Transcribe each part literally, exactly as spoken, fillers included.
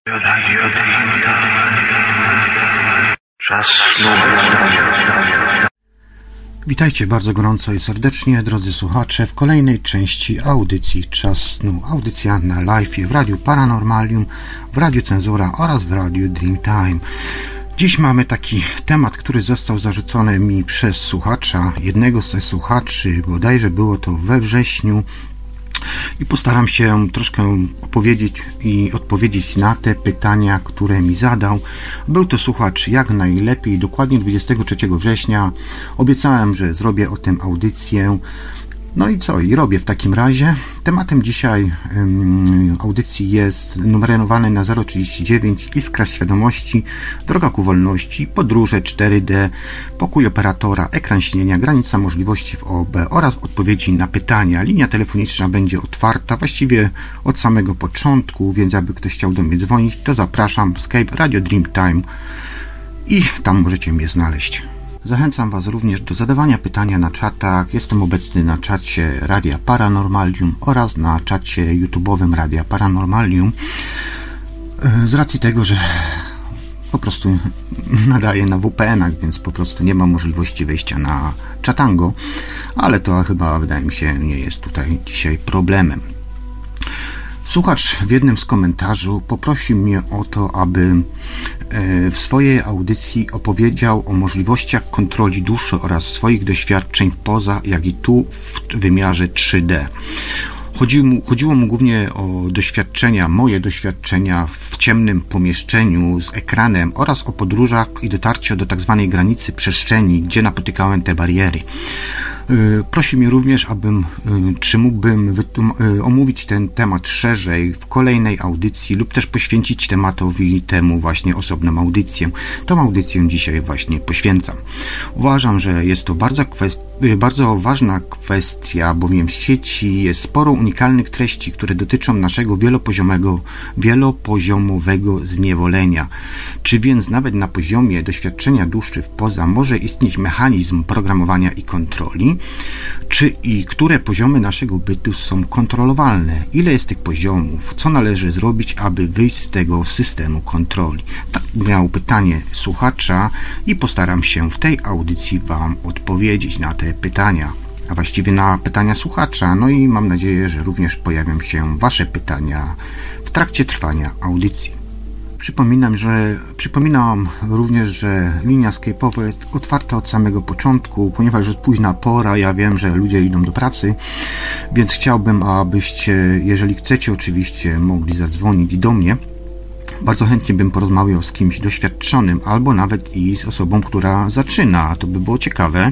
Witajcie bardzo gorąco i serdecznie, drodzy słuchacze, w kolejnej części audycji Czas Snu. Audycja na live w Radiu Paranormalium, w Radiu Cenzura oraz w Radiu Dreamtime. Dziś mamy taki temat, który został zarzucony mi przez słuchacza, jednego ze słuchaczy, bodajże było to we wrześniu. I postaram się troszkę opowiedzieć i odpowiedzieć na te pytania, które mi zadał. Był to słuchacz jak najlepiej, dokładnie dwudziestego trzeciego września. Obiecałem, że zrobię o tym audycję. No i co? I robię w takim razie. Tematem dzisiaj um, audycji jest numerowany na zero trzydzieści dziewięć, Iskra Świadomości, Droga ku Wolności, Podróże cztery D, Pokój Operatora, Ekran Śnienia, Granica Możliwości w O O B oraz odpowiedzi na pytania. Linia telefoniczna będzie otwarta właściwie od samego początku, więc aby ktoś chciał do mnie dzwonić, to zapraszam. Skype Radio Dreamtime i tam możecie mnie znaleźć. Zachęcam Was również do zadawania pytania na czatach. Jestem obecny na czacie Radia Paranormalium oraz na czacie YouTube'owym Radia Paranormalium. Z racji tego, że po prostu nadaję na W P N ach, więc po prostu nie ma możliwości wejścia na czatango, ale to chyba, wydaje mi się, nie jest tutaj dzisiaj problemem. Słuchacz w jednym z komentarzy poprosił mnie o to, aby w swojej audycji opowiedział o możliwościach kontroli duszy oraz swoich doświadczeń w poza, jak i tu w wymiarze trzy D. Chodziło mu, chodziło mu głównie o doświadczenia, moje doświadczenia w ciemnym pomieszczeniu z ekranem oraz o podróżach i dotarciu do tak zwanej granicy przestrzeni, gdzie napotykałem te bariery. Prosił mnie również, abym, czy mógłbym wytum- omówić ten temat szerzej w kolejnej audycji lub też poświęcić tematowi temu właśnie osobną audycję. Tą audycję dzisiaj właśnie poświęcam. Uważam, że jest to bardzo, kwest- bardzo ważna kwestia, bowiem w sieci jest sporo unikalnych treści, które dotyczą naszego wielopoziomowego, wielopoziomowego zniewolenia. Czy więc nawet na poziomie doświadczenia duszy w poza może istnieć mechanizm programowania i kontroli? Czy i które poziomy naszego bytu są kontrolowalne? Ile jest tych poziomów? Co należy zrobić, aby wyjść z tego systemu kontroli? Tak miał pytanie słuchacza i postaram się w tej audycji Wam odpowiedzieć na te pytania, a właściwie na pytania słuchacza. No i mam nadzieję, że również pojawią się Wasze pytania w trakcie trwania audycji. Przypominam, że, przypominam również, że linia Skype'owa jest otwarta od samego początku, ponieważ jest późna pora, ja wiem, że ludzie idą do pracy, więc chciałbym, abyście, jeżeli chcecie oczywiście, mogli zadzwonić do mnie. Bardzo chętnie bym porozmawiał z kimś doświadczonym, albo nawet i z osobą, która zaczyna, to by było ciekawe.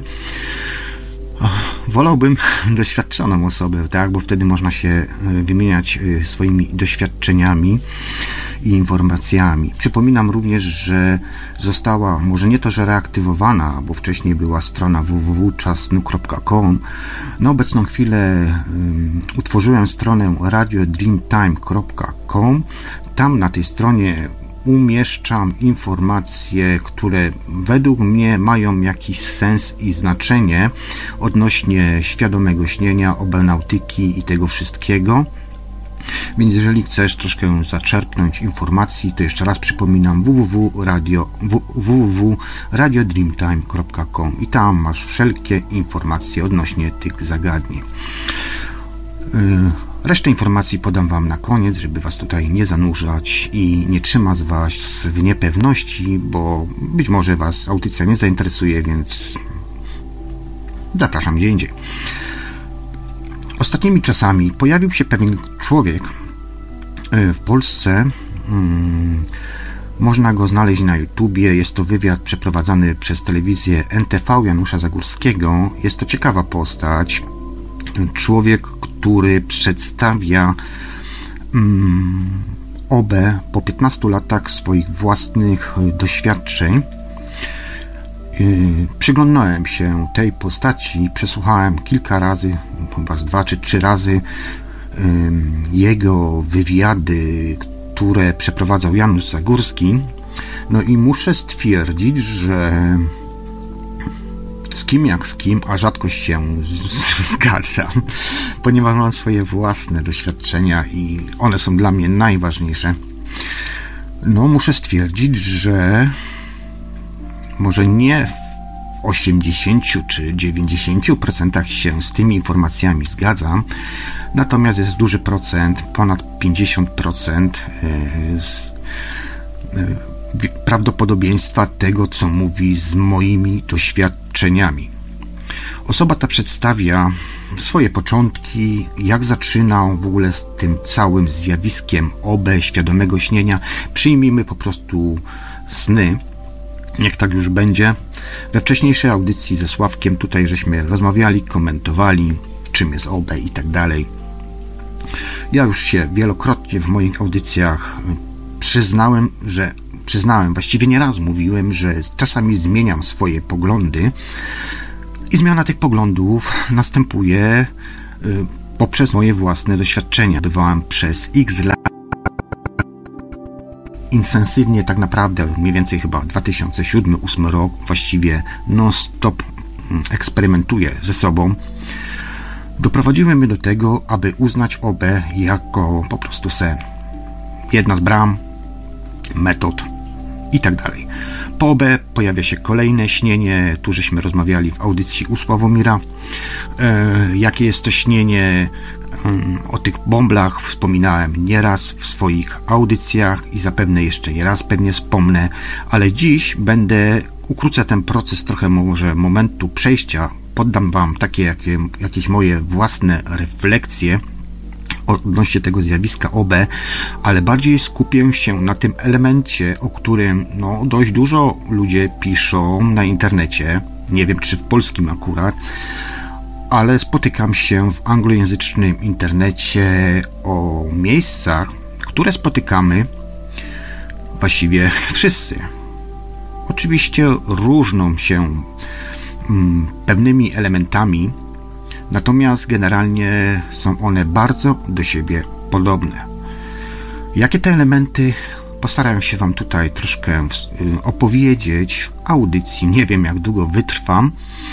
Wolałbym doświadczoną osobę, tak, bo wtedy można się wymieniać swoimi doświadczeniami i informacjami. Przypominam również, że została, może nie to, że reaktywowana, bo wcześniej była strona w w w kropka czas snu kropka com. Na obecną chwilę um, utworzyłem stronę radio dreamtime kropka com. Tam na tej stronie umieszczam informacje, które według mnie mają jakiś sens i znaczenie odnośnie świadomego śnienia, obenautyki i tego wszystkiego. Więc jeżeli chcesz troszkę zaczerpnąć informacji, to jeszcze raz przypominam w w w kropka radio dreamtime kropka com i tam masz wszelkie informacje odnośnie tych zagadnień. Resztę informacji podam Wam na koniec, żeby Was tutaj nie zanurzać i nie trzymać Was w niepewności, bo być może Was audycja nie zainteresuje, więc zapraszam gdzie indziej. Ostatnimi czasami pojawił się pewien człowiek w Polsce. Hmm, można go znaleźć na YouTubie. Jest to wywiad przeprowadzany przez telewizję N T V Janusza Zagórskiego. Jest to ciekawa postać. Człowiek, który przedstawia hmm, O B po piętnastu latach swoich własnych doświadczeń. Yy, przyglądnąłem się tej postaci, przesłuchałem kilka razy, chyba dwa czy trzy razy yy, jego wywiady, które przeprowadzał Janusz Zagórski. No i muszę stwierdzić, że z kim jak z kim, a rzadko się z- zgadzam, ponieważ mam swoje własne doświadczenia i one są dla mnie najważniejsze. No, muszę stwierdzić, że może nie w osiemdziesięciu czy dziewięćdziesięciu procentach się z tymi informacjami zgadzam, natomiast jest duży procent, ponad pięćdziesiąt procent z prawdopodobieństwa tego, co mówi z moimi doświadczeniami. Osoba ta przedstawia swoje początki, jak zaczynał w ogóle z tym całym zjawiskiem O B, świadomego śnienia. Przyjmijmy po prostu sny, jak tak już będzie. We wcześniejszej audycji ze Sławkiem tutaj żeśmy rozmawiali, komentowali, czym jest O B i tak dalej. Ja już się wielokrotnie w moich audycjach przyznałem, że przyznałem, właściwie nieraz mówiłem, że czasami zmieniam swoje poglądy i zmiana tych poglądów następuje y, poprzez moje własne doświadczenia. Bywałem przez X lat intensywnie, tak naprawdę mniej więcej chyba dwa tysiące siódmy do dwa tysiące ósmego rok właściwie non-stop eksperymentuję ze sobą. Doprowadziły mnie do tego, aby uznać O B jako po prostu sen. Jedna z bram, metod i tak dalej. Po O B pojawia się kolejne śnienie, tu żeśmy rozmawiali w audycji u Sławomira, e, jakie jest to śnienie. e, o tych bąblach wspominałem nieraz w swoich audycjach i zapewne jeszcze nie raz pewnie wspomnę, ale dziś będę, ukrócę ten proces trochę może momentu przejścia, poddam wam takie jakie, jakieś moje własne refleksje odnośnie tego zjawiska O B, ale bardziej skupię się na tym elemencie, o którym no, dość dużo ludzie piszą na internecie, nie wiem czy w polskim akurat, ale spotykam się w anglojęzycznym internecie o miejscach, które spotykamy właściwie wszyscy. Oczywiście różnią się mm, pewnymi elementami, natomiast generalnie są one bardzo do siebie podobne. Jakie te elementy? Postaram się wam tutaj troszkę opowiedzieć w audycji. Nie wiem, jak długo wytrwam,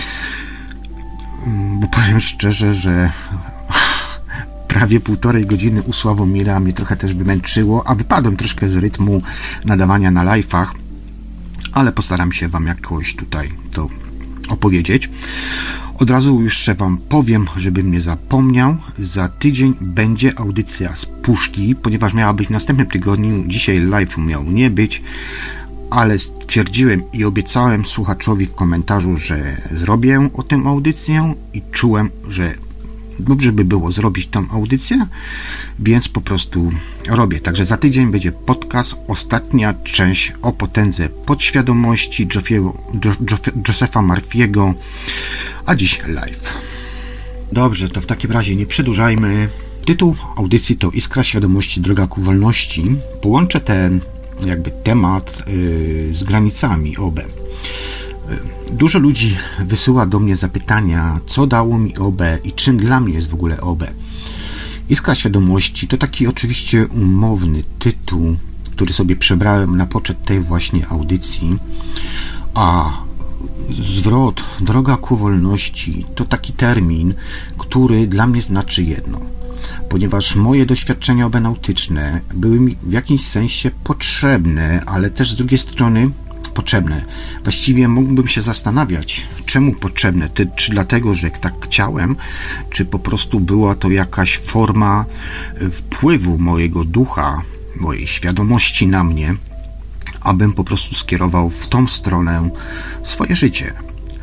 bo powiem szczerze, że prawie półtorej godziny u Sławomira mnie trochę też wymęczyło, a wypadłem troszkę z rytmu nadawania na live'ach, ale postaram się wam jakoś tutaj to opowiedzieć. Od razu jeszcze wam powiem, żebym nie zapomniał, za tydzień będzie audycja z puszki, ponieważ miała być w następnym tygodniu, dzisiaj live miał nie być, ale stwierdziłem i obiecałem słuchaczowi w komentarzu, że zrobię o tym audycję i czułem, że dobrze by było zrobić tą audycję, więc po prostu robię. Także za tydzień będzie podcast, ostatnia część o potędze podświadomości Josepha Murphy'ego, a dziś live. Dobrze, to w takim razie nie przedłużajmy. Tytuł audycji to Iskra Świadomości, droga ku wolności. Połączę ten jakby temat yy, z granicami O B. Dużo ludzi wysyła do mnie zapytania, co dało mi O B i czym dla mnie jest w ogóle O B. Iskra Świadomości to taki oczywiście umowny tytuł, który sobie przebrałem na poczet tej właśnie audycji, a zwrot droga ku wolności to taki termin, który dla mnie znaczy jedno. Ponieważ moje doświadczenia obenautyczne były mi w jakimś sensie potrzebne, ale też z drugiej strony potrzebne. Właściwie mógłbym się zastanawiać, czemu potrzebne. Czy dlatego, że tak chciałem, czy po prostu była to jakaś forma wpływu mojego ducha, mojej świadomości na mnie, abym po prostu skierował w tą stronę swoje życie.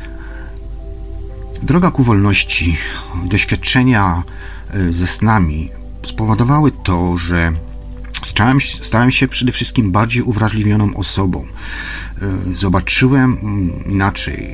Droga ku wolności, doświadczenia ze snami spowodowały to, że stałem, stałem się przede wszystkim bardziej uwrażliwioną osobą. Zobaczyłem inaczej.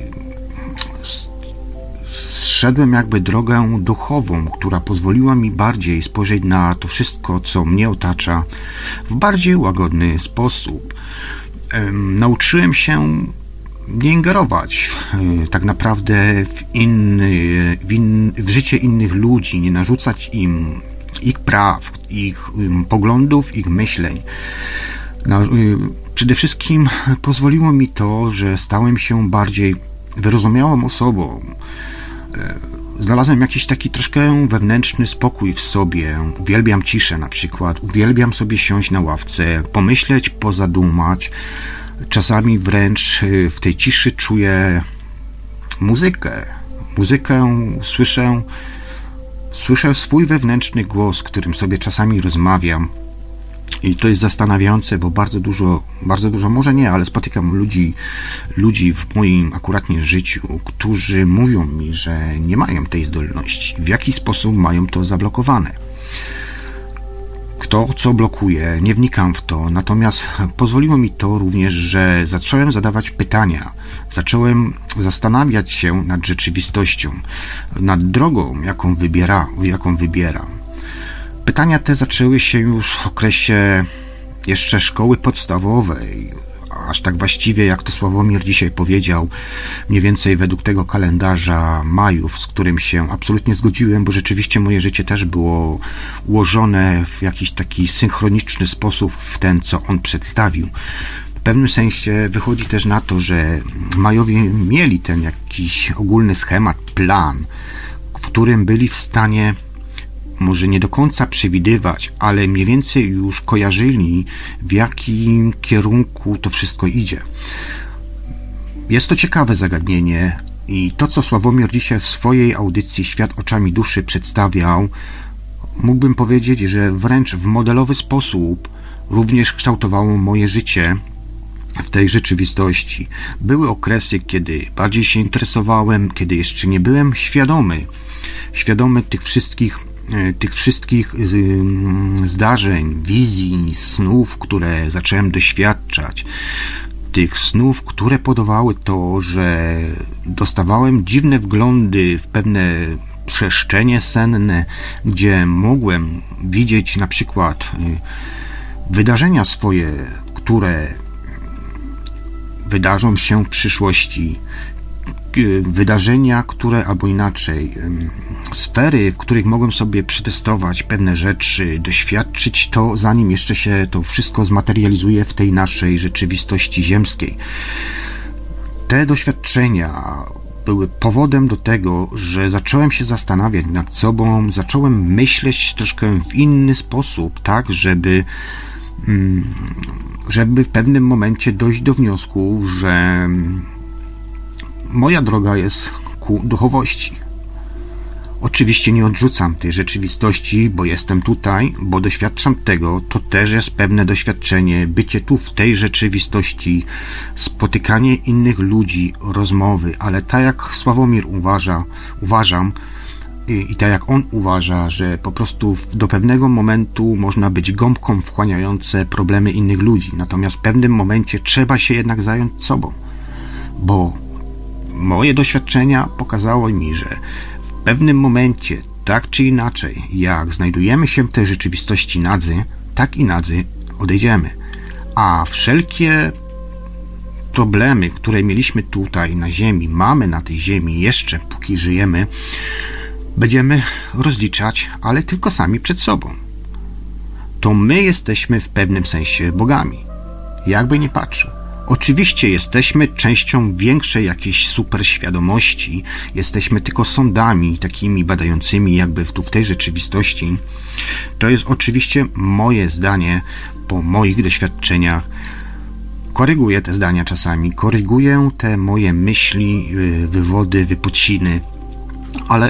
Zszedłem jakby drogę duchową, która pozwoliła mi bardziej spojrzeć na to wszystko, co mnie otacza, w bardziej łagodny sposób. Nauczyłem się nie ingerować w, tak naprawdę w, inny, w, in, w życie innych ludzi, nie narzucać im ich praw, ich poglądów, ich myśleń. No, przede wszystkim pozwoliło mi to, że stałem się bardziej wyrozumiałą osobą. znalazłem jakiś taki troszkę wewnętrzny spokój w sobie. Uwielbiam ciszę na przykład, uwielbiam sobie siąść na ławce, pomyśleć, pozadumać. Czasami wręcz w tej ciszy czuję muzykę. Muzykę słyszę, słyszę swój wewnętrzny głos, którym sobie czasami rozmawiam. I to jest zastanawiające, bo bardzo dużo, bardzo dużo, może nie, ale spotykam ludzi, ludzi w moim akuratnie życiu, którzy mówią mi, że nie mają tej zdolności. W jaki sposób mają to zablokowane? Kto co blokuje, nie wnikam w to, natomiast pozwoliło mi to również, że zacząłem zadawać pytania, zacząłem zastanawiać się nad rzeczywistością, nad drogą, jaką wybiera, jaką wybieram. Pytania te zaczęły się już w okresie jeszcze szkoły podstawowej, aż tak właściwie jak to Sławomir dzisiaj powiedział, mniej więcej według tego kalendarza Majów, z którym się absolutnie zgodziłem, bo rzeczywiście moje życie też było ułożone w jakiś taki synchroniczny sposób w ten, co on przedstawił. W pewnym sensie wychodzi też na to, że Majowie mieli ten jakiś ogólny schemat, plan, w którym byli w stanie może nie do końca przewidywać, ale mniej więcej już kojarzyli, w jakim kierunku to wszystko idzie. Jest to ciekawe zagadnienie i to, co Sławomir dzisiaj w swojej audycji Świat oczami duszy przedstawiał, mógłbym powiedzieć, że wręcz w modelowy sposób również kształtowało moje życie w tej rzeczywistości. Były okresy, kiedy bardziej się interesowałem, kiedy jeszcze nie byłem świadomy, świadomy tych wszystkich tych wszystkich zdarzeń, wizji, snów, które zacząłem doświadczać. Tych snów, które podawały to, że dostawałem dziwne wglądy w pewne przestrzenie senne, gdzie mogłem widzieć na przykład wydarzenia swoje, które wydarzą się w przyszłości, wydarzenia, które, albo inaczej, sfery, w których mogłem sobie przetestować pewne rzeczy, doświadczyć to, zanim jeszcze się to wszystko zmaterializuje w tej naszej rzeczywistości ziemskiej. Te doświadczenia były powodem do tego, że zacząłem się zastanawiać nad sobą, zacząłem myśleć troszkę w inny sposób, tak, żeby żeby w pewnym momencie dojść do wniosku, że moja droga jest ku duchowości. Oczywiście nie odrzucam tej rzeczywistości, bo jestem tutaj, bo doświadczam tego, to też jest pewne doświadczenie, bycie tu w tej rzeczywistości, spotykanie innych ludzi, rozmowy, ale tak jak Sławomir uważa, uważam i, i tak jak on uważa, że po prostu do pewnego momentu można być gąbką wchłaniające problemy innych ludzi, natomiast w pewnym momencie trzeba się jednak zająć sobą, bo moje doświadczenia pokazały mi, że w pewnym momencie, tak czy inaczej, jak znajdujemy się w tej rzeczywistości nadzy, tak i nadzy odejdziemy. A wszelkie problemy, które mieliśmy tutaj na ziemi, mamy na tej ziemi jeszcze, póki żyjemy, będziemy rozliczać, ale tylko sami przed sobą. To my jesteśmy w pewnym sensie bogami. Jakby nie patrzył. Oczywiście jesteśmy częścią większej jakiejś superświadomości, jesteśmy tylko sądami takimi badającymi jakby tu w tej rzeczywistości. To jest oczywiście moje zdanie po moich doświadczeniach. Koryguję te zdania czasami, koryguję te moje myśli, wywody, wypociny, ale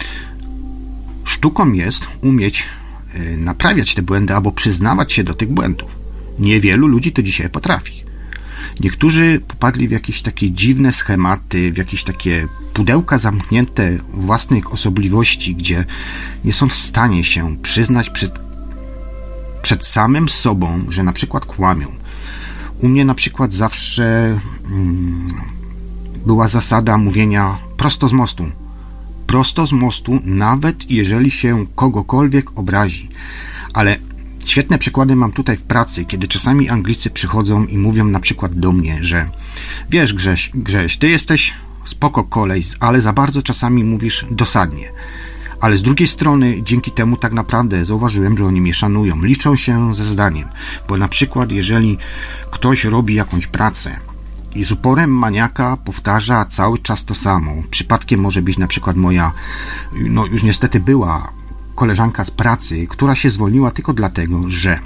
sztuką jest umieć naprawiać te błędy albo przyznawać się do tych błędów. Niewielu ludzi to dzisiaj potrafi. Niektórzy popadli w jakieś takie dziwne schematy, w jakieś takie pudełka zamknięte własnych osobliwości, gdzie nie są w stanie się przyznać przed, przed samym sobą, że na przykład kłamią. U mnie na przykład zawsze mm, była zasada mówienia prosto z mostu. Prosto z mostu, nawet jeżeli się kogokolwiek obrazi. Ale świetne przykłady mam tutaj w pracy, kiedy czasami Anglicy przychodzą i mówią na przykład do mnie, że wiesz Grześ, Grześ, ty jesteś spoko kolej, ale za bardzo czasami mówisz dosadnie. Ale z drugiej strony dzięki temu tak naprawdę zauważyłem, że oni mnie szanują, liczą się ze zdaniem. Bo na przykład jeżeli ktoś robi jakąś pracę i z uporem maniaka powtarza cały czas to samo. Przypadkiem może być na przykład moja, no już niestety była koleżanka z pracy, która się zwolniła tylko dlatego, że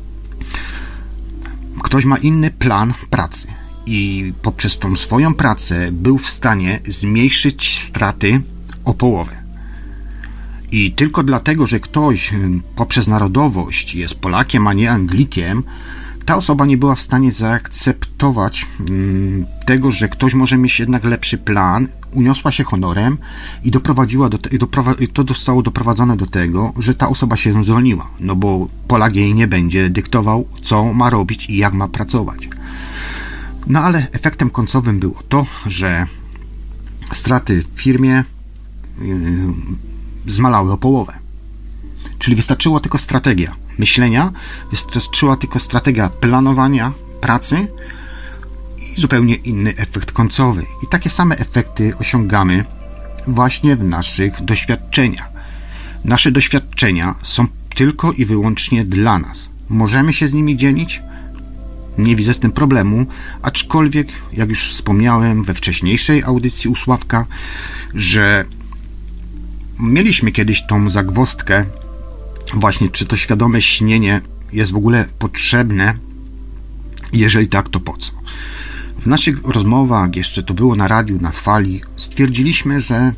ktoś ma inny plan pracy i poprzez tą swoją pracę był w stanie zmniejszyć straty o połowę. I tylko dlatego, że ktoś poprzez narodowość jest Polakiem, a nie Anglikiem, ta osoba nie była w stanie zaakceptować mm, tego, że ktoś może mieć jednak lepszy plan, uniosła się honorem i doprowadziła do te, i doprowa- i to zostało doprowadzone do tego, że ta osoba się zwolniła, no bo Polak jej nie będzie dyktował, co ma robić i jak ma pracować. No ale efektem końcowym było to, że straty w firmie yy, zmalały o połowę. Czyli wystarczyła tylko strategia myślenia, wystarczyła tylko strategia planowania pracy i zupełnie inny efekt końcowy. I takie same efekty osiągamy właśnie w naszych doświadczeniach. Nasze doświadczenia są tylko i wyłącznie dla nas. Możemy się z nimi dzielić? Nie widzę z tym problemu, aczkolwiek, jak już wspomniałem we wcześniejszej audycji u Sławka, że mieliśmy kiedyś tą zagwozdkę właśnie, czy to świadome śnienie jest w ogóle potrzebne, jeżeli tak, to po co? W naszych rozmowach, jeszcze to było na radiu, na fali, stwierdziliśmy, że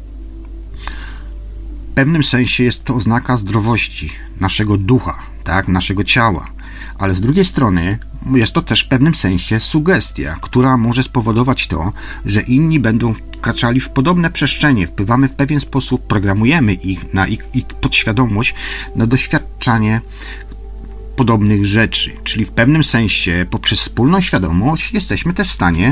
w pewnym sensie jest to oznaka zdrowości naszego ducha, tak, naszego ciała, ale z drugiej strony jest to też w pewnym sensie sugestia, która może spowodować to, że inni będą wkraczali w podobne przestrzenie, wpływamy w pewien sposób, programujemy ich na ich, ich podświadomość na doświadczanie podobnych rzeczy, czyli w pewnym sensie poprzez wspólną świadomość jesteśmy też w stanie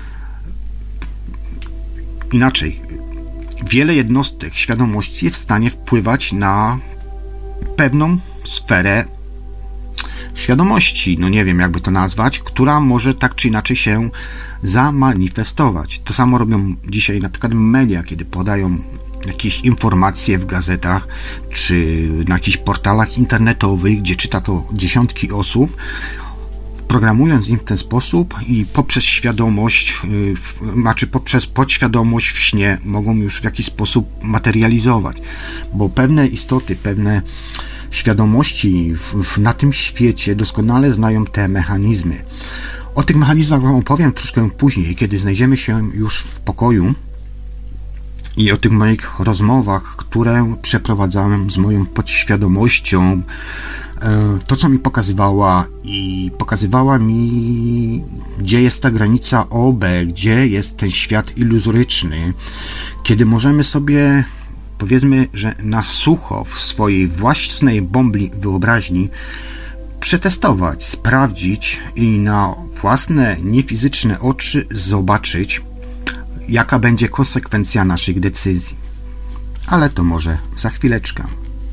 inaczej, wiele jednostek świadomości jest w stanie wpływać na pewną sferę świadomości, no nie wiem jakby to nazwać, która może tak czy inaczej się zamanifestować. To samo robią dzisiaj na przykład media, kiedy podają jakieś informacje w gazetach czy na jakichś portalach internetowych, gdzie czyta to dziesiątki osób, programując im w ten sposób i poprzez świadomość, yy, znaczy poprzez podświadomość w śnie mogą już w jakiś sposób materializować, bo pewne istoty, pewne świadomości w, w, na tym świecie doskonale znają te mechanizmy. O tych mechanizmach wam opowiem troszkę później, kiedy znajdziemy się już w pokoju i o tych moich rozmowach, które przeprowadzałem z moją podświadomością, to co mi pokazywała i pokazywała mi, gdzie jest ta granica O B, gdzie jest ten świat iluzoryczny, kiedy możemy sobie, powiedzmy, że na sucho w swojej własnej bombli wyobraźni przetestować, sprawdzić i na własne niefizyczne oczy zobaczyć, jaka będzie konsekwencja naszych decyzji. Ale to może za chwileczkę.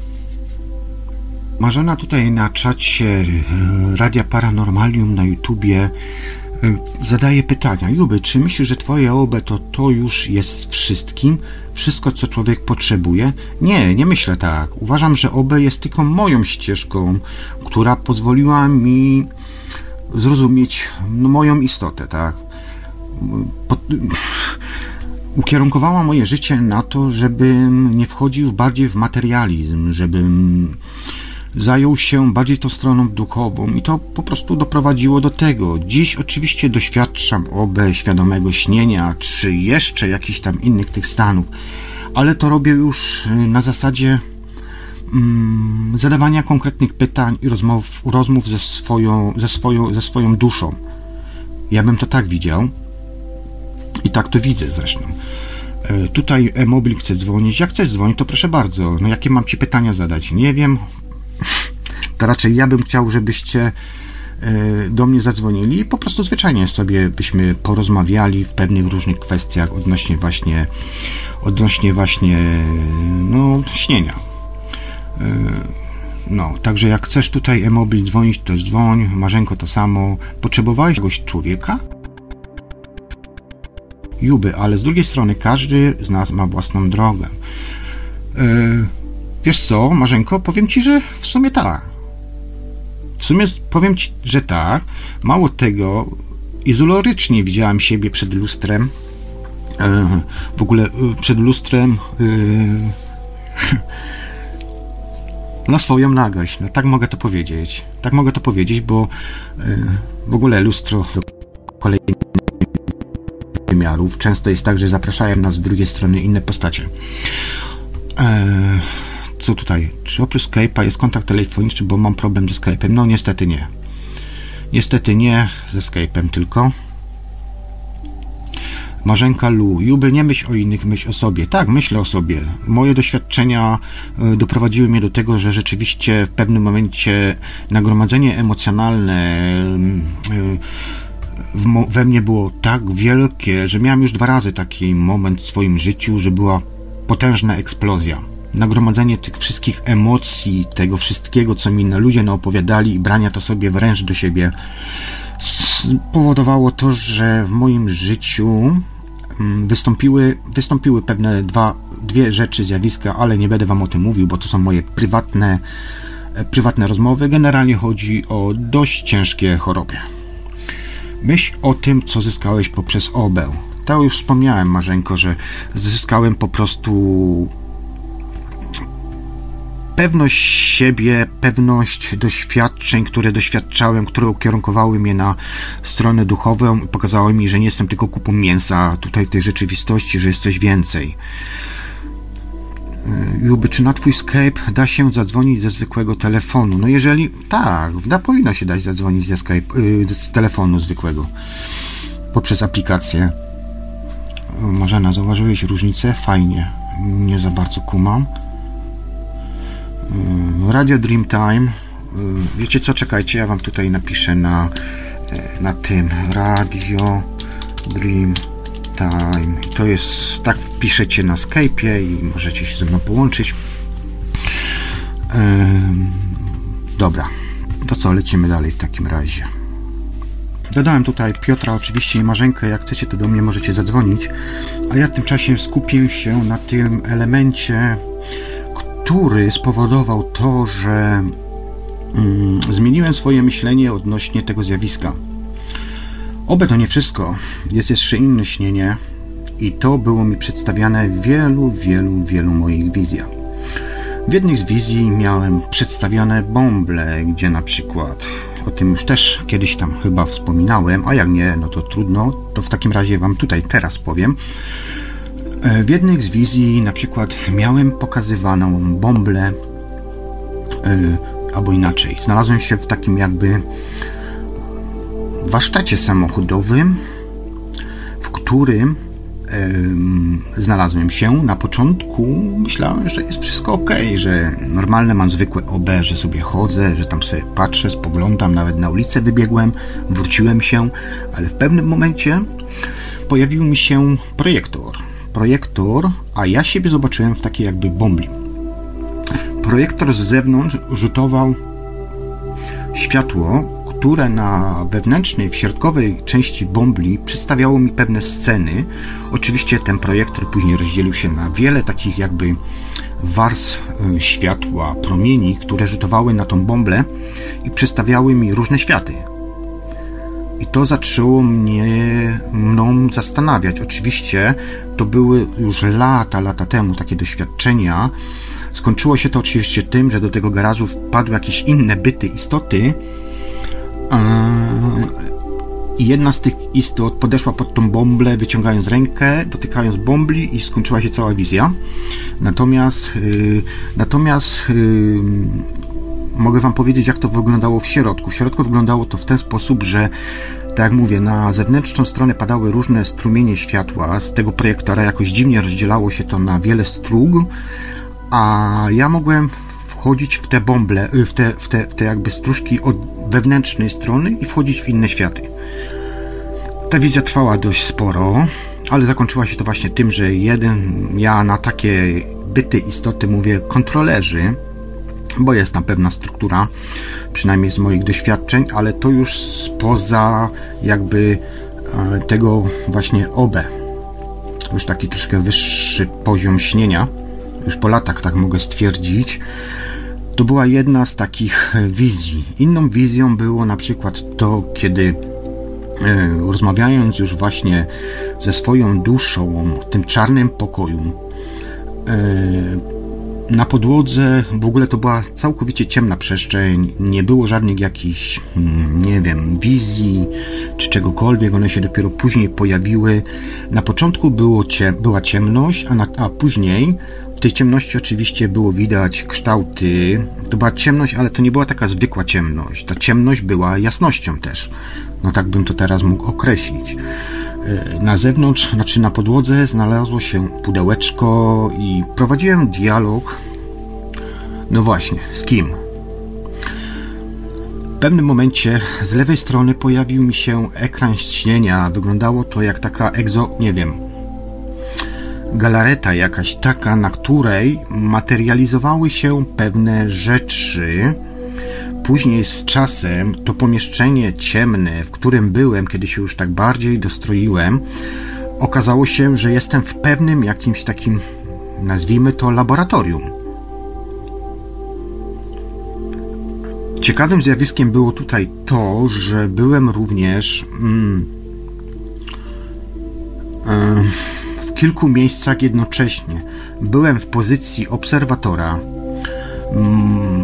Marzena tutaj na czacie Radia Paranormalium na YouTubie zadaje pytania. Juby, czy myślisz, że twoje O B to to już jest wszystkim? Wszystko, co człowiek potrzebuje? Nie, nie myślę tak. Uważam, że O B jest tylko moją ścieżką, która pozwoliła mi zrozumieć no, moją istotę, tak? Pod... ukierunkowała moje życie na to, żebym nie wchodził bardziej w materializm, żebym zajął się bardziej tą stroną duchową i to po prostu doprowadziło do tego. Dziś oczywiście doświadczam O B, świadomego śnienia, czy jeszcze jakichś tam innych tych stanów, ale to robię już na zasadzie mm, zadawania konkretnych pytań i rozmów, rozmów ze swoją, ze, swoją, ze swoją duszą. Ja bym to tak widział i tak to widzę zresztą. E, tutaj e-mobil chce dzwonić. Jak chcesz dzwonić, to proszę bardzo. No jakie mam ci pytania zadać? Nie wiem. To raczej ja bym chciał, żebyście do mnie zadzwonili i po prostu zwyczajnie sobie byśmy porozmawiali w pewnych różnych kwestiach odnośnie właśnie odnośnie właśnie no śnienia. No, także jak chcesz tutaj e-mobil dzwonić, to dzwoń. Marzenko to samo. Potrzebowałeś jakiegoś człowieka? Juby, ale z drugiej strony każdy z nas ma własną drogę. Wiesz co, Marzenko, powiem ci, że w sumie tak. W sumie powiem ci, że tak. Mało tego, izolorycznie widziałem siebie przed lustrem, w ogóle przed lustrem na swoją nagość, no tak mogę to powiedzieć, tak mogę to powiedzieć, bo w ogóle lustro do kolejnych wymiarów, często jest tak, że zapraszają nas z drugiej strony inne postacie. Co tutaj? Czy oprócz Skype'a jest kontakt telefoniczny, bo mam problem ze Skype'em? No niestety nie. Niestety nie ze Skype'em tylko. Marzenka Lu. Juby, nie myśl o innych, myśl o sobie. Tak, myślę o sobie. Moje doświadczenia doprowadziły mnie do tego, że rzeczywiście w pewnym momencie nagromadzenie emocjonalne we mnie było tak wielkie, że miałem już dwa razy taki moment w swoim życiu, że była potężna eksplozja. Nagromadzenie tych wszystkich emocji, tego wszystkiego, co mi na ludzie naopowiadali i brania to sobie wręcz do siebie, powodowało to, że w moim życiu wystąpiły, wystąpiły pewne dwa, dwie rzeczy, zjawiska, ale nie będę wam o tym mówił, bo to są moje prywatne, prywatne rozmowy. Generalnie chodzi o dość ciężkie choroby. Myśl o tym, co zyskałeś poprzez O B E. To już wspomniałem, Marzenko, że zyskałem po prostu pewność siebie, pewność doświadczeń, które doświadczałem, które ukierunkowały mnie na stronę duchową i pokazały mi, że nie jestem tylko kupą mięsa tutaj w tej rzeczywistości, że jest coś więcej. Juby, czy na twój Skype da się zadzwonić ze zwykłego telefonu? No jeżeli tak, da, powinno się dać zadzwonić ze Skype, z telefonu zwykłego poprzez aplikację. Marzena, zauważyłeś różnicę? Fajnie. Nie za bardzo kumam. Radio Dreamtime. Wiecie co? Czekajcie, ja wam tutaj napiszę na, na tym. Radio Dreamtime. To jest, tak piszecie na Skype'ie i możecie się ze mną połączyć. Dobra. To co? Lecimy dalej w takim razie. Dodałem tutaj Piotra oczywiście i Marzenkę. Jak chcecie, to do mnie możecie zadzwonić. A ja w tym czasie skupię się na tym elemencie, który spowodował to, że mm, zmieniłem swoje myślenie odnośnie tego zjawiska. Oby to nie wszystko. Jest jeszcze inne śnienie i to było mi przedstawiane w wielu, wielu, wielu moich wizjach. W jednej z wizji miałem przedstawione bąble, gdzie na przykład, o tym już też kiedyś tam chyba wspominałem, a jak nie, no to trudno, to w takim razie wam tutaj teraz powiem. W jednej z wizji na przykład miałem pokazywaną bąblę, yy, albo inaczej, znalazłem się w takim jakby warsztacie samochodowym, w którym yy, znalazłem się. Na początku myślałem, że jest wszystko ok, że normalne mam zwykłe O B, że sobie chodzę, że tam sobie patrzę, spoglądam, nawet na ulicę wybiegłem, wróciłem się, ale w pewnym momencie pojawił mi się projektor. Projektor, a ja siebie zobaczyłem w takiej jakby bombli. Projektor z zewnątrz rzutował światło, które na wewnętrznej, w środkowej części bombli przedstawiało mi pewne sceny. Oczywiście ten projektor później rozdzielił się na wiele takich jakby warstw światła, promieni, które rzutowały na tą bąblę i przedstawiały mi różne światy. I to zaczęło mnie, mną zastanawiać. Oczywiście to były już lata, lata temu takie doświadczenia. Skończyło się to oczywiście tym, że do tego garażu wpadły jakieś inne byty, istoty. I jedna z tych istot podeszła pod tą bąblę, wyciągając rękę, dotykając bąbli i skończyła się cała wizja. Natomiast, yy, natomiast yy, mogę wam powiedzieć, jak to wyglądało w środku. W środku wyglądało to w ten sposób, że tak jak mówię, na zewnętrzną stronę padały różne strumienie światła. Z tego projektora jakoś dziwnie rozdzielało się to na wiele strug, a ja mogłem wchodzić w te bąble, w te, w te, w te jakby stróżki od wewnętrznej strony i wchodzić w inne światy. Ta wizja trwała dość sporo, ale zakończyła się to właśnie tym, że jeden, ja na takie byty, istoty mówię kontrolerzy, bo jest tam pewna struktura, przynajmniej z moich doświadczeń, ale to już spoza jakby tego właśnie O B. Już taki troszkę wyższy poziom śnienia, już po latach tak mogę stwierdzić. To była jedna z takich wizji. Inną wizją było na przykład to, kiedy rozmawiając już właśnie ze swoją duszą w tym czarnym pokoju, na podłodze w ogóle to była całkowicie ciemna przestrzeń, nie było żadnych jakichś, nie wiem, wizji czy czegokolwiek, one się dopiero później pojawiły. Na początku było ciem, była ciemność, a, na, a później w tej ciemności oczywiście było widać kształty. To była ciemność, ale to nie była taka zwykła ciemność. Ta ciemność była jasnością też. No tak bym to teraz mógł określić. Na zewnątrz, znaczy na podłodze znalazło się pudełeczko i prowadziłem dialog. No właśnie, z kim? W pewnym momencie z lewej strony pojawił mi się ekran śnienia. Wyglądało to jak taka egzo, nie wiem, galareta jakaś taka, na której materializowały się pewne rzeczy. Później z czasem to pomieszczenie ciemne, w którym byłem, kiedy się już tak bardziej dostroiłem, okazało się, że jestem w pewnym jakimś takim, nazwijmy to, laboratorium. Ciekawym zjawiskiem było tutaj to, że byłem również mm, y, w kilku miejscach jednocześnie. Byłem w pozycji obserwatora. Mm,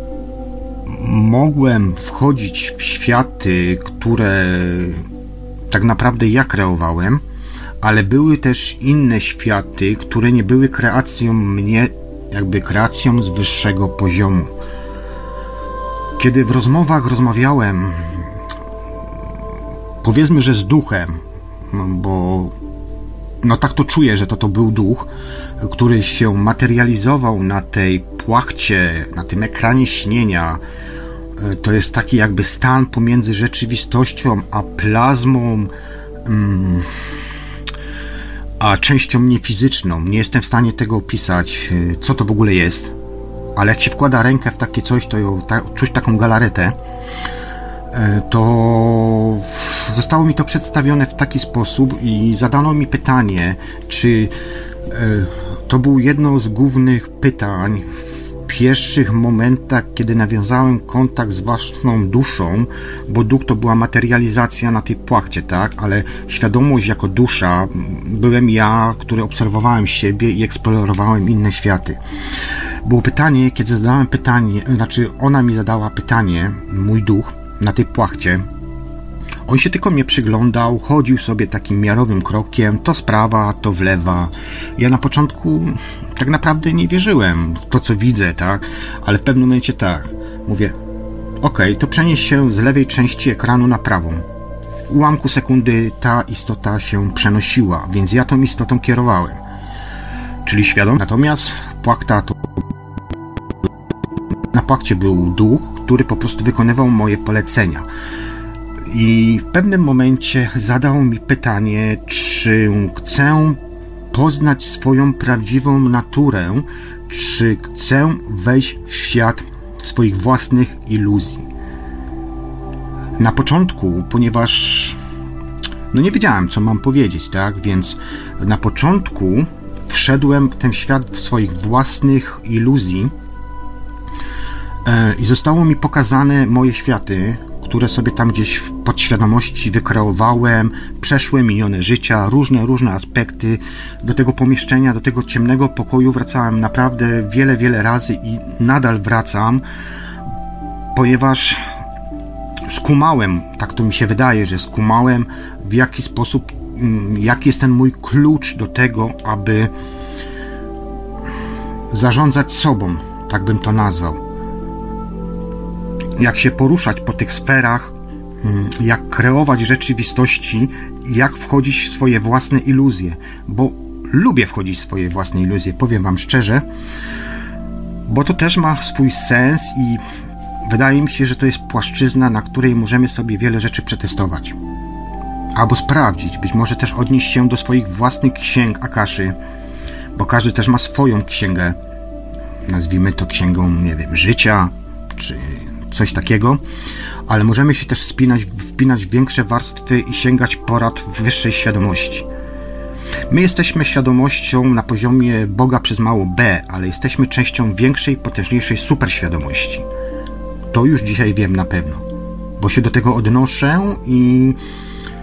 Mogłem wchodzić w światy, które tak naprawdę ja kreowałem, ale były też inne światy, które nie były kreacją mnie, jakby kreacją z wyższego poziomu. Kiedy w rozmowach rozmawiałem, powiedzmy, że z duchem, bo no tak to czuję, że to to był duch, który się materializował na tej płachcie, na tym ekranie śnienia. To jest taki jakby stan pomiędzy rzeczywistością a plazmą, um, a częścią niefizyczną. Nie jestem w stanie tego opisać, co to w ogóle jest, ale jak się wkłada rękę w takie coś, to ją, ta, czuć taką galaretę, to zostało mi to przedstawione w taki sposób i zadano mi pytanie, czy to było jedno z głównych pytań w pierwszych momentach, kiedy nawiązałem kontakt z własną duszą, bo duch to była materializacja na tej płachcie, tak? Ale świadomość jako dusza byłem ja, który obserwowałem siebie i eksplorowałem inne światy. Było pytanie, kiedy zadałem pytanie, znaczy ona mi zadała pytanie, mój duch, na tej płachcie. On się tylko mnie przyglądał, chodził sobie takim miarowym krokiem, to z prawa, to w lewa. Ja na początku tak naprawdę nie wierzyłem w to, co widzę, tak? Ale w pewnym momencie tak, mówię, okej, okay, to przenieś się z lewej części ekranu na prawą. W ułamku sekundy ta istota się przenosiła, więc ja tą istotą kierowałem. Czyli świadom. Natomiast płachta to... Na płachcie był duch, który po prostu wykonywał moje polecenia. I w pewnym momencie zadał mi pytanie, czy chcę poznać swoją prawdziwą naturę, czy chcę wejść w świat swoich własnych iluzji. Na początku, ponieważ no nie wiedziałem, co mam powiedzieć, tak, więc na początku wszedłem w ten świat w swoich własnych iluzji i zostało mi pokazane moje światy, które sobie tam gdzieś w podświadomości wykreowałem, przeszłe minione życia, różne, różne aspekty. Do tego pomieszczenia, do tego ciemnego pokoju wracałem naprawdę wiele, wiele razy i nadal wracam, ponieważ skumałem, tak to mi się wydaje, że skumałem, w jaki sposób, jaki jest ten mój klucz do tego, aby zarządzać sobą, tak bym to nazwał. Jak się poruszać po tych sferach, jak kreować rzeczywistości, jak wchodzić w swoje własne iluzje, bo lubię wchodzić w swoje własne iluzje, powiem wam szczerze, bo to też ma swój sens i wydaje mi się, że to jest płaszczyzna, na której możemy sobie wiele rzeczy przetestować. Albo sprawdzić, być może też odnieść się do swoich własnych księg Akaszy, bo każdy też ma swoją księgę, nazwijmy to księgą, nie wiem, życia, czy coś takiego, ale możemy się też spinać, wpinać w większe warstwy i sięgać porad w wyższej świadomości. My jesteśmy świadomością na poziomie Boga przez mało B, ale jesteśmy częścią większej, potężniejszej superświadomości. To już dzisiaj wiem na pewno, bo się do tego odnoszę i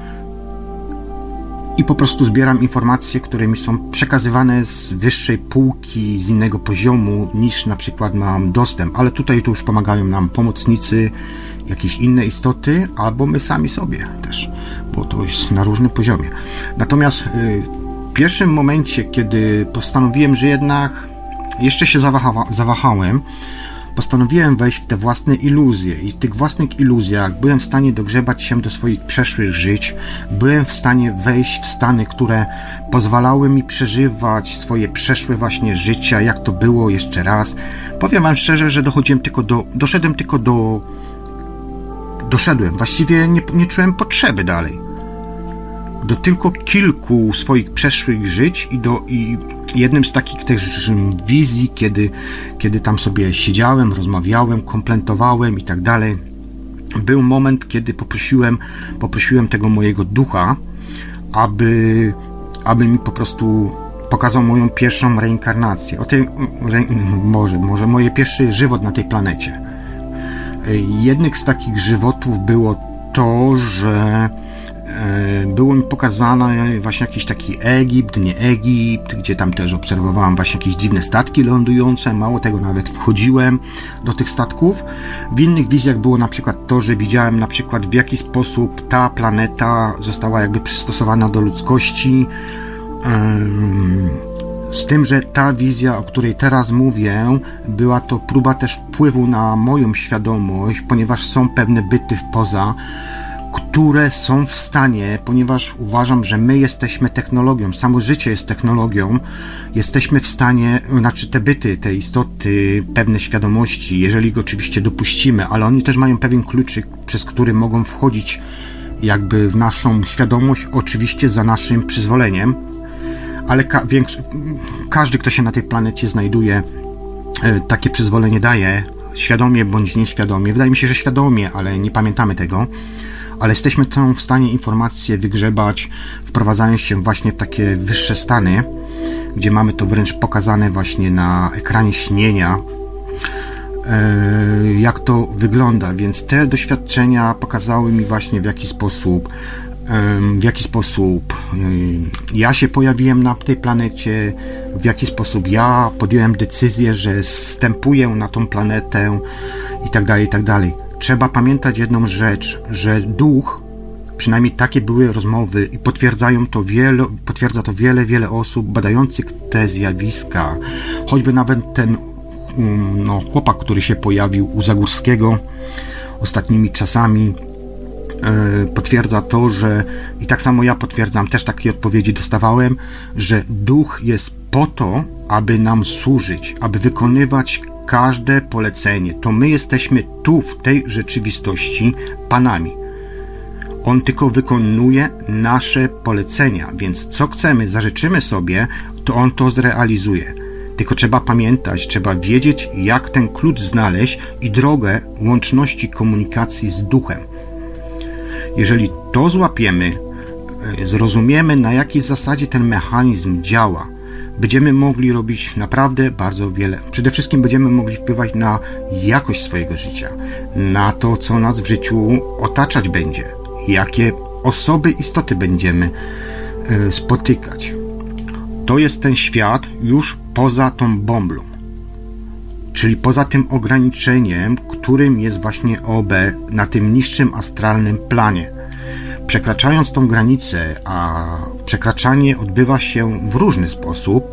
i po prostu zbieram informacje, które mi są przekazywane z wyższej półki, z innego poziomu, niż na przykład mam dostęp, ale tutaj tu już pomagają nam pomocnicy, jakieś inne istoty, albo my sami sobie też, bo to jest na różnym poziomie. Natomiast yy, w pierwszym momencie, kiedy postanowiłem, że jednak jeszcze się zawaha, zawahałem, postanowiłem wejść w te własne iluzje i w tych własnych iluzjach byłem w stanie dogrzebać się do swoich przeszłych żyć, byłem w stanie wejść w stany, które pozwalały mi przeżywać swoje przeszłe właśnie życia, jak to było jeszcze raz. Powiem wam szczerze, że dochodziłem tylko do, doszedłem tylko do, doszedłem, właściwie nie, nie czułem potrzeby dalej. Do tylko kilku swoich przeszłych żyć i do i jednym z takich też wizji, kiedy, kiedy tam sobie siedziałem, rozmawiałem, komplementowałem i tak dalej, był moment, kiedy poprosiłem, poprosiłem tego mojego ducha, aby, aby mi po prostu pokazał moją pierwszą reinkarnację. O tej, re, może, może moje pierwszy żywot na tej planecie. Jednym z takich żywotów było to, że było mi pokazane właśnie jakiś taki Egipt, nie Egipt, gdzie tam też obserwowałem właśnie jakieś dziwne statki lądujące, mało tego, nawet wchodziłem do tych statków. W innych wizjach było na przykład to, że widziałem na przykład w jaki sposób ta planeta została jakby przystosowana do ludzkości, z tym, że ta wizja, o której teraz mówię, była to próba też wpływu na moją świadomość, ponieważ są pewne byty wpoza, które są w stanie, ponieważ uważam, że my jesteśmy technologią, samo życie jest technologią, jesteśmy w stanie, znaczy te byty, te istoty, pewne świadomości, jeżeli go oczywiście dopuścimy, ale oni też mają pewien kluczyk, przez który mogą wchodzić jakby w naszą świadomość, oczywiście za naszym przyzwoleniem, ale ka- większy, każdy, kto się na tej planecie znajduje, takie przyzwolenie daje, świadomie bądź nieświadomie. Wydaje mi się, że świadomie, ale nie pamiętamy tego. Ale jesteśmy tą w stanie informacje wygrzebać, wprowadzając się właśnie w takie wyższe stany, gdzie mamy to wręcz pokazane właśnie na ekranie śnienia, jak to wygląda. Więc te doświadczenia pokazały mi właśnie w jaki sposób w jaki sposób ja się pojawiłem na tej planecie, w jaki sposób ja podjąłem decyzję, że zstępuję na tą planetę i tak dalej, i tak dalej. Trzeba pamiętać jedną rzecz, że duch, przynajmniej takie były rozmowy i potwierdzają to wiele, potwierdza to wiele, wiele osób badających te zjawiska, choćby nawet ten no, chłopak, który się pojawił u Zagórskiego ostatnimi czasami, potwierdza to, że i tak samo ja potwierdzam, też takie odpowiedzi dostawałem, że duch jest po to, aby nam służyć, aby wykonywać każde polecenie. To my jesteśmy tu, w tej rzeczywistości, panami. On tylko wykonuje nasze polecenia, więc co chcemy, zażyczymy sobie, to on to zrealizuje. Tylko trzeba pamiętać, trzeba wiedzieć, jak ten klucz znaleźć i drogę łączności komunikacji z duchem. Jeżeli to złapiemy, zrozumiemy, na jakiej zasadzie ten mechanizm działa, będziemy mogli robić naprawdę bardzo wiele. Przede wszystkim będziemy mogli wpływać na jakość swojego życia, na to, co nas w życiu otaczać będzie, jakie osoby, istoty będziemy spotykać. To jest ten świat już poza tą bąblą, czyli poza tym ograniczeniem, którym jest właśnie O B na tym niższym astralnym planie. Przekraczając tą granicę, a przekraczanie odbywa się w różny sposób,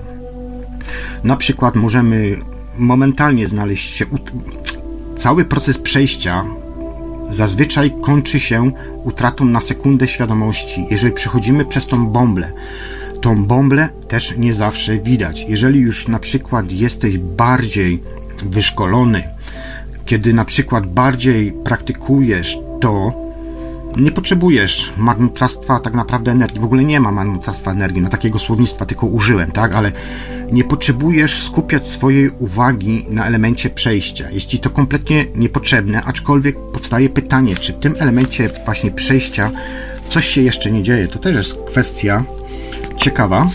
na przykład możemy momentalnie znaleźć się, cały proces przejścia zazwyczaj kończy się utratą na sekundę świadomości. Jeżeli przechodzimy przez tą bąblę, tą bąblę też nie zawsze widać. Jeżeli już na przykład jesteś bardziej wyszkolony, kiedy na przykład bardziej praktykujesz to, nie potrzebujesz marnotrawstwa tak naprawdę energii. W ogóle nie ma marnotrawstwa energii, no takiego słownictwa tylko użyłem, tak, ale nie potrzebujesz skupiać swojej uwagi na elemencie przejścia. Jest ci to kompletnie niepotrzebne, aczkolwiek powstaje pytanie, czy w tym elemencie właśnie przejścia coś się jeszcze nie dzieje. To też jest kwestia ciekawa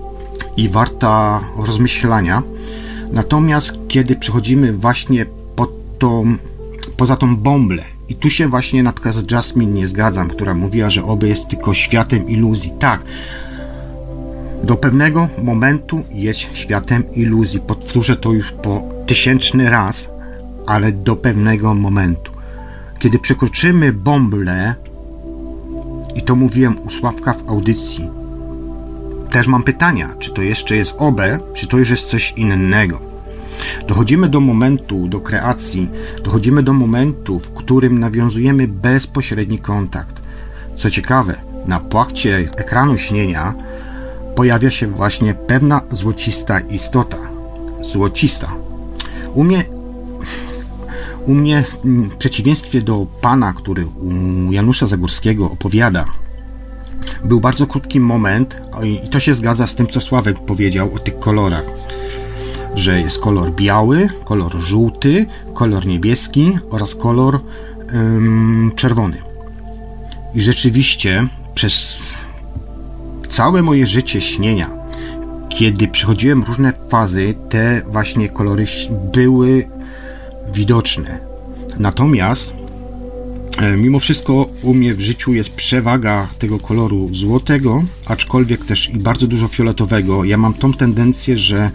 i warta rozmyślania. Natomiast kiedy przechodzimy właśnie pod tą, poza tą bąblę I tu się właśnie na przykład z Jasmine nie zgadzam, która mówiła, że oby jest tylko światem iluzji. Tak, do pewnego momentu jest światem iluzji. Powtórzę to już po tysięczny raz, ale do pewnego momentu. Kiedy przekroczymy bąble, i to mówiłem u Sławka w audycji, też mam pytania, czy to jeszcze jest O B, czy to już jest coś innego. Dochodzimy do momentu, do kreacji, dochodzimy do momentu, w którym nawiązujemy bezpośredni kontakt. Co ciekawe, na płachcie ekranu śnienia pojawia się właśnie pewna złocista istota. Złocista. U mnie, u mnie w przeciwieństwie do pana, który u Janusza Zagórskiego opowiada, był bardzo krótki moment i to się zgadza z tym, co Sławek powiedział o tych kolorach. Że jest kolor biały, kolor żółty, kolor niebieski oraz kolor ym, czerwony. I rzeczywiście przez całe moje życie śnienia, kiedy przechodziłem różne fazy, te właśnie kolory były widoczne. Natomiast e, mimo wszystko u mnie w życiu jest przewaga tego koloru złotego, aczkolwiek też i bardzo dużo fioletowego. Ja mam tą tendencję, że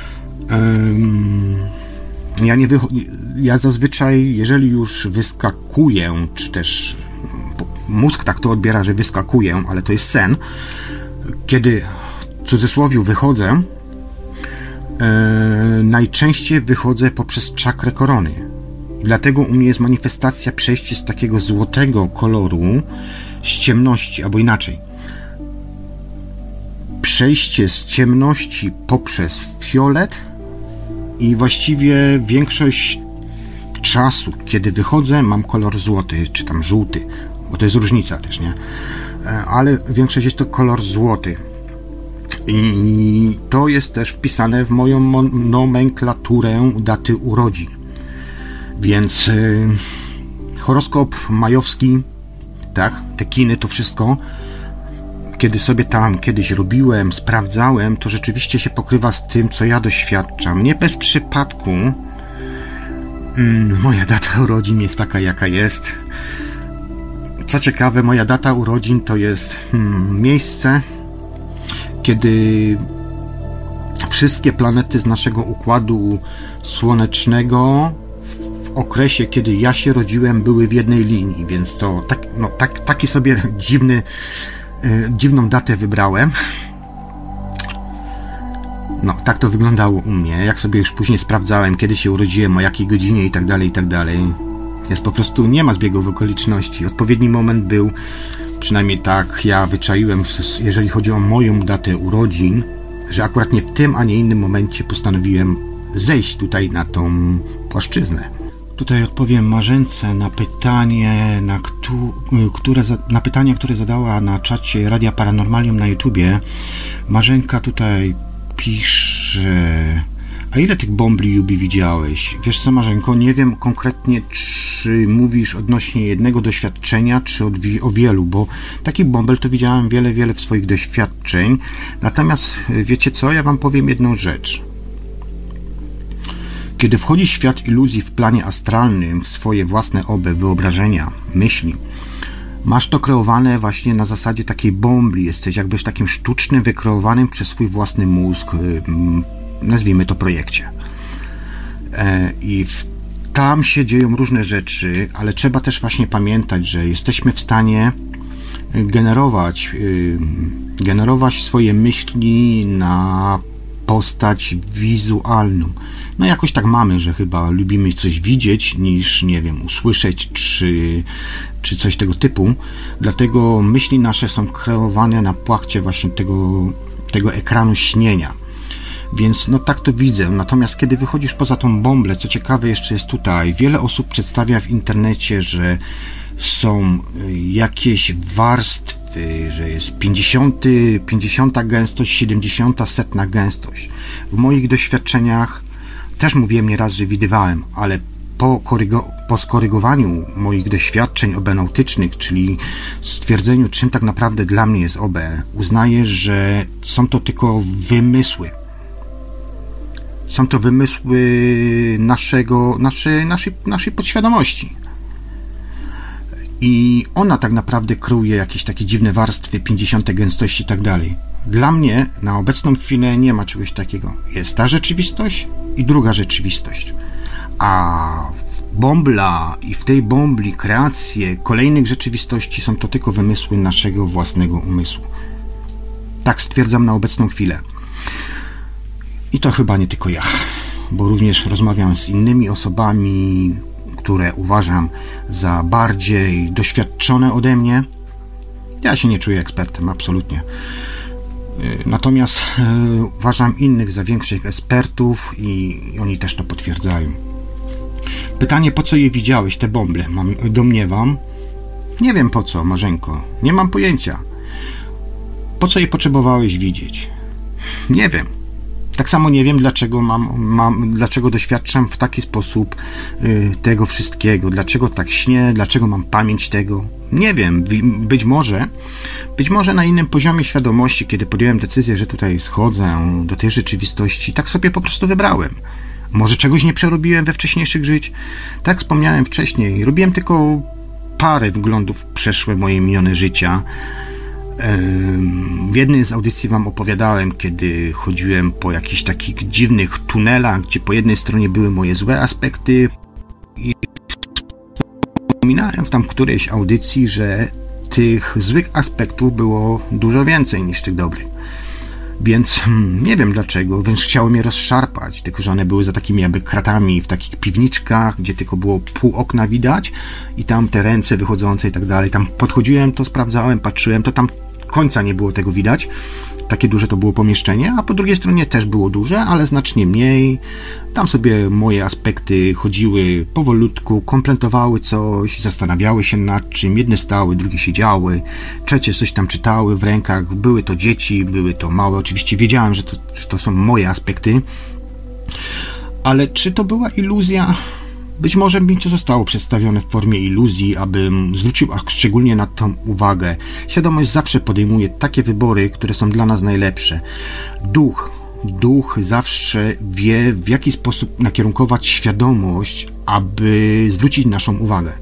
Ja nie wycho- ja zazwyczaj, jeżeli już wyskakuję, czy też mózg tak to odbiera, że wyskakuję, ale to jest sen, kiedy w cudzysłowie wychodzę, e, najczęściej wychodzę poprzez czakrę korony. I dlatego u mnie jest manifestacja przejście z takiego złotego koloru, z ciemności, albo inaczej. Przejście z ciemności poprzez fiolet i właściwie większość czasu, kiedy wychodzę, mam kolor złoty, czy tam żółty, bo to jest różnica też, nie? Ale większość jest to kolor złoty. I to jest też wpisane w moją nomenklaturę daty urodzin. Więc yy, horoskop majowski, tak, te kiny, to wszystko, kiedy sobie tam kiedyś robiłem, sprawdzałem, to rzeczywiście się pokrywa z tym, co ja doświadczam. Nie bez przypadku mm, moja data urodzin jest taka, jaka jest. Co ciekawe, moja data urodzin to jest hmm, miejsce, kiedy wszystkie planety z naszego układu słonecznego w okresie, kiedy ja się rodziłem, były w jednej linii, więc to tak, no, tak, taki sobie dziwny dziwną datę wybrałem. No, tak to wyglądało u mnie. Jak sobie już później sprawdzałem, kiedy się urodziłem, o jakiej godzinie i tak dalej, i tak dalej. Jest po prostu, nie ma zbiegów okoliczności. Odpowiedni moment był, przynajmniej tak ja wyczaiłem, jeżeli chodzi o moją datę urodzin, że akurat nie w tym, a nie innym momencie postanowiłem zejść tutaj na tą płaszczyznę. Tutaj odpowiem Marzence na pytanie, na, ktu, które, na pytanie, które zadała na czacie Radia Paranormalium na YouTubie. Marzenka tutaj pisze: a ile tych bombli Jubi widziałeś? Wiesz co, Marzenko, nie wiem konkretnie, czy mówisz odnośnie jednego doświadczenia, czy od, o wielu, bo taki bąbel to widziałem wiele, wiele w swoich doświadczeń. Natomiast wiecie co, ja wam powiem jedną rzecz. Kiedy wchodzi świat iluzji w planie astralnym w swoje własne obe, wyobrażenia, myśli, masz to kreowane właśnie na zasadzie takiej bombli. Jesteś jakby w takim sztucznym, wykreowanym przez swój własny mózg, nazwijmy to, projekcie. I w, tam się dzieją różne rzeczy, ale trzeba też właśnie pamiętać, że jesteśmy w stanie generować, generować swoje myśli na postać wizualną. No jakoś tak mamy, że chyba lubimy coś widzieć niż, nie wiem, usłyszeć czy, czy coś tego typu. Dlatego myśli nasze są kreowane na płachcie właśnie tego, tego ekranu śnienia. Więc no tak to widzę. Natomiast kiedy wychodzisz poza tą bąblę, co ciekawe jeszcze jest tutaj, wiele osób przedstawia w internecie, że są jakieś warstwy, że jest pięćdziesiąta gęstość, siedemdziesiąta setna gęstość. W moich doświadczeniach też mówiłem nieraz, że widywałem, ale po, korygo, po skorygowaniu moich doświadczeń obenautycznych, czyli stwierdzeniu, czym tak naprawdę dla mnie jest O B, uznaję, że są to tylko wymysły. Są to wymysły naszego, naszej, naszej, naszej podświadomości. i ona tak naprawdę kreuje jakieś takie dziwne warstwy, pięćdziesiąte gęstości i tak dalej. Dla mnie na obecną chwilę nie ma czegoś takiego. Jest ta rzeczywistość i druga rzeczywistość. A Bombla i w tej Bombli kreacje kolejnych rzeczywistości są to tylko wymysły naszego własnego umysłu. Tak stwierdzam na obecną chwilę. I to chyba nie tylko ja, bo również rozmawiam z innymi osobami, które uważam za bardziej doświadczone ode mnie. Ja się nie czuję ekspertem, absolutnie. Natomiast e, uważam innych za większych ekspertów i, i oni też to potwierdzają. Pytanie, po co je widziałeś, te bąble? Mam, domniewam. Nie wiem po co, Marzenko. Nie mam pojęcia. Po co je potrzebowałeś widzieć? Nie wiem. Tak samo nie wiem, dlaczego mam, mam dlaczego doświadczam w taki sposób y, tego wszystkiego. Dlaczego tak śnię, dlaczego mam pamięć tego. Nie wiem. Być może, być może na innym poziomie świadomości, kiedy podjąłem decyzję, że tutaj schodzę do tej rzeczywistości, tak sobie po prostu wybrałem. Może czegoś nie przerobiłem we wcześniejszych żyć? Tak wspomniałem wcześniej, robiłem tylko parę wglądów w przeszłe moje minione życia. W jednej z audycji wam opowiadałem, kiedy chodziłem po jakichś takich dziwnych tunelach, gdzie po jednej stronie były moje złe aspekty i wspominałem tam w którejś audycji, że tych złych aspektów było dużo więcej niż tych dobrych. Więc hmm, nie wiem dlaczego, wręcz chciałem je rozszarpać, tylko że one były za takimi jakby kratami w takich piwniczkach, gdzie tylko było pół okna widać i tam te ręce wychodzące i tak dalej. Tam podchodziłem, to sprawdzałem, patrzyłem, to tam końca nie było tego widać. Takie duże to było pomieszczenie, a po drugiej stronie też było duże, ale znacznie mniej. Tam sobie moje aspekty chodziły powolutku, kompletowały coś, zastanawiały się nad czym. Jedne stały, drugie siedziały, trzecie coś tam czytały w rękach. Były to dzieci, były to małe. Oczywiście wiedziałem, że to, że to są moje aspekty. Ale czy to była iluzja? Być może mi to zostało przedstawione w formie iluzji, abym zwrócił szczególnie na tą uwagę. Świadomość zawsze podejmuje takie wybory, które są dla nas najlepsze. Duch, duch zawsze wie, w jaki sposób nakierunkować świadomość, aby zwrócić naszą uwagę.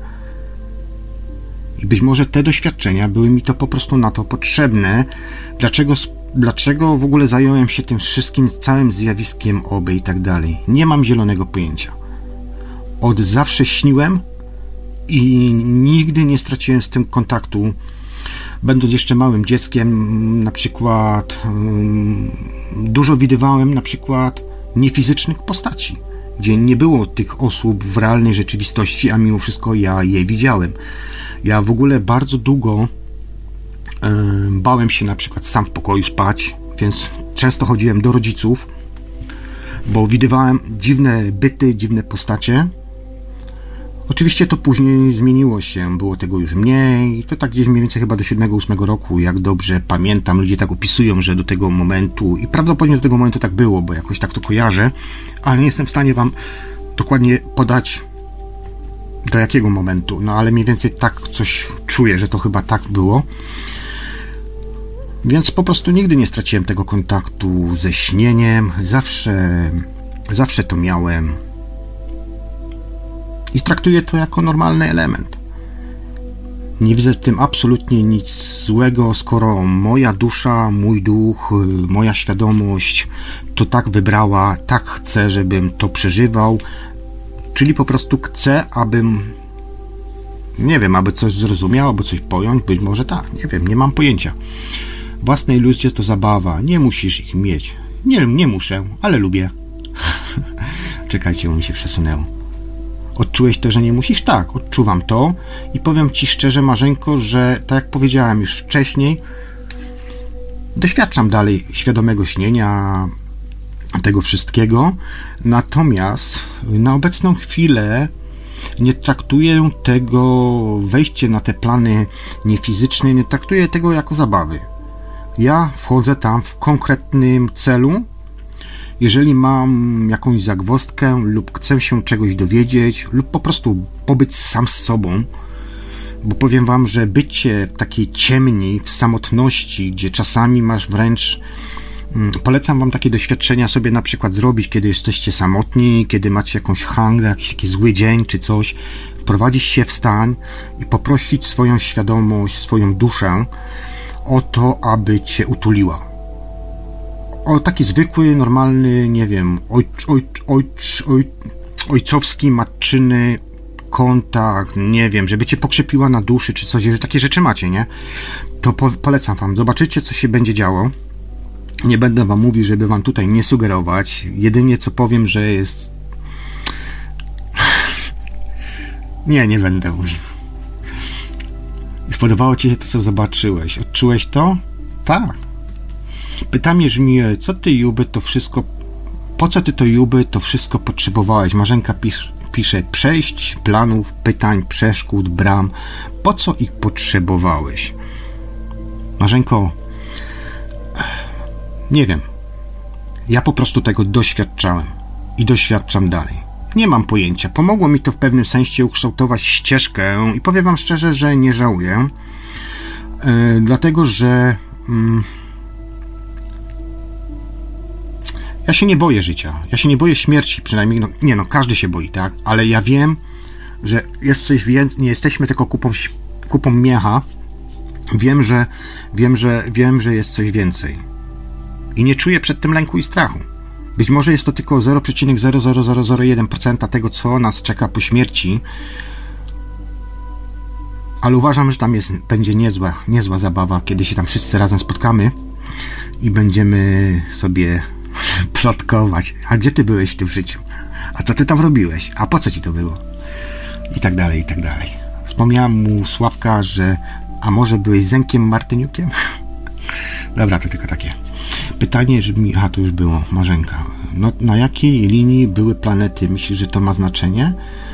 I być może te doświadczenia były mi to po prostu na to potrzebne. Dlaczego, dlaczego w ogóle zająłem się tym wszystkim, całym zjawiskiem oby i tak dalej? Nie mam zielonego pojęcia. Od zawsze śniłem i nigdy nie straciłem z tym kontaktu. Będąc jeszcze małym dzieckiem, na przykład um, dużo widywałem na przykład niefizycznych postaci, gdzie nie było tych osób w realnej rzeczywistości, a mimo wszystko ja je widziałem. Ja w ogóle bardzo długo um, bałem się na przykład sam w pokoju spać, więc często chodziłem do rodziców, bo widywałem dziwne byty, dziwne postacie. Oczywiście to później zmieniło się, było tego już mniej, to tak gdzieś mniej więcej chyba do siódmego, ósmego roku, jak dobrze pamiętam, ludzie tak opisują, że do tego momentu, i prawdopodobnie do tego momentu tak było, bo jakoś tak to kojarzę, ale nie jestem w stanie wam dokładnie podać do jakiego momentu, no ale mniej więcej tak coś czuję, że to chyba tak było. Więc po prostu nigdy nie straciłem tego kontaktu ze śnieniem, zawsze, zawsze to miałem. I traktuję to jako normalny element. Nie widzę w tym absolutnie nic złego, skoro moja dusza, mój duch, moja świadomość to tak wybrała, tak chcę, żebym to przeżywał, czyli po prostu chcę, abym, nie wiem, aby coś zrozumiał, aby coś pojąć, być może tak, nie wiem, nie mam pojęcia. Własne iluzje to zabawa, nie musisz ich mieć. Nie, nie muszę, ale lubię. Czekajcie, bo mi się przesunęło. Odczułeś to, że nie musisz? Tak, odczuwam to i powiem ci szczerze, Marzenko, że tak jak powiedziałem już wcześniej, doświadczam dalej świadomego śnienia, tego wszystkiego, natomiast na obecną chwilę nie traktuję tego, wejście na te plany niefizyczne, nie traktuję tego jako zabawy. Ja wchodzę tam w konkretnym celu. Jeżeli mam jakąś zagwozdkę lub chcę się czegoś dowiedzieć lub po prostu pobyć sam z sobą, bo powiem wam, że bycie w takiej ciemni, w samotności, gdzie czasami masz wręcz Polecam wam takie doświadczenia sobie na przykład zrobić, kiedy jesteście samotni, kiedy macie jakąś hangę, jakiś taki zły dzień czy coś, wprowadzić się w stan i poprosić swoją świadomość, swoją duszę o to, aby cię utuliła. O taki zwykły, normalny, nie wiem, ojcz, ojcz, ojcz, oj, ojcowski, matczyny kontakt, nie wiem, żeby cię pokrzepiła na duszy czy coś, że takie rzeczy macie, nie? To po, polecam wam, zobaczycie, co się będzie działo. Nie będę wam mówił, żeby wam tutaj nie sugerować. Jedynie co powiem, że jest... nie, nie będę mówił. Spodobało ci się to, co zobaczyłeś? Odczułeś to? Tak. Pytanie brzmi, co ty, Juby, to wszystko... Po co ty to, Juby, to wszystko potrzebowałeś? Marzenka pisz, pisze, przejść, planów, pytań, przeszkód, bram. Po co ich potrzebowałeś? Marzenko, nie wiem. Ja po prostu tego doświadczałem i doświadczam dalej. Nie mam pojęcia. Pomogło mi to w pewnym sensie ukształtować ścieżkę i powiem wam szczerze, że nie żałuję. Yy, dlatego, że yy, ja się nie boję życia. Ja się nie boję śmierci, przynajmniej, no, nie no, każdy się boi, tak? Ale ja wiem, że jest coś więcej, nie jesteśmy tylko kupą, kupą miecha. Wiem, że wiem, że wiem, że jest coś więcej. I nie czuję przed tym lęku i strachu. Być może jest to tylko zero przecinek zero zero zero zero jeden procent tego, co nas czeka po śmierci, ale uważam, że tam jest, będzie niezła, niezła zabawa, kiedy się tam wszyscy razem spotkamy i będziemy sobie plotkować. A gdzie ty byłeś w tym życiu? A co ty tam robiłeś? A po co ci to było? I tak dalej, i tak dalej. Wspomniałem mu Sławka, że a może byłeś Zenkiem Martyniukiem? Dobra, to tylko takie. Pytanie brzmi, aha, to już było, Marzenka. No, na jakiej linii były planety? Myślisz, że to ma znaczenie?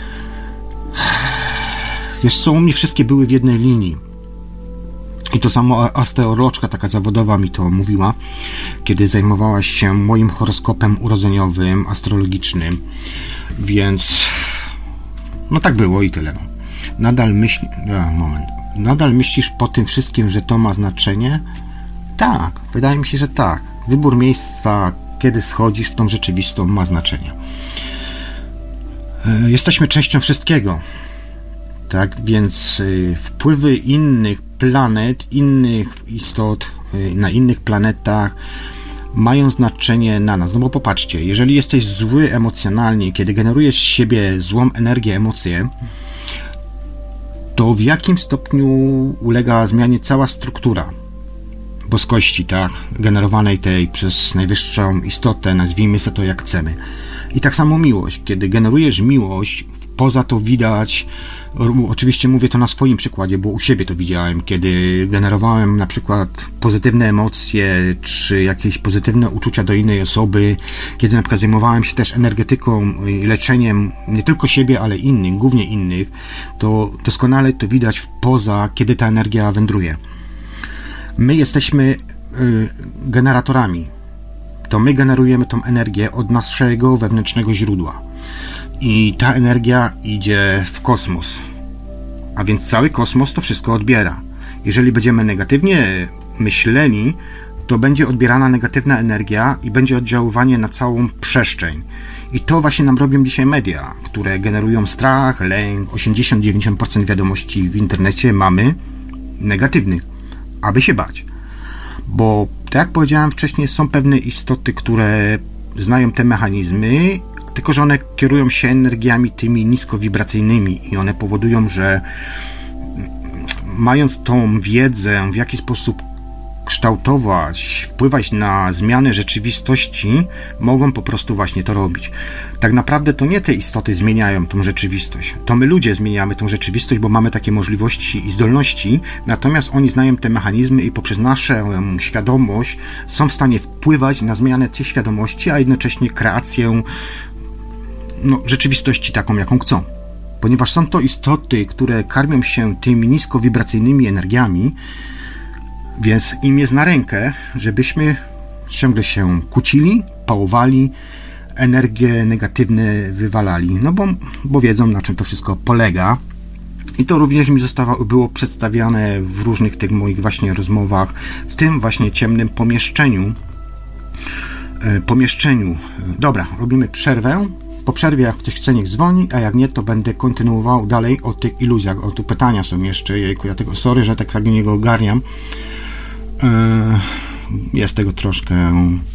Wiesz co, u mnie wszystkie były w jednej linii. I to samo astrolożka taka zawodowa mi to mówiła, kiedy zajmowałaś się moim horoskopem urodzeniowym, astrologicznym. Więc no tak było i tyle. Nadal myśl... A, moment. Nadal myślisz po tym wszystkim, że to ma znaczenie? Tak, wydaje mi się, że tak. Wybór miejsca, kiedy schodzisz w tą rzeczywistą, ma znaczenie. Jesteśmy częścią wszystkiego. Tak, więc wpływy innych planet, innych istot na innych planetach mają znaczenie na nas. No bo popatrzcie, jeżeli jesteś zły emocjonalnie, kiedy generujesz z siebie złą energię, emocje, to w jakim stopniu ulega zmianie cała struktura boskości, tak, generowanej tej przez najwyższą istotę, nazwijmy sobie to jak chcemy. I tak samo miłość. Kiedy generujesz miłość, poza to widać, oczywiście mówię to na swoim przykładzie, bo u siebie to widziałem, kiedy generowałem na przykład pozytywne emocje, czy jakieś pozytywne uczucia do innej osoby, kiedy na przykład zajmowałem się też energetyką i leczeniem nie tylko siebie, ale innych, głównie innych, to doskonale to widać poza, kiedy ta energia wędruje. My jesteśmy y, generatorami. To my generujemy tą energię od naszego wewnętrznego źródła. I ta energia idzie w kosmos. A więc cały kosmos to wszystko odbiera. Jeżeli będziemy negatywnie myśleli, to będzie odbierana negatywna energia i będzie oddziaływanie na całą przestrzeń. I to właśnie nam robią dzisiaj media, które generują strach, lęk. osiemdziesiąt do dziewięćdziesięciu procent wiadomości w internecie mamy negatywnych, aby się bać. Bo tak jak powiedziałem wcześniej, są pewne istoty, które znają te mechanizmy, tylko że one kierują się energiami tymi niskowibracyjnymi i one powodują, że mając tą wiedzę, w jaki sposób kształtować, wpływać na zmiany rzeczywistości, mogą po prostu właśnie to robić. Tak naprawdę to nie te istoty zmieniają tą rzeczywistość. To my ludzie zmieniamy tą rzeczywistość, bo mamy takie możliwości i zdolności, natomiast oni znają te mechanizmy i poprzez naszą świadomość są w stanie wpływać na zmianę tej świadomości, a jednocześnie kreację no, rzeczywistości taką, jaką chcą. Ponieważ są to istoty, które karmią się tymi niskowibracyjnymi energiami, więc im jest na rękę, żebyśmy ciągle się kłócili, pałowali, energie negatywne wywalali, no bo, bo wiedzą, na czym to wszystko polega. I to również mi zostało, było przedstawiane w różnych tych moich właśnie rozmowach, w tym właśnie ciemnym pomieszczeniu, pomieszczeniu. Dobra, robimy przerwę. Po przerwie, jak ktoś chce, niech dzwoni, a jak nie, to będę kontynuował dalej o tych iluzjach. O, tu pytania są jeszcze, jejku, ja tego, sorry, że tak nie go ogarniam. Jest tego troszkę.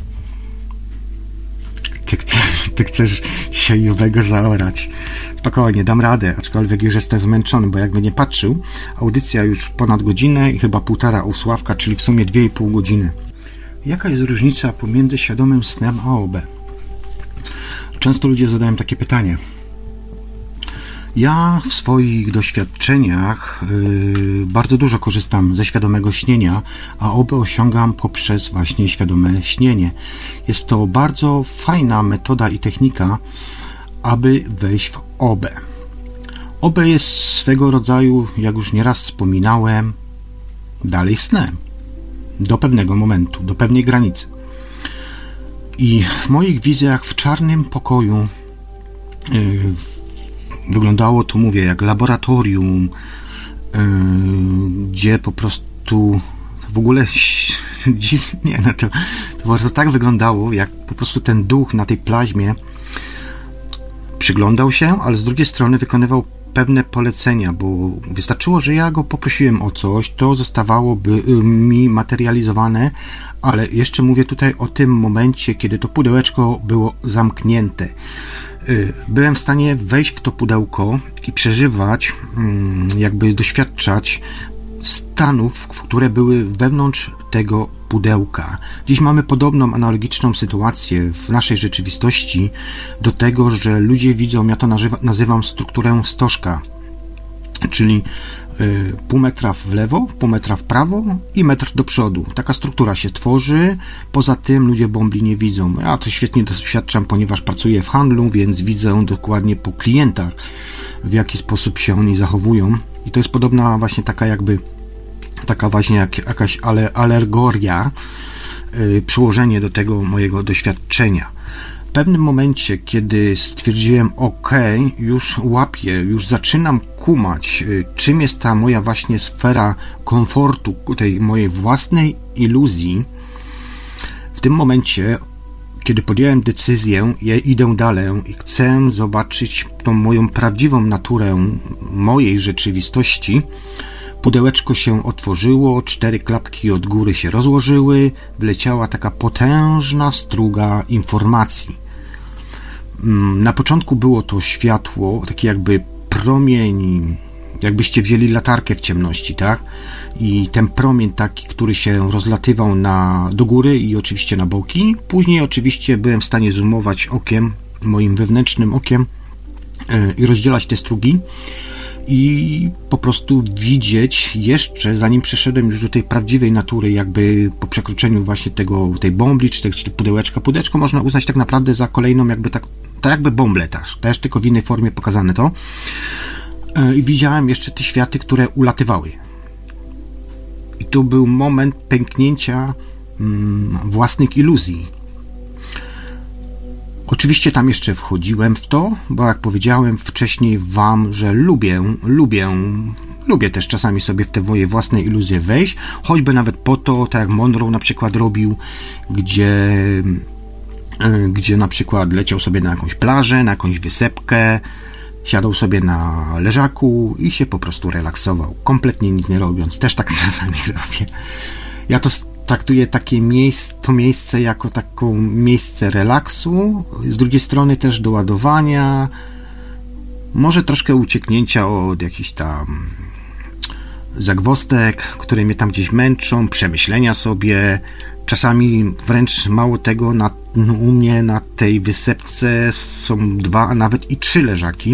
Ty chcesz, ty chcesz siejowego zaorać. Spokojnie, dam radę, aczkolwiek już jestem zmęczony, bo jakby nie patrzył, audycja już ponad godzinę i chyba półtora u Sławka, czyli w sumie dwie i pół godziny. Jaka jest różnica pomiędzy świadomym snem a O B? Często ludzie zadają takie pytanie. Ja w swoich doświadczeniach yy, bardzo dużo korzystam ze świadomego śnienia, a O B osiągam poprzez właśnie świadome śnienie. Jest to bardzo fajna metoda i technika, aby wejść w O B. O B jest swego rodzaju, jak już nieraz wspominałem, dalej snem. Do pewnego momentu, do pewnej granicy. I w moich wizjach w czarnym pokoju yy, wyglądało to, mówię, jak laboratorium, yy, gdzie po prostu w ogóle dziwnie, no to, to po prostu tak wyglądało, jak po prostu ten duch na tej plaźmie przyglądał się, ale z drugiej strony wykonywał pewne polecenia, bo wystarczyło, że ja go poprosiłem o coś, to zostawałoby mi materializowane, ale jeszcze mówię tutaj o tym momencie, kiedy to pudełeczko było zamknięte. Byłem w stanie wejść w to pudełko i przeżywać, jakby doświadczać stanów, które były wewnątrz tego pudełka. Dziś mamy podobną, analogiczną sytuację w naszej rzeczywistości do tego, że ludzie widzą, ja to nazywam strukturę stożka, czyli y, pół metra w lewo, pół metra w prawo i metr do przodu. Taka struktura się tworzy, poza tym ludzie bombli nie widzą. Ja to świetnie doświadczam, ponieważ pracuję w handlu, więc widzę dokładnie po klientach, w jaki sposób się oni zachowują. I to jest podobna właśnie taka jakby taka właśnie jak, jakaś ale, alegoria, yy, przyłożenie do tego mojego doświadczenia. W pewnym momencie, kiedy stwierdziłem, ok, już łapię, już zaczynam kumać, yy, czym jest ta moja właśnie sfera komfortu, tej mojej własnej iluzji, w tym momencie, kiedy podjąłem decyzję, ja idę dalej i chcę zobaczyć tą moją prawdziwą naturę mojej rzeczywistości, pudełeczko się otworzyło, cztery klapki od góry się rozłożyły, wleciała taka potężna struga informacji. Na początku było to światło, taki jakby promień, jakbyście wzięli latarkę w ciemności, tak? I ten promień taki, który się rozlatywał na, do góry i oczywiście na boki. Później oczywiście byłem w stanie zoomować okiem, moim wewnętrznym okiem yy, i rozdzielać te strugi. I po prostu widzieć jeszcze, zanim przeszedłem już do tej prawdziwej natury, jakby po przekroczeniu właśnie tego, tej bombli, czy tego czy pudełeczka. Pudełeczko można uznać tak naprawdę za kolejną jakby tak, tak jakby bąblę też, też tylko w innej formie pokazane to. I widziałem jeszcze te światy, które ulatywały. I to był moment pęknięcia mm, własnych iluzji. Oczywiście tam jeszcze wchodziłem w to, bo jak powiedziałem wcześniej wam, że lubię, lubię, lubię też czasami sobie w te moje własne iluzje wejść, choćby nawet po to, tak jak Monroe na przykład robił, gdzie, gdzie na przykład leciał sobie na jakąś plażę, na jakąś wysepkę, siadał sobie na leżaku i się po prostu relaksował, kompletnie nic nie robiąc. Też tak czasami robię. Ja to traktuję takie miejsce, to miejsce jako taką miejsce relaksu, z drugiej strony też doładowania, może troszkę ucieknięcia od jakichś tam zagwozdek, które mnie tam gdzieś męczą, przemyślenia sobie. Czasami wręcz mało tego, na, no, u mnie na tej wysepce są dwa, a nawet i trzy leżaki. Yy,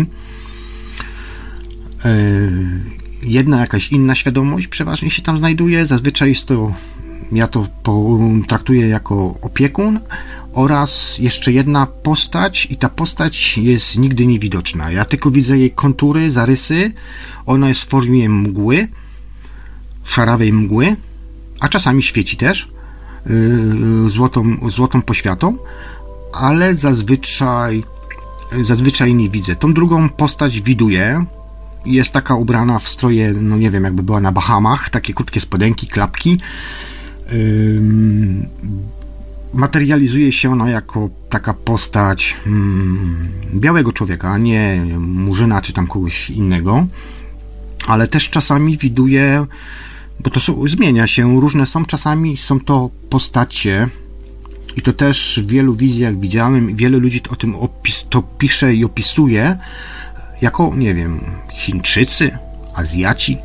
jedna jakaś inna świadomość przeważnie się tam znajduje, zazwyczaj jest to, ja to traktuję jako opiekun, oraz jeszcze jedna postać i ta postać jest nigdy niewidoczna. Ja tylko widzę jej kontury, zarysy, ona jest w formie mgły, szarawej mgły, a czasami świeci też yy, złotą, złotą poświatą, ale zazwyczaj zazwyczaj nie widzę. Tą drugą postać widuję, jest taka ubrana w stroje, no nie wiem, jakby była na Bahamach, takie krótkie spodenki, klapki. Yy, materializuje się ona jako taka postać hmm, białego człowieka, a nie murzyna czy tam kogoś innego, ale też czasami widuje, bo to są, zmienia się, różne są, czasami są to postacie i to też w wielu wizjach widziałem, wiele ludzi o tym opis, to pisze i opisuje jako, nie wiem, Chińczycy, Azjaci.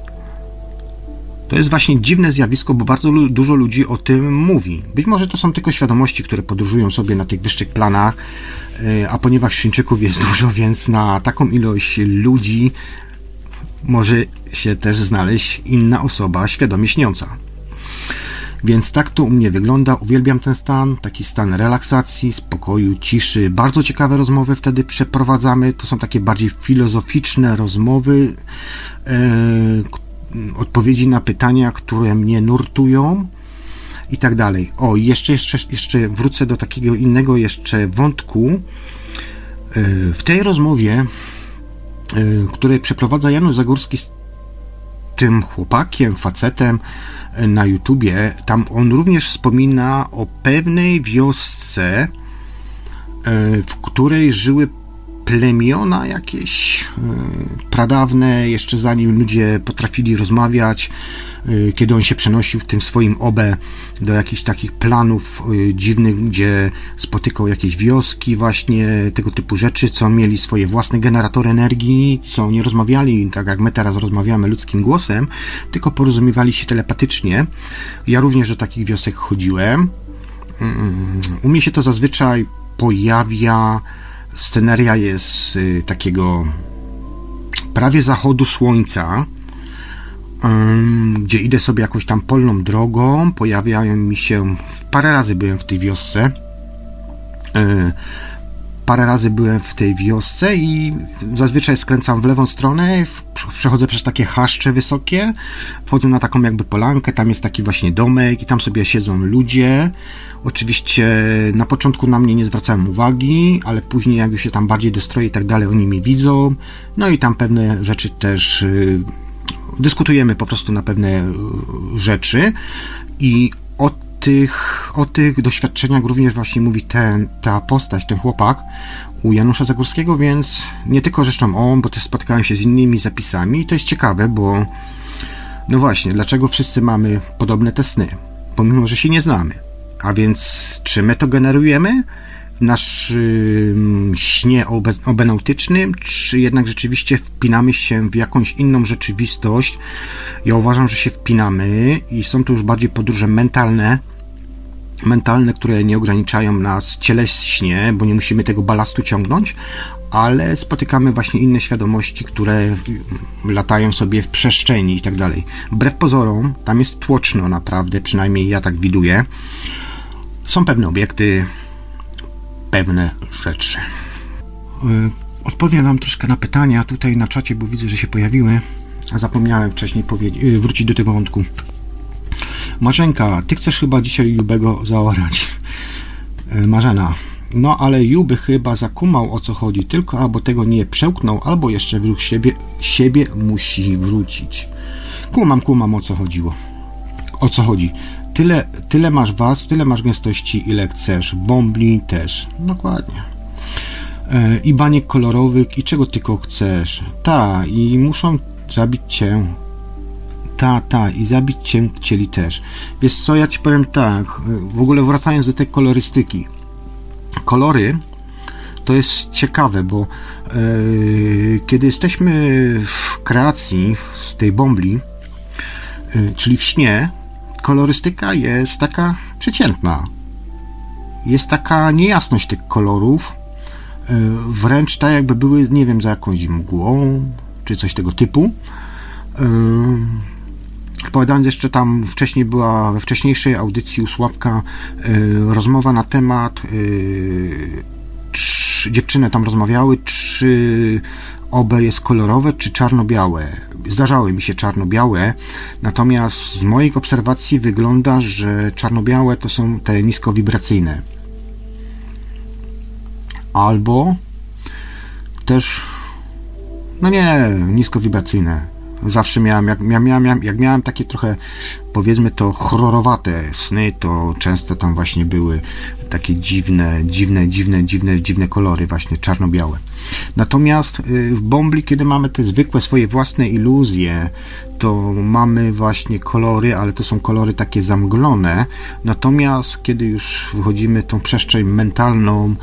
To jest właśnie dziwne zjawisko, bo bardzo dużo ludzi o tym mówi. Być może to są tylko świadomości, które podróżują sobie na tych wyższych planach, a ponieważ Chińczyków jest dużo, więc na taką ilość ludzi może się też znaleźć inna osoba świadomie śniąca. Więc tak to u mnie wygląda. Uwielbiam ten stan, taki stan relaksacji, spokoju, ciszy. Bardzo ciekawe rozmowy wtedy przeprowadzamy. To są takie bardziej filozoficzne rozmowy, e, odpowiedzi na pytania, które mnie nurtują i tak dalej. O, jeszcze, jeszcze, jeszcze wrócę do takiego innego jeszcze wątku. E, w tej rozmowie, e, której przeprowadza Janusz Zagórski z tym chłopakiem, facetem na YouTubie, tam on również wspomina o pewnej wiosce, w której żyły plemiona jakieś pradawne, jeszcze zanim ludzie potrafili rozmawiać, kiedy on się przenosił w tym swoim obę do jakichś takich planów dziwnych, gdzie spotykał jakieś wioski, właśnie tego typu rzeczy, co mieli swoje własne generatory energii, co nie rozmawiali tak jak my teraz rozmawiamy ludzkim głosem, tylko porozumiewali się telepatycznie. Ja również do takich wiosek chodziłem. U mnie się to zazwyczaj pojawia, sceneria jest takiego prawie zachodu słońca, gdzie idę sobie jakąś tam polną drogą, pojawiają mi się, parę razy byłem w tej wiosce, parę razy byłem w tej wiosce i zazwyczaj skręcam w lewą stronę, przechodzę przez takie chaszcze wysokie, wchodzę na taką jakby polankę, tam jest taki właśnie domek i tam sobie siedzą ludzie. Oczywiście na początku na mnie nie zwracałem uwagi, ale później jak już się tam bardziej dostroję i tak dalej, oni mnie widzą, no i tam pewne rzeczy też dyskutujemy po prostu na pewne rzeczy i o tych, o tych doświadczeniach również właśnie mówi ten, ta postać, ten chłopak u Janusza Zagórskiego, więc nie tylko zresztą on, bo też spotkałem się z innymi zapisami i to jest ciekawe, bo no właśnie, dlaczego wszyscy mamy podobne te sny, pomimo, że się nie znamy, a więc czy my to generujemy w naszym śnie obe, obenautycznym, czy jednak rzeczywiście wpinamy się w jakąś inną rzeczywistość. Ja uważam, że się wpinamy i są to już bardziej podróże mentalne, mentalne, które nie ograniczają nas cieleśnie, bo nie musimy tego balastu ciągnąć, ale spotykamy właśnie inne świadomości, które latają sobie w przestrzeni i tak dalej. Wbrew pozorom, tam jest tłoczno naprawdę, przynajmniej ja tak widuję. Są pewne obiekty, pewne rzeczy. Odpowiem wam troszkę na pytania tutaj na czacie, bo widzę, że się pojawiły, a zapomniałem wcześniej powiedzieć, wrócić do tego wątku. Marzenka, ty chcesz chyba dzisiaj Jubego zaorać. Marzena, no ale Juby chyba zakumał, o co chodzi, tylko albo tego nie przełknął, albo jeszcze wróg siebie, siebie musi wrócić. Kumam, kumam, o co chodziło. O co chodzi. Tyle, tyle masz was, tyle masz gęstości, ile chcesz. Bombli też. Dokładnie. E, I baniek kolorowych, i czego tylko chcesz. Ta, i muszą zabić cię. Ta, ta, i zabić cię chcieli też. Wiesz co, ja ci powiem tak, w ogóle wracając do tej kolorystyki. Kolory to jest ciekawe, bo e, kiedy jesteśmy w kreacji z tej bombli, e, czyli w śnie, kolorystyka jest taka przeciętna. Jest taka niejasność tych kolorów, e, wręcz tak jakby były, nie wiem, za jakąś mgłą, czy coś tego typu. E, Opowiadając jeszcze tam, wcześniej była, we wcześniejszej audycji u Sławka y, rozmowa na temat, y, czy, dziewczyny tam rozmawiały, czy obe jest kolorowe, czy czarno-białe. Zdarzały mi się czarno-białe, natomiast z moich obserwacji wygląda, że czarno-białe to są te niskowibracyjne. Albo też, no nie, niskowibracyjne. Zawsze miałem, jak, miałem, jak miałem takie trochę, powiedzmy to, horrorowate sny, to często tam właśnie były takie dziwne, dziwne, dziwne, dziwne, dziwne kolory, właśnie czarno-białe. Natomiast w Bombli, kiedy mamy te zwykłe swoje własne iluzje, to mamy właśnie kolory, ale to są kolory takie zamglone. Natomiast kiedy już wchodzimy w tą przestrzeń mentalną,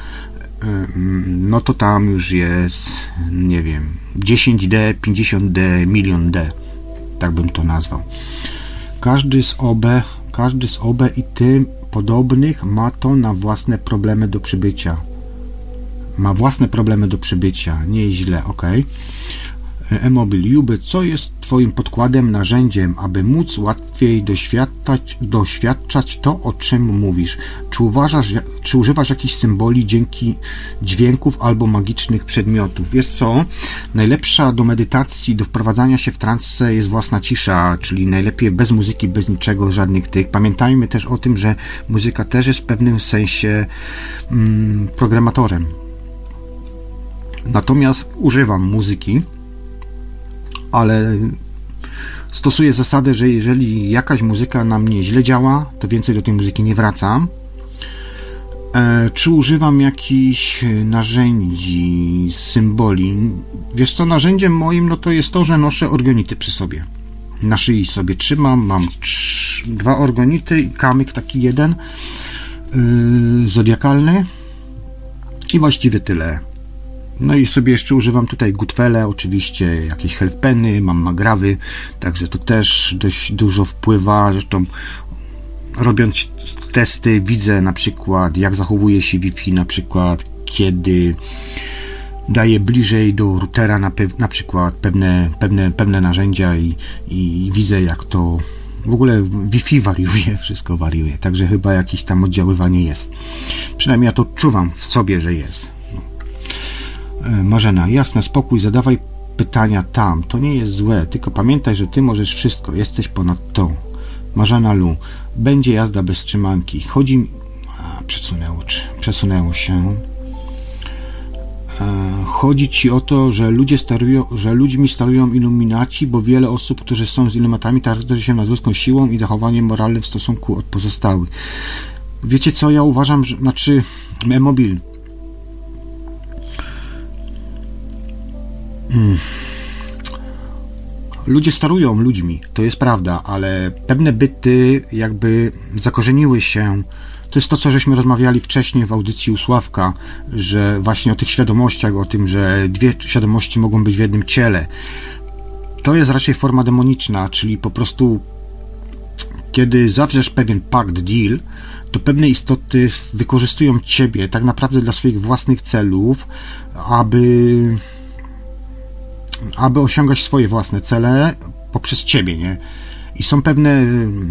no to tam już jest, nie wiem, dziesięć D, pięćdziesiąt D, milion D, tak bym to nazwał. Każdy z O B, każdy z O B i tym podobnych ma to na własne problemy do przybycia. Ma własne problemy do przybycia, nie źle, ok. E-mobil, Juby, co jest twoim podkładem, narzędziem, aby móc łatwiej doświadczać, doświadczać to, o czym mówisz? Czy uważasz, czy używasz jakichś symboli, dzięki dźwięków albo magicznych przedmiotów? Wiesz co? Najlepsza do medytacji, do wprowadzania się w trance jest własna cisza, czyli najlepiej bez muzyki, bez niczego, żadnych tych. Pamiętajmy też o tym, że muzyka też jest w pewnym sensie mm, programatorem. Natomiast używam muzyki, ale stosuję zasadę, że jeżeli jakaś muzyka na mnie źle działa, to więcej do tej muzyki nie wracam. E, czy używam jakichś narzędzi, symboli? Wiesz co, narzędziem moim no to jest to, że noszę orgonity przy sobie. Na szyi sobie trzymam, mam trz, dwa orgonity i kamyk taki jeden, yy, zodiakalny i właściwie tyle. No i sobie jeszcze używam tutaj gutwele, oczywiście jakieś helpeny, mam magrawy, także to też dość dużo wpływa. Zresztą robiąc testy widzę na przykład, jak zachowuje się Wi-Fi, na przykład kiedy daję bliżej do routera na, pe- na przykład pewne, pewne, pewne narzędzia i, i widzę, jak to w ogóle Wi-Fi wariuje, wszystko wariuje, także chyba jakieś tam oddziaływanie jest. Przynajmniej ja to czuwam w sobie, że jest. Marzena, jasne, spokój, zadawaj pytania tam, to nie jest złe, tylko pamiętaj, że ty możesz wszystko, jesteś ponad to. Marzena Lu, będzie jazda bez trzymanki, chodzi mi... A, przesunęło, przesunęło się. E, chodzi ci o to, że ludzie starują, że ludźmi starują iluminaci, bo wiele osób, którzy są z iluminatami, charakteryzują się nadludzką siłą i zachowaniem moralnym w stosunku od pozostałych. Wiecie co, ja uważam, że, znaczy, e-mobil, Hmm. Ludzie starują ludźmi, to jest prawda, ale pewne byty jakby zakorzeniły się. To jest to, co żeśmy rozmawiali wcześniej w audycji u Sławka, że właśnie o tych świadomościach, o tym, że dwie świadomości mogą być w jednym ciele. To jest raczej forma demoniczna, czyli po prostu kiedy zawrzesz pewien pakt, deal, to pewne istoty wykorzystują ciebie tak naprawdę dla swoich własnych celów, aby aby osiągać swoje własne cele poprzez ciebie, nie? I są pewne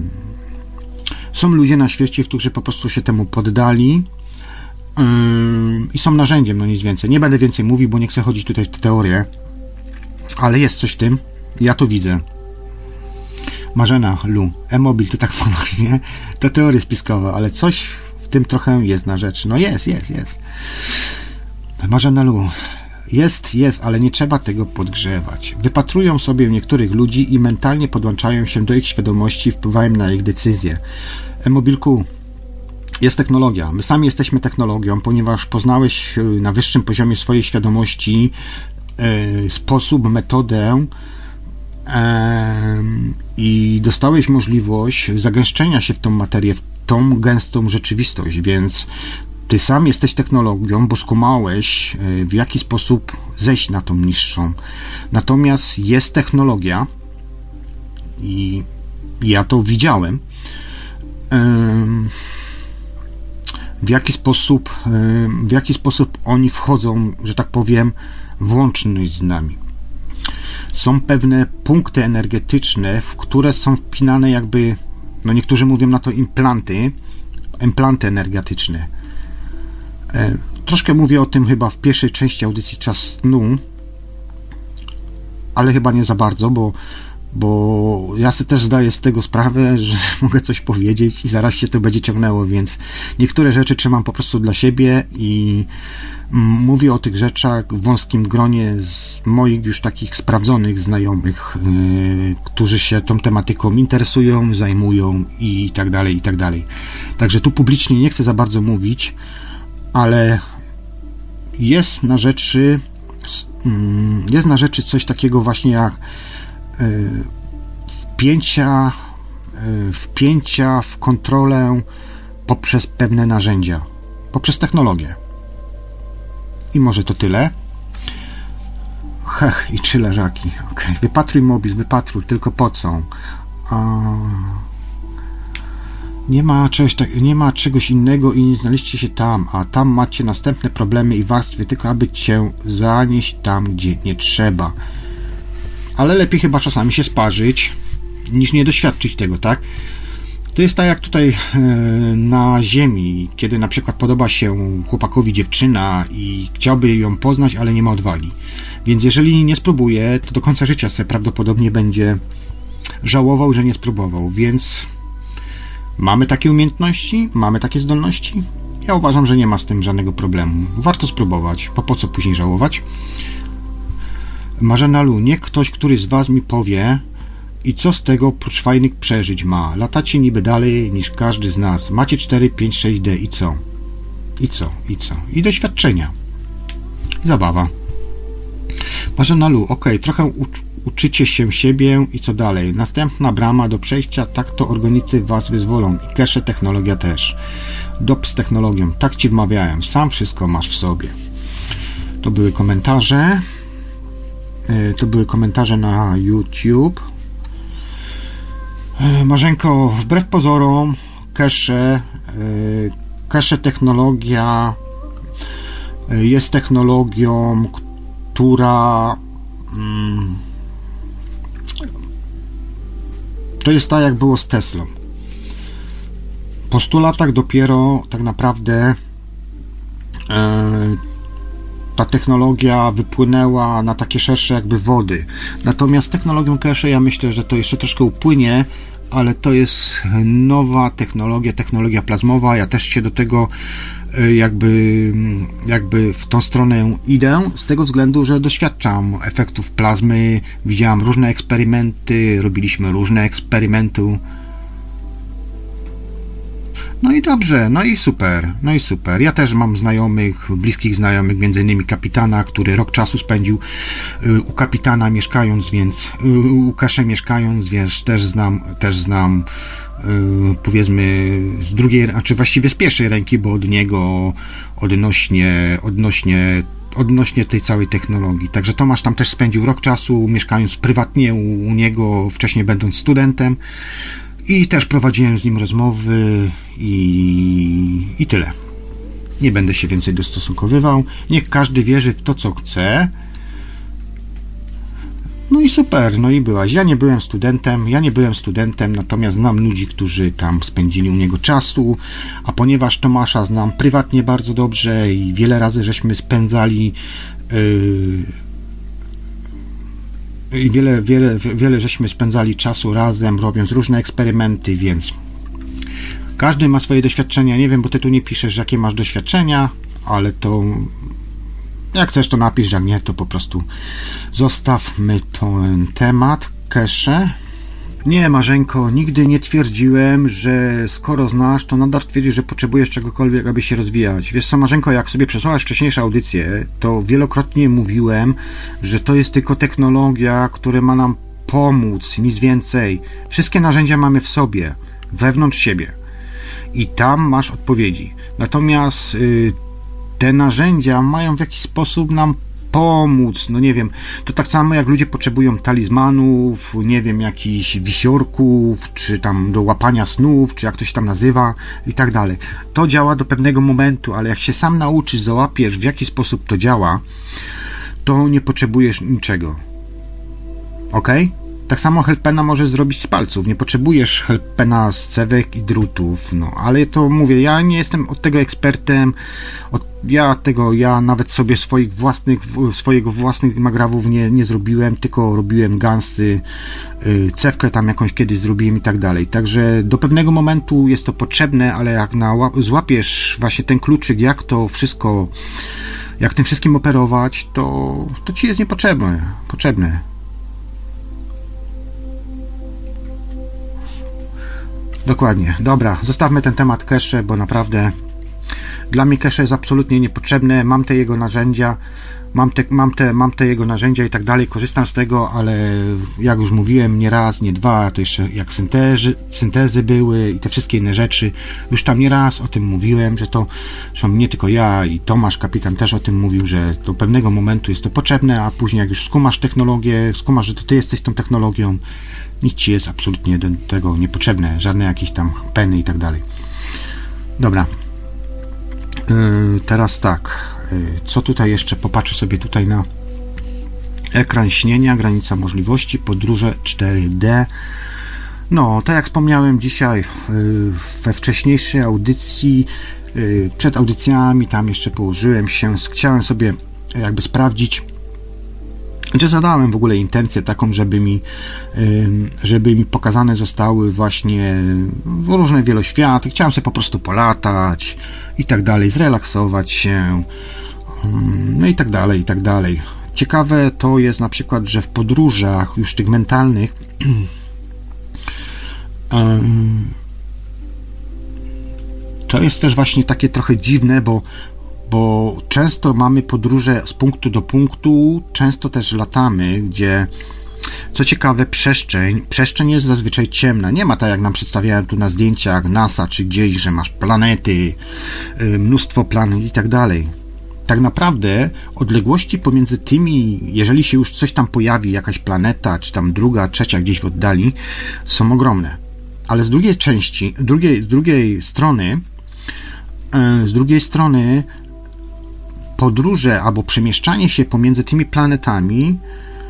są ludzie na świecie, którzy po prostu się temu poddali yy, i są narzędziem, no nic więcej. Nie będę więcej mówił, bo nie chcę chodzić tutaj w teorię, ale jest coś w tym, ja to widzę. Marzena Lu, e-mobil, ty tak mówisz, nie? To teorie spiskowe, ale coś w tym trochę jest na rzecz. No jest, jest, jest. Marzena Lu, jest, jest, ale nie trzeba tego podgrzewać. Wypatrują sobie niektórych ludzi i mentalnie podłączają się do ich świadomości i wpływają na ich decyzje. E-mobilku, jest technologia. My sami jesteśmy technologią, ponieważ poznałeś na wyższym poziomie swojej świadomości e, sposób, metodę e, i dostałeś możliwość zagęszczenia się w tą materię, w tą gęstą rzeczywistość, więc ty sam jesteś technologią, bo skumałeś, w jaki sposób zejść na tą niższą. Natomiast jest technologia i ja to widziałem, w jaki sposób, w jaki sposób oni wchodzą, że tak powiem, w łączność z nami. Są pewne punkty energetyczne, w które są wpinane jakby, no niektórzy mówią na to implanty, implanty energetyczne. Troszkę mówię o tym chyba w pierwszej części audycji Czas snu, ale chyba nie za bardzo, bo bo ja sobie też zdaję z tego sprawę, że mogę coś powiedzieć i zaraz się to będzie ciągnęło, więc niektóre rzeczy trzymam po prostu dla siebie i mówię o tych rzeczach w wąskim gronie z moich już takich sprawdzonych znajomych, yy, którzy się tą tematyką interesują, zajmują i tak dalej, i tak dalej. Także tu publicznie nie chcę za bardzo mówić, ale jest na rzeczy yy, jest na rzeczy coś takiego właśnie jak yy, wpięcia, yy, wpięcia w kontrolę poprzez pewne narzędzia, poprzez technologię. I może to tyle. Hech, i trzy leżaki. Okay. Wypatruj mobil, wypatruj, tylko po co? A... Nie ma czegoś tak, nie ma czegoś innego i nie znaleźliście się tam, a tam macie następne problemy i warstwy, tylko aby cię zanieść tam, gdzie nie trzeba. Ale lepiej chyba czasami się sparzyć, niż nie doświadczyć tego, tak? To jest tak jak tutaj na ziemi, kiedy na przykład podoba się chłopakowi dziewczyna i chciałby ją poznać, ale nie ma odwagi. Więc jeżeli nie spróbuje, to do końca życia se prawdopodobnie będzie żałował, że nie spróbował. Więc mamy takie umiejętności, mamy takie zdolności. Ja uważam, że nie ma z tym żadnego problemu. Warto spróbować, bo po co później żałować? Marzena Lu, niech ktoś, który z was mi powie, i co z tego oprócz fajnych przeżyć ma? Latacie niby dalej niż każdy z nas. Macie cztery, pięć, sześć D i co? I co? I co? I doświadczenia. I zabawa. Marzena Lu, ok, trochę ucz- uczycie się siebie i co dalej? Następna brama do przejścia, tak to organity was wyzwolą. I cache, technologia też. Dop z technologią, tak ci wmawiałem. Sam wszystko masz w sobie. To były komentarze. To były komentarze na YouTube. Marzenko, wbrew pozorom, cache, cache technologia jest technologią, która to jest tak, jak było z Teslą. Po stu latach dopiero tak naprawdę ta technologia wypłynęła na takie szersze jakby wody. Natomiast technologią cache ja myślę, że to jeszcze troszkę upłynie, ale to jest nowa technologia, technologia plazmowa. Ja też się do tego jakby, jakby w tą stronę idę, z tego względu, że doświadczam efektów plazmy, widziałam różne eksperymenty, robiliśmy różne eksperymenty. No i dobrze, no i super, no i super. Ja też mam znajomych, bliskich znajomych, między innymi kapitana, który rok czasu spędził u kapitana mieszkając, więc u cache mieszkając, więc też znam, też znam powiedzmy z drugiej, czy właściwie z pierwszej ręki, bo od niego odnośnie, odnośnie odnośnie tej całej technologii. Także Tomasz tam też spędził rok czasu, mieszkając prywatnie u, u niego, wcześniej będąc studentem. I też prowadziłem z nim rozmowy i, i tyle. Nie będę się więcej dostosunkowywał. Niech każdy wierzy w to, co chce. No i super, no i byłaś. Ja nie byłem studentem, ja nie byłem studentem, natomiast znam ludzi, którzy tam spędzili u niego czasu, a ponieważ Tomasza znam prywatnie bardzo dobrze i wiele razy żeśmy spędzali yy, i wiele, wiele, wiele żeśmy spędzali czasu razem, robiąc różne eksperymenty, więc każdy ma swoje doświadczenia. Nie wiem, bo ty tu nie piszesz, jakie masz doświadczenia, ale to jak chcesz, to napisz, jak nie, to po prostu zostawmy ten temat. Cache. Nie, Marzenko, nigdy nie twierdziłem, że skoro znasz, to nadal twierdzisz, że potrzebujesz czegokolwiek, aby się rozwijać. Wiesz co, Marzenko, jak sobie przesłuchasz wcześniejsze audycje, to wielokrotnie mówiłem, że to jest tylko technologia, która ma nam pomóc, nic więcej. Wszystkie narzędzia mamy w sobie, wewnątrz siebie. I tam masz odpowiedzi. Natomiast yy, te narzędzia mają w jakiś sposób nam pomóc, no nie wiem, to tak samo jak ludzie potrzebują talizmanów, nie wiem, jakichś wisiorków, czy tam do łapania snów, czy jak to się tam nazywa i tak dalej. To działa do pewnego momentu, ale jak się sam nauczysz, załapiesz, w jaki sposób to działa, to nie potrzebujesz niczego. Ok? Tak samo helpena możesz zrobić z palców, nie potrzebujesz helpena z cewek i drutów, no, ale to mówię, ja nie jestem od tego ekspertem, od, ja tego, ja nawet sobie swoich własnych, swojego własnych magrawów nie, nie zrobiłem, tylko robiłem gansy, yy, cewkę tam jakąś kiedyś zrobiłem i tak dalej, także do pewnego momentu jest to potrzebne, ale jak na, złapiesz właśnie ten kluczyk, jak to wszystko, jak tym wszystkim operować, to, to ci jest niepotrzebne, potrzebne. Dokładnie. Dobra, zostawmy ten temat cache, bo naprawdę dla mnie cache jest absolutnie niepotrzebne. Mam te jego narzędzia, mam te, mam te, mam te jego narzędzia i tak dalej, korzystam z tego, ale jak już mówiłem, nie raz, nie dwa, to jeszcze jak syntezy, syntezy były i te wszystkie inne rzeczy, już tam nie raz o tym mówiłem, że to, że nie tylko ja i Tomasz, kapitan, też o tym mówił, że do pewnego momentu jest to potrzebne, a później jak już skumasz technologię, skumasz, że to ty jesteś tą technologią, nic ci jest absolutnie do tego niepotrzebne, żadne jakieś tam peny i tak dalej. Dobra. Yy, teraz tak. Yy, co tutaj jeszcze? Popatrzę sobie tutaj na ekran śnienia, granica możliwości, podróże cztery D. No, tak jak wspomniałem dzisiaj yy, we wcześniejszej audycji, yy, przed audycjami tam jeszcze położyłem się, chciałem sobie jakby sprawdzić, że zadałem w ogóle intencję taką, żeby mi, żeby mi pokazane zostały właśnie różne wieloświaty. Chciałem sobie po prostu polatać i tak dalej, zrelaksować się, no i tak dalej, i tak dalej. Ciekawe to jest na przykład, że w podróżach już tych mentalnych to jest też właśnie takie trochę dziwne, bo bo często mamy podróże z punktu do punktu, często też latamy, gdzie, co ciekawe, przestrzeń, przestrzeń jest zazwyczaj ciemna, nie ma tak jak nam przedstawiałem tu na zdjęciach NASA czy gdzieś, że masz planety, mnóstwo planet i tak dalej. Tak naprawdę odległości pomiędzy tymi, jeżeli się już coś tam pojawi, jakaś planeta, czy tam druga, trzecia gdzieś w oddali, są ogromne. Ale z drugiej części, drugiej, z drugiej strony, z drugiej strony podróże albo przemieszczanie się pomiędzy tymi planetami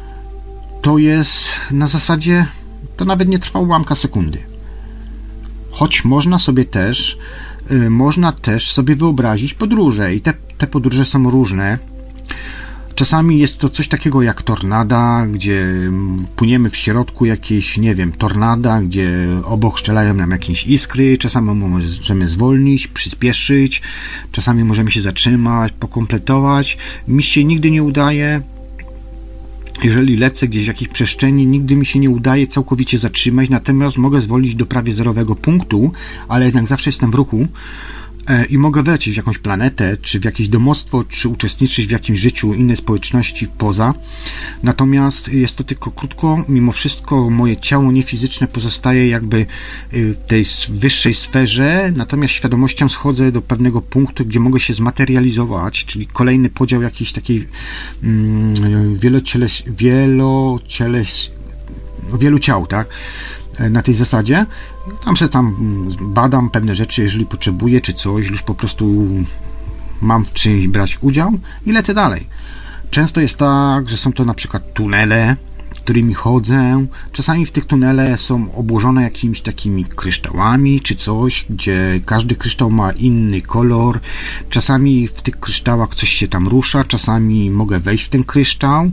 to jest na zasadzie, to nawet nie trwa ułamka sekundy. Choć można sobie też y, można też sobie wyobrazić podróże i te, te podróże są różne. Czasami jest to coś takiego jak tornada, gdzie płyniemy w środku jakiejś, nie wiem, tornada, gdzie obok strzelają nam jakieś iskry, czasami możemy zwolnić, przyspieszyć, czasami możemy się zatrzymać, pokompletować. Mi się nigdy nie udaje, jeżeli lecę gdzieś w jakiejś przestrzeni, nigdy mi się nie udaje całkowicie zatrzymać, natomiast mogę zwolnić do prawie zerowego punktu, ale jednak zawsze jestem w ruchu i mogę wlecieć w jakąś planetę, czy w jakieś domostwo, czy uczestniczyć w jakimś życiu innej społeczności poza. Natomiast jest to tylko krótko, mimo wszystko moje ciało niefizyczne pozostaje jakby w tej wyższej sferze, natomiast świadomością schodzę do pewnego punktu, gdzie mogę się zmaterializować, czyli kolejny podział jakiejś takiej mm, wielocieleś, wielocieleś, wielu ciał, tak? Na tej zasadzie. Tam się tam badam pewne rzeczy, jeżeli potrzebuję, czy coś, już po prostu mam w czymś brać udział i lecę dalej. Często jest tak, że są to na przykład tunele, którymi chodzę. Czasami w tych tunele są obłożone jakimiś takimi kryształami, czy coś, gdzie każdy kryształ ma inny kolor. Czasami w tych kryształach coś się tam rusza, czasami mogę wejść w ten kryształ.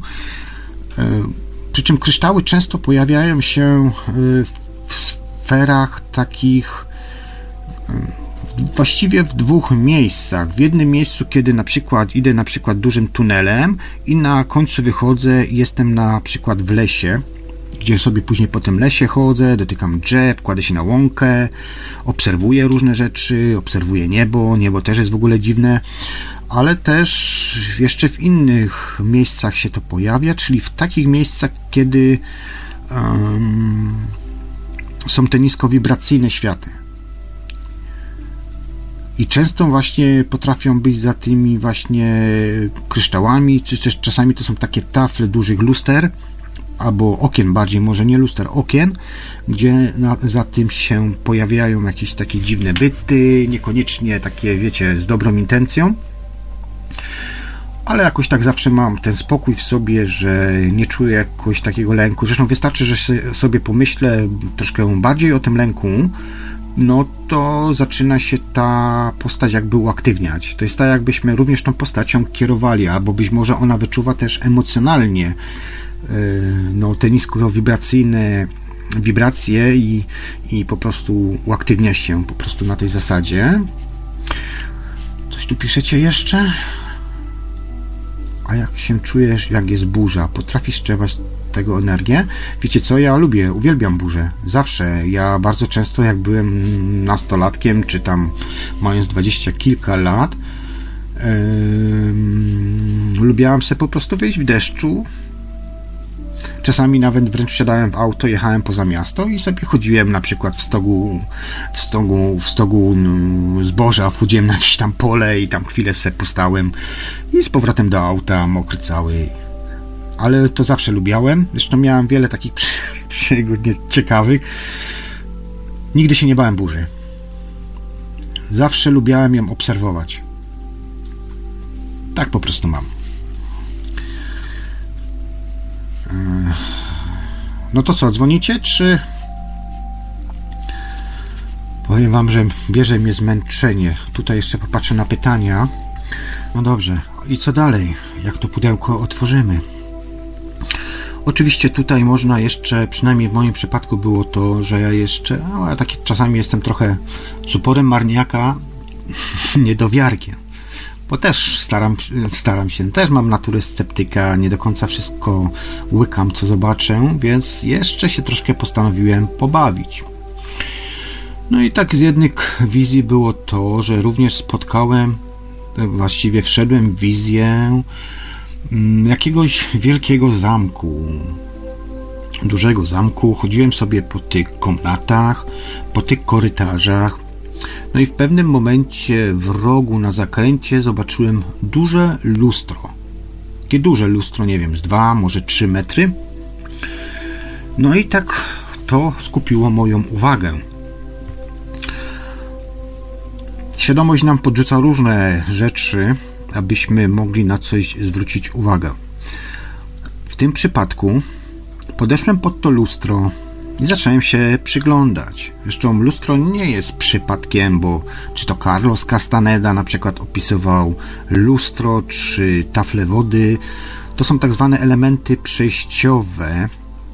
Przy czym kryształy często pojawiają się w sferach takich, właściwie w dwóch miejscach. W jednym miejscu, kiedy na przykład idę na przykład dużym tunelem i na końcu wychodzę i jestem na przykład w lesie, gdzie sobie później po tym lesie chodzę, dotykam drzew, kładę się na łąkę, obserwuję różne rzeczy, obserwuję niebo, niebo też jest w ogóle dziwne, ale też jeszcze w innych miejscach się to pojawia, czyli w takich miejscach, kiedy um, są te niskowibracyjne światy. I często właśnie potrafią być za tymi właśnie kryształami, czy też czasami to są takie tafle dużych luster, albo okien bardziej, może nie luster, okien, gdzie na, za tym się pojawiają jakieś takie dziwne byty, niekoniecznie takie, wiecie, z dobrą intencją. ale jakoś tak zawsze mam ten spokój w sobie, że nie czuję jakoś takiego lęku. Zresztą wystarczy, że sobie pomyślę troszkę bardziej o tym lęku, no to zaczyna się ta postać jakby uaktywniać. To jest tak, jakbyśmy również tą postacią kierowali, albo być może ona wyczuwa też emocjonalnie no, te niskowibracyjne wibracje i, i po prostu uaktywnia się po prostu na tej zasadzie. Coś tu piszecie jeszcze? A jak się czujesz, jak jest burza? Potrafisz czerpać tego energię? Wiecie co? Ja lubię, uwielbiam burzę. Zawsze. Ja bardzo często, jak byłem nastolatkiem, czy tam mając dwadzieścia kilka lat, yy, lubiałem sobie po prostu wyjść w deszczu. Czasami nawet wręcz wsiadałem w auto, jechałem poza miasto i sobie chodziłem na przykład w stogu, w stogu, w stogu no, zboża, wchodziłem na jakieś tam pole i tam chwilę sobie postałem i z powrotem do auta, mokry cały. Ale to zawsze lubiałem. Zresztą miałem wiele takich przygód ciekawych. Nigdy się nie bałem burzy. Zawsze lubiałem ją obserwować. Tak po prostu mam. No to co, dzwonicie, czy... Powiem wam, że bierze mnie zmęczenie. Tutaj jeszcze popatrzę na pytania. No dobrze, i co dalej? Jak to pudełko otworzymy? Oczywiście tutaj można jeszcze, przynajmniej w moim przypadku było to, że ja jeszcze, no ja taki czasami jestem trochę z uporem marniaka, niedowiarkiem. Bo też staram, staram się, też mam naturę sceptyka, nie do końca wszystko łykam, co zobaczę, więc jeszcze się troszkę postanowiłem pobawić. No i tak z jednych wizji było to, że również spotkałem, właściwie wszedłem w wizję jakiegoś wielkiego zamku, dużego zamku, chodziłem sobie po tych komnatach, po tych korytarzach. No i w pewnym momencie w rogu na zakręcie zobaczyłem duże lustro. Takie duże lustro, nie wiem, z dwa, może trzy metry. No i tak to skupiło moją uwagę. Świadomość nam podrzuca różne rzeczy, abyśmy mogli na coś zwrócić uwagę. W tym przypadku podeszłem pod to lustro i zacząłem się przyglądać. Zresztą lustro nie jest przypadkiem, bo czy to Carlos Castaneda na przykład opisywał lustro, czy tafle wody. To są tak zwane elementy przejściowe.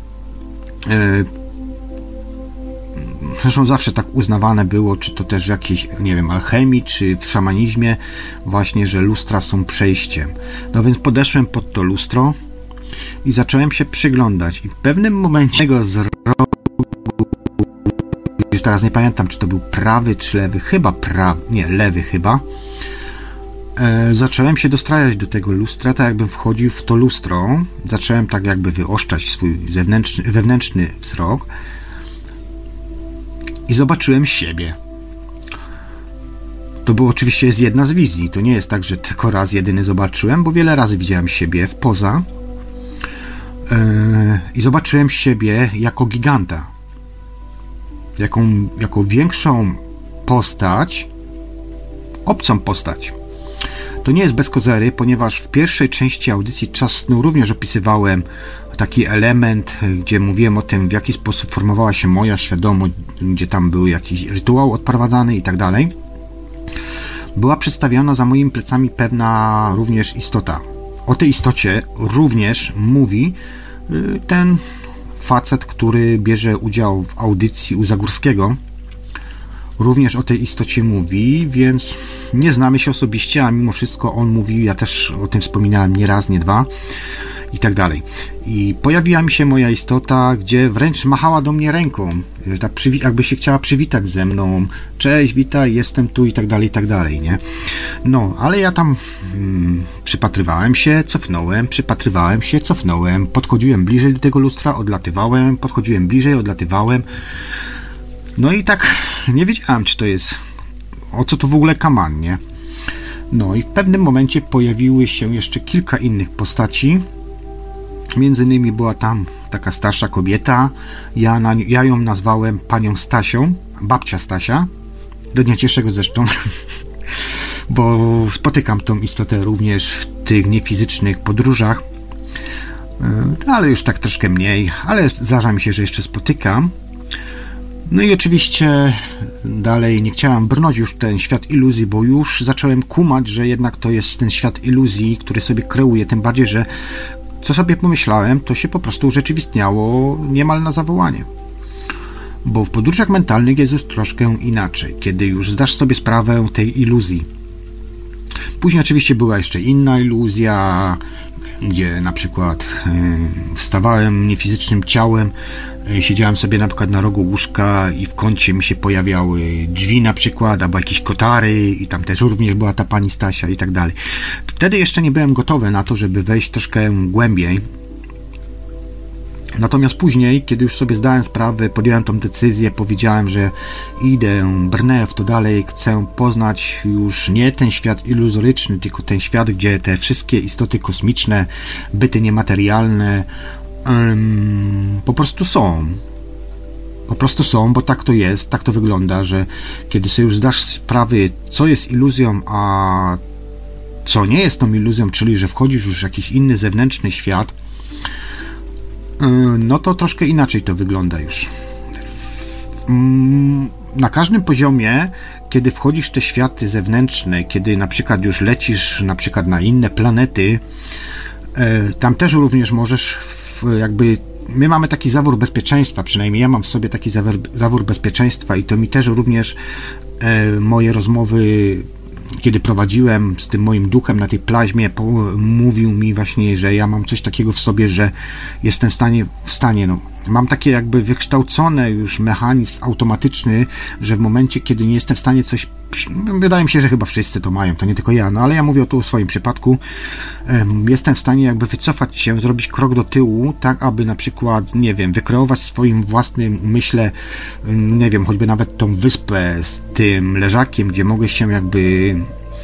Zresztą zawsze tak uznawane było, czy to też w jakiejś, nie wiem, alchemii, czy w szamanizmie właśnie, że lustra są przejściem. No więc podeszłem pod to lustro i zacząłem się przyglądać i w pewnym momencie go z rogu, już teraz nie pamiętam, czy to był prawy, czy lewy, chyba prawy, nie, lewy chyba, e, zacząłem się dostrajać do tego lustra, tak jakbym wchodził w to lustro, zacząłem tak jakby wyoszczać swój zewnętrzny, wewnętrzny wzrok i zobaczyłem siebie. To było oczywiście jest jedna z wizji, to nie jest tak, że tylko raz jedyny zobaczyłem, bo wiele razy widziałem siebie w poza yy, i zobaczyłem siebie jako giganta. Jaką, jako większą postać, obcą postać. To nie jest bez kozery, ponieważ w pierwszej części audycji Czas snu również opisywałem taki element, gdzie mówiłem o tym, w jaki sposób formowała się moja świadomość, gdzie tam był jakiś rytuał odprowadzany i tak dalej. Była przedstawiona za moimi plecami pewna również istota. O tej istocie również mówi ten facet, który bierze udział w audycji u Zagórskiego. Również o tej istocie mówi, więc nie znamy się osobiście, a mimo wszystko on mówi, ja też o tym wspominałem nie raz, nie dwa i tak dalej. I pojawiła mi się moja istota, gdzie wręcz machała do mnie ręką, jakby się chciała przywitać ze mną, cześć, witaj, jestem tu i tak dalej, i tak dalej, nie? No, ale ja tam hmm, przypatrywałem się, cofnąłem, przypatrywałem się, cofnąłem, podchodziłem bliżej do tego lustra, odlatywałem, podchodziłem bliżej, odlatywałem. No i tak nie wiedziałem, czy to jest, o co tu w ogóle kaman, nie? No i w pewnym momencie pojawiły się jeszcze kilka innych postaci. Między innymi była tam taka starsza kobieta. Ja, na, ja ją nazwałem panią Stasią, babcia Stasia. Do dnia dzisiejszego zresztą, bo spotykam tą istotę również w tych niefizycznych podróżach, ale już tak troszkę mniej, ale zdarza mi się, że jeszcze spotykam. No i oczywiście dalej nie chciałem brnąć już ten świat iluzji, bo już zacząłem kumać, że jednak to jest ten świat iluzji, który sobie kreuję, tym bardziej, że co sobie pomyślałem, to się po prostu urzeczywistniało niemal na zawołanie. Bo w podróżach mentalnych jest już troszkę inaczej, kiedy już zdasz sobie sprawę tej iluzji. Później oczywiście była jeszcze inna iluzja, gdzie na przykład wstawałem niefizycznym ciałem, siedziałem sobie na przykład na rogu łóżka i w kącie mi się pojawiały drzwi na przykład, albo jakieś kotary i tam też również była ta pani Stasia i tak dalej. Wtedy jeszcze nie byłem gotowy na to, żeby wejść troszkę głębiej. Natomiast później, kiedy już sobie zdałem sprawę, podjąłem tą decyzję, powiedziałem, że idę, brnę w to dalej, chcę poznać już nie ten świat iluzoryczny, tylko ten świat, gdzie te wszystkie istoty kosmiczne, byty niematerialne um, po prostu są. Po prostu są, bo tak to jest, tak to wygląda, że kiedy sobie już zdasz sprawy, co jest iluzją, a co nie jest tą iluzją, czyli że wchodzisz już w jakiś inny zewnętrzny świat, no to troszkę inaczej to wygląda już. Na każdym poziomie, kiedy wchodzisz w te światy zewnętrzne, kiedy na przykład już lecisz na przykład na inne planety, tam też również możesz jakby... My mamy taki zawór bezpieczeństwa, przynajmniej ja mam w sobie taki zawór, zawór bezpieczeństwa i to mi też również moje rozmowy, kiedy prowadziłem z tym moim duchem na tej plaźmie, po, mówił mi właśnie, że ja mam coś takiego w sobie, że jestem w stanie, w stanie, no, mam takie jakby wykształcone już mechanizm automatyczny, że w momencie, kiedy nie jestem w stanie coś, wydaje mi się, że chyba wszyscy to mają, to nie tylko ja, no ale ja mówię o tu o swoim przypadku, um, jestem w stanie jakby wycofać się, zrobić krok do tyłu, tak aby na przykład, nie wiem, wykreować w swoim własnym umyśle, um, nie wiem, choćby nawet tą wyspę z tym leżakiem, gdzie mogę się jakby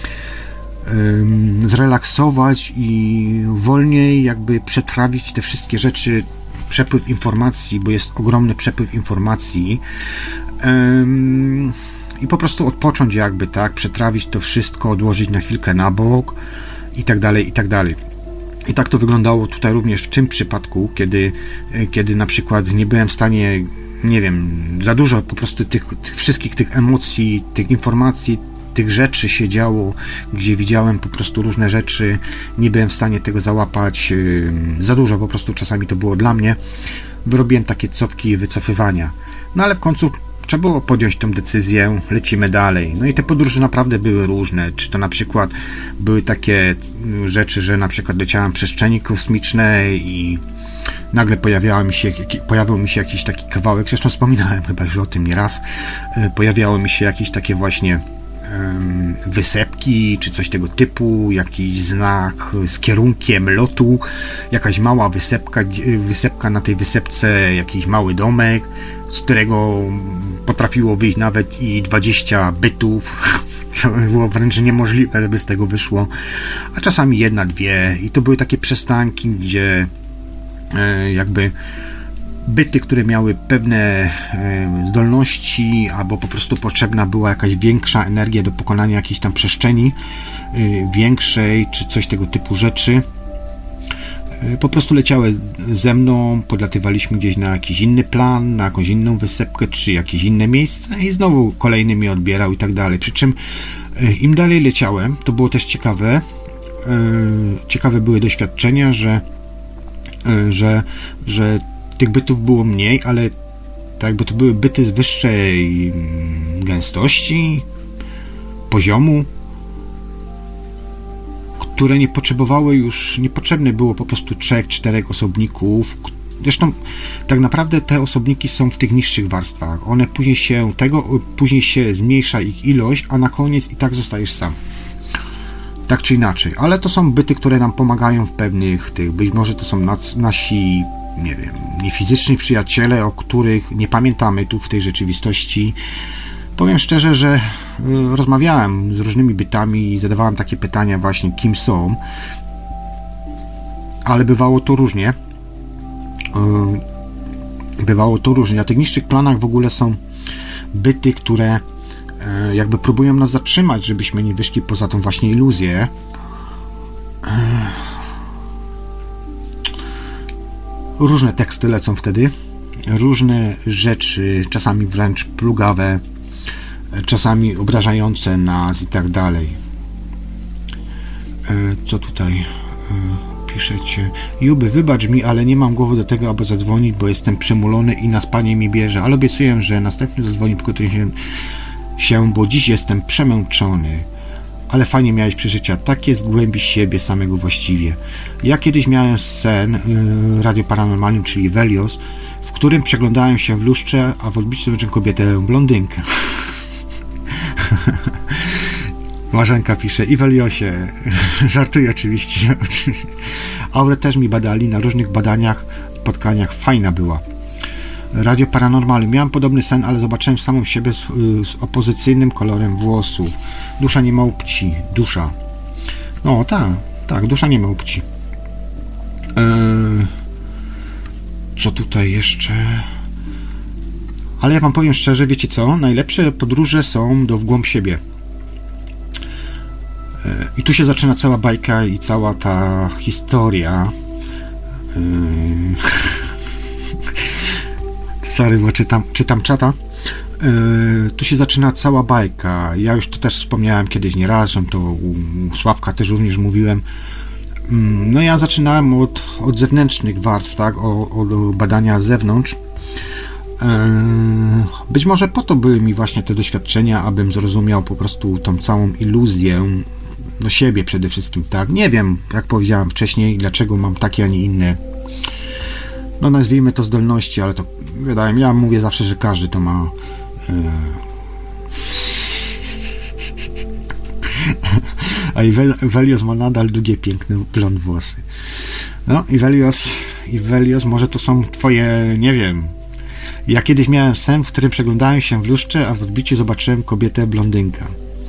um, zrelaksować i wolniej jakby przetrawić te wszystkie rzeczy, przepływ informacji, bo jest ogromny przepływ informacji, um, i po prostu odpocząć jakby, tak, przetrawić to wszystko, odłożyć na chwilkę na bok i tak dalej, i tak dalej. I tak to wyglądało tutaj również w tym przypadku, kiedy, kiedy na przykład nie byłem w stanie, nie wiem, za dużo po prostu tych, tych wszystkich tych emocji, tych informacji, tych rzeczy się działo, gdzie widziałem po prostu różne rzeczy, nie byłem w stanie tego załapać, yy, za dużo po prostu czasami to było dla mnie. Wyrobiłem takie cofki i wycofywania. No ale w końcu trzeba było podjąć tę decyzję, lecimy dalej. No i te podróże naprawdę były różne. Czy to na przykład były takie rzeczy, że na przykład leciałem w przestrzeni kosmicznej i nagle pojawiało mi się, pojawił mi się jakiś taki kawałek, zresztą wspominałem chyba już o tym nieraz, pojawiało mi się jakieś takie właśnie wysepki, czy coś tego typu, jakiś znak z kierunkiem lotu, jakaś mała wysepka, wysepka na tej wysepce, jakiś mały domek, z którego potrafiło wyjść nawet i dwadzieścia bytów, co było wręcz niemożliwe, żeby z tego wyszło, a czasami jedna, dwie i to były takie przystanki, gdzie jakby byty, które miały pewne zdolności, albo po prostu potrzebna była jakaś większa energia do pokonania jakiejś tam przestrzeni większej, czy coś tego typu rzeczy, po prostu leciały ze mną, podlatywaliśmy gdzieś na jakiś inny plan, na jakąś inną wysepkę, czy jakieś inne miejsce i znowu kolejny mnie odbierał i tak dalej. Przy czym im dalej leciałem, to było też ciekawe, ciekawe były doświadczenia, że że, że tych bytów było mniej, ale tak jakby to były byty z wyższej gęstości, poziomu, które nie potrzebowały już, niepotrzebne było po prostu trzech, czterech osobników. Zresztą tak naprawdę te osobniki są w tych niższych warstwach. One później się tego, później się zmniejsza ich ilość, a na koniec i tak zostajesz sam. Tak czy inaczej, ale to są byty, które nam pomagają w pewnych tych, być może to są nas, nasi, nie wiem, niefizyczni przyjaciele, o których nie pamiętamy tu w tej rzeczywistości. Powiem szczerze, że y, rozmawiałem z różnymi bytami i zadawałem takie pytania właśnie, kim są, ale bywało to różnie. Y, bywało to różnie. Na tych niższych planach w ogóle są byty, które jakby próbują nas zatrzymać, żebyśmy nie wyszli poza tą właśnie iluzję. różne teksty lecą wtedy, różne rzeczy, czasami wręcz plugawe, czasami obrażające nas i tak dalej. Co tutaj piszecie? Juby, wybacz mi, ale nie mam głowy do tego, aby zadzwonić, bo jestem przymulony i na spanie mi bierze, ale obiecuję, że następny zadzwoni, przygotuję się, się, bo dziś jestem przemęczony. Ale fajnie miałeś przeżycia, takie z głębi siebie samego właściwie. Ja kiedyś miałem sen yy, Radio Paranormalium, czyli Velios, w którym przeglądałem się w lustrze, a w odbiciu zobaczyłem kobietę blondynkę. Marzenka pisze, i Veliosie, żartuję oczywiście, oczywiście. Aurę też mi badali na różnych badaniach, spotkaniach, fajna była. Radio Paranormalium, miałem podobny sen, ale zobaczyłem samą siebie z, z opozycyjnym kolorem włosów. Dusza nie ma płci, dusza. No tak, tak, dusza nie ma płci. Eee, co tutaj jeszcze? Ale ja wam powiem szczerze, wiecie co? Najlepsze podróże są do w głąb siebie. I tu się zaczyna cała bajka i cała ta historia. Yy... Sorry, bo czytam, czytam czata. Yy, tu się zaczyna cała bajka. Ja już to też wspomniałem kiedyś nieraz, że to u Sławka też również mówiłem. Yy, no ja zaczynałem od, od zewnętrznych warstw, tak? O, od badania z zewnątrz. Yy, być może po to były mi właśnie te doświadczenia, abym zrozumiał po prostu tą całą iluzję no siebie przede wszystkim, tak? Nie wiem, jak powiedziałem wcześniej, dlaczego mam takie, a nie inne, no nazwijmy to zdolności, ale to wydaje mi, ja mówię zawsze, że każdy to ma. Yy... A Ivelios ma nadal długie, piękne, blond włosy. No, Ivelios, Ivelios, może to są twoje, nie wiem. Ja kiedyś miałem sen, w którym przeglądałem się w lustrze, a w odbiciu zobaczyłem kobietę blondynkę.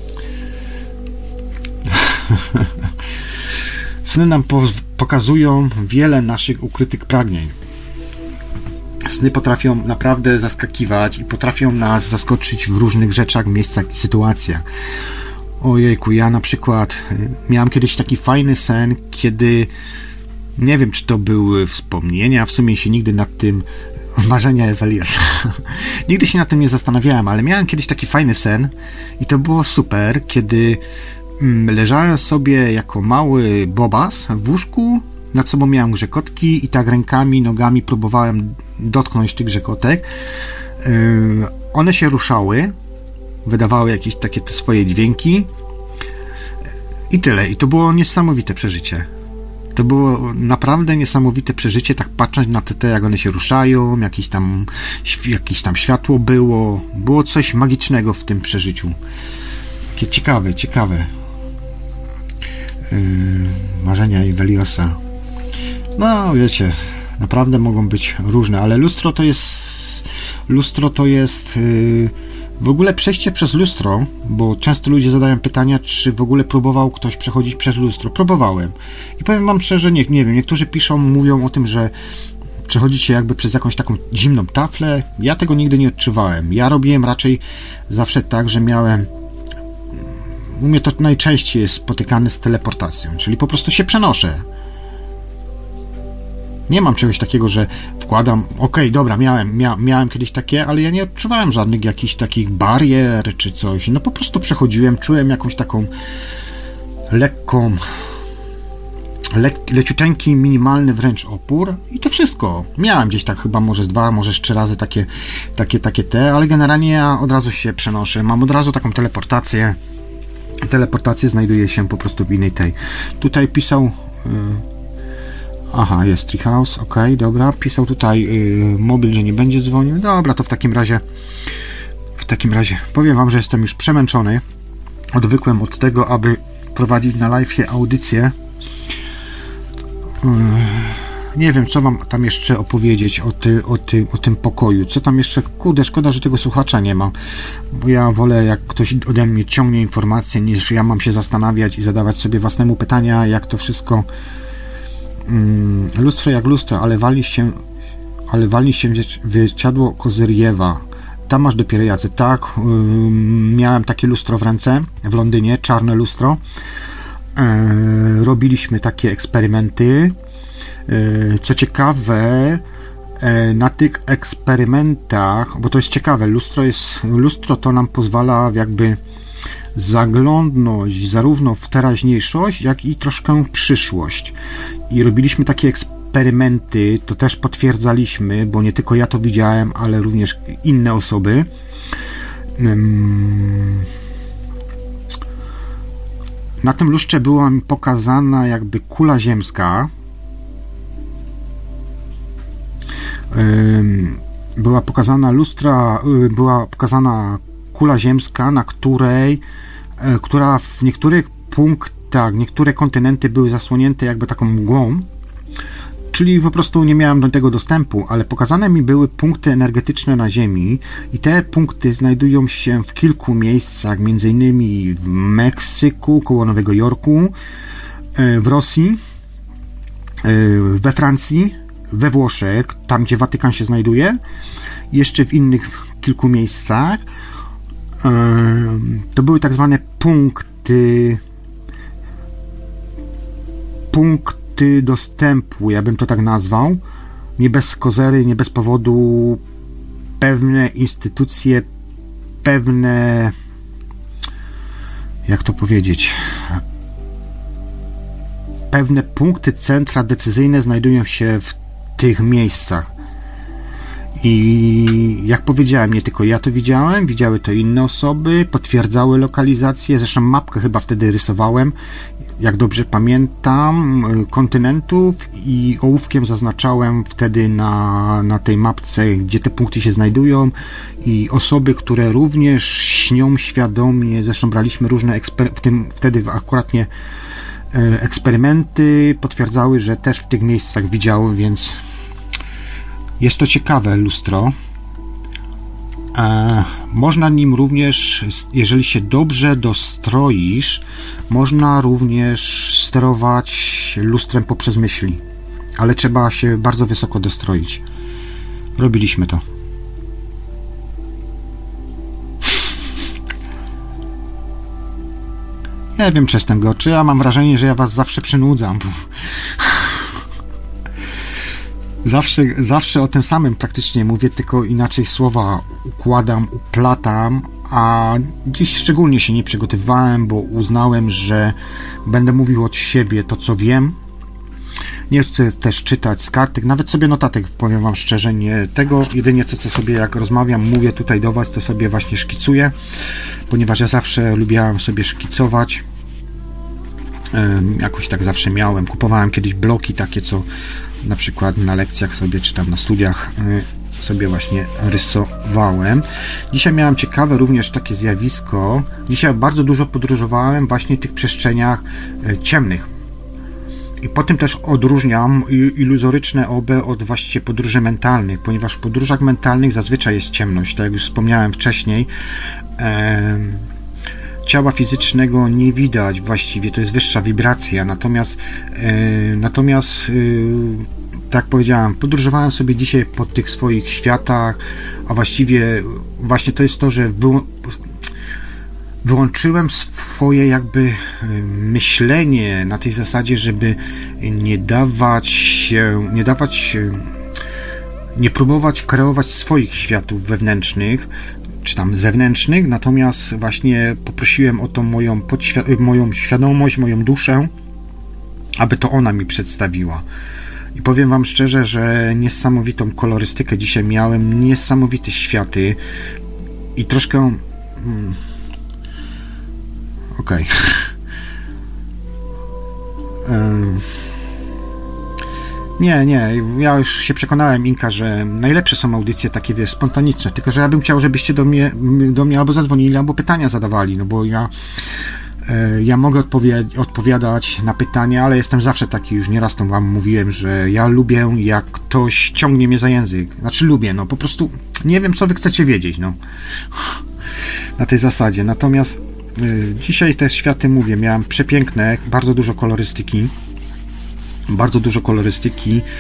Sny nam po- pokazują wiele naszych ukrytych pragnień. Sny potrafią naprawdę zaskakiwać i potrafią nas zaskoczyć w różnych rzeczach, miejscach i sytuacjach. Ojejku, ja na przykład miałem kiedyś taki fajny sen, kiedy nie wiem, czy to były wspomnienia, w sumie się nigdy nad tym marzenia Eveliosa. Nigdy się nad tym nie zastanawiałem, ale miałem kiedyś taki fajny sen i to było super, kiedy leżałem sobie jako mały bobas w łóżku, nad sobą miałem grzechotki i tak rękami, nogami próbowałem dotknąć tych grzechotek. Yy, one się ruszały, wydawały jakieś takie te swoje dźwięki i tyle. I to było niesamowite przeżycie. To było naprawdę niesamowite przeżycie, tak patrząc na te, te jak one się ruszają, jakieś tam, jakieś tam światło było. Było coś magicznego w tym przeżyciu. Takie ciekawe, ciekawe. Yy, marzenia Eveliosa. No, wiecie, naprawdę mogą być różne, ale lustro to jest lustro to jest yy, w ogóle przejście przez lustro, bo często ludzie zadają pytania, czy w ogóle próbował ktoś przechodzić przez lustro. Próbowałem. I powiem wam szczerze, nie, nie wiem, niektórzy piszą, mówią o tym, że przechodzi się jakby przez jakąś taką zimną taflę. Ja tego nigdy nie odczuwałem. Ja robiłem raczej zawsze tak, że miałem u mnie to najczęściej jest spotykane z teleportacją, czyli po prostu się przenoszę. Nie mam czegoś takiego, że wkładam, okej, okay, dobra, miałem, mia, miałem kiedyś takie, ale ja nie odczuwałem żadnych jakichś takich barier czy coś. No po prostu przechodziłem, czułem jakąś taką lekką, le, leciuteńki, minimalny wręcz opór i to wszystko. Miałem gdzieś tak chyba może dwa, może trzy razy takie, takie, takie te, ale generalnie ja od razu się przenoszę. Mam od razu taką teleportację. Teleportacja znajduje się po prostu w innej tej. Tutaj pisał... Yy, aha, jest Treehouse, ok, dobra. Pisał tutaj yy, mobil, że nie będzie dzwonił. Dobra, to w takim razie w takim razie powiem wam, że jestem już przemęczony. Odwykłem od tego, aby prowadzić na live'ie audycję. Yy, nie wiem, co wam tam jeszcze opowiedzieć o, ty, o, ty, o tym pokoju. Co tam jeszcze? Kurde, szkoda, że tego słuchacza nie ma. Bo ja wolę, jak ktoś ode mnie ciągnie informacje, niż ja mam się zastanawiać i zadawać sobie własnemu pytania, jak to wszystko mm, lustro jak lustro, ale wali się ale wali się zwierciadło Kozyriewa. Tam masz dopiero jacy. Tak, yy, miałem takie lustro w ręce w Londynie, czarne lustro. robiliśmy takie eksperymenty. Co ciekawe, na tych eksperymentach, bo to jest ciekawe, lustro jest, lustro to nam pozwala jakby zaglądnąć zarówno w teraźniejszość, jak i troszkę w przyszłość. I robiliśmy takie eksperymenty, to też potwierdzaliśmy, bo nie tylko ja to widziałem, ale również inne osoby. Na tym lustrze była mi pokazana jakby kula ziemska. Była pokazana lustra, była pokazana kula ziemska, na której, która w niektórych punktach, niektóre kontynenty były zasłonięte jakby taką mgłą, czyli po prostu nie miałem do tego dostępu, ale pokazane mi były punkty energetyczne na Ziemi i te punkty znajdują się w kilku miejscach, między innymi w Meksyku, koło Nowego Jorku, w Rosji, we Francji, we Włoszech, tam gdzie Watykan się znajduje, jeszcze w innych kilku miejscach. To były tak zwane punkty punkty dostępu, ja bym to tak nazwał, nie bez kozery, nie bez powodu. Pewne instytucje, pewne, jak to powiedzieć, pewne punkty, centra decyzyjne znajdują się w tych miejscach. I jak powiedziałem, nie tylko ja to widziałem, widziały to inne osoby, potwierdzały lokalizację, zresztą mapkę chyba wtedy rysowałem, jak dobrze pamiętam, kontynentów i ołówkiem zaznaczałem wtedy na, na tej mapce, gdzie te punkty się znajdują i osoby, które również śnią świadomie, zresztą braliśmy różne eksper- w tym wtedy akuratnie e, eksperymenty, potwierdzały, że też w tych miejscach widziały, więc jest to ciekawe lustro. E, można nim również, jeżeli się dobrze dostroisz, można również sterować lustrem poprzez myśli, ale trzeba się bardzo wysoko dostroić. Robiliśmy to. Nie wiem, czy jestem gorczy, a mam wrażenie, że ja was zawsze przynudzam. Zawsze, zawsze o tym samym praktycznie mówię, tylko inaczej słowa układam, uplatam, a dziś szczególnie się nie przygotowywałem, bo uznałem, że będę mówił od siebie to, co wiem. Nie chcę też czytać z kartek, nawet sobie notatek, powiem wam szczerze, nie tego, jedynie co, co sobie jak rozmawiam, mówię tutaj do was, to sobie właśnie szkicuję, ponieważ ja zawsze lubiałem sobie szkicować. Jakoś tak zawsze miałem. Kupowałem kiedyś bloki takie, co na przykład na lekcjach sobie, czy tam na studiach sobie właśnie rysowałem. Dzisiaj miałem ciekawe również takie zjawisko. Dzisiaj bardzo dużo podróżowałem właśnie w tych przestrzeniach ciemnych. I po tym też odróżniam iluzoryczne oby od właściwie podróży mentalnych, ponieważ w podróżach mentalnych zazwyczaj jest ciemność. Tak jak już wspomniałem wcześniej, e, ciała fizycznego nie widać właściwie, to jest wyższa wibracja, natomiast e, natomiast e, tak jak powiedziałem, podróżowałem sobie dzisiaj po tych swoich światach, a właściwie właśnie to jest to, że wy, wyłączyłem swoje jakby myślenie na tej zasadzie, żeby nie dawać się, nie dawać, nie próbować kreować swoich światów wewnętrznych, czy tam zewnętrznych, natomiast właśnie poprosiłem o tą moją, podświ- moją świadomość, moją duszę, aby to ona mi przedstawiła. I powiem wam szczerze, że niesamowitą kolorystykę dzisiaj miałem, niesamowite światy i troszkę... Hmm, okej. Okay. Nie, nie, ja już się przekonałem, Inka, że najlepsze są audycje takie, wiesz, spontaniczne, tylko że ja bym chciał, żebyście do mnie, do mnie albo zadzwonili, albo pytania zadawali, no bo ja ja mogę odpowi- odpowiadać na pytania, ale jestem zawsze taki, już nieraz to wam mówiłem, że ja lubię, jak ktoś ciągnie mnie za język, znaczy lubię, no po prostu nie wiem, co wy chcecie wiedzieć, no na tej zasadzie, natomiast dzisiaj te światy, mówię, miałem przepiękne, bardzo dużo kolorystyki, bardzo dużo kolorystyki, yy,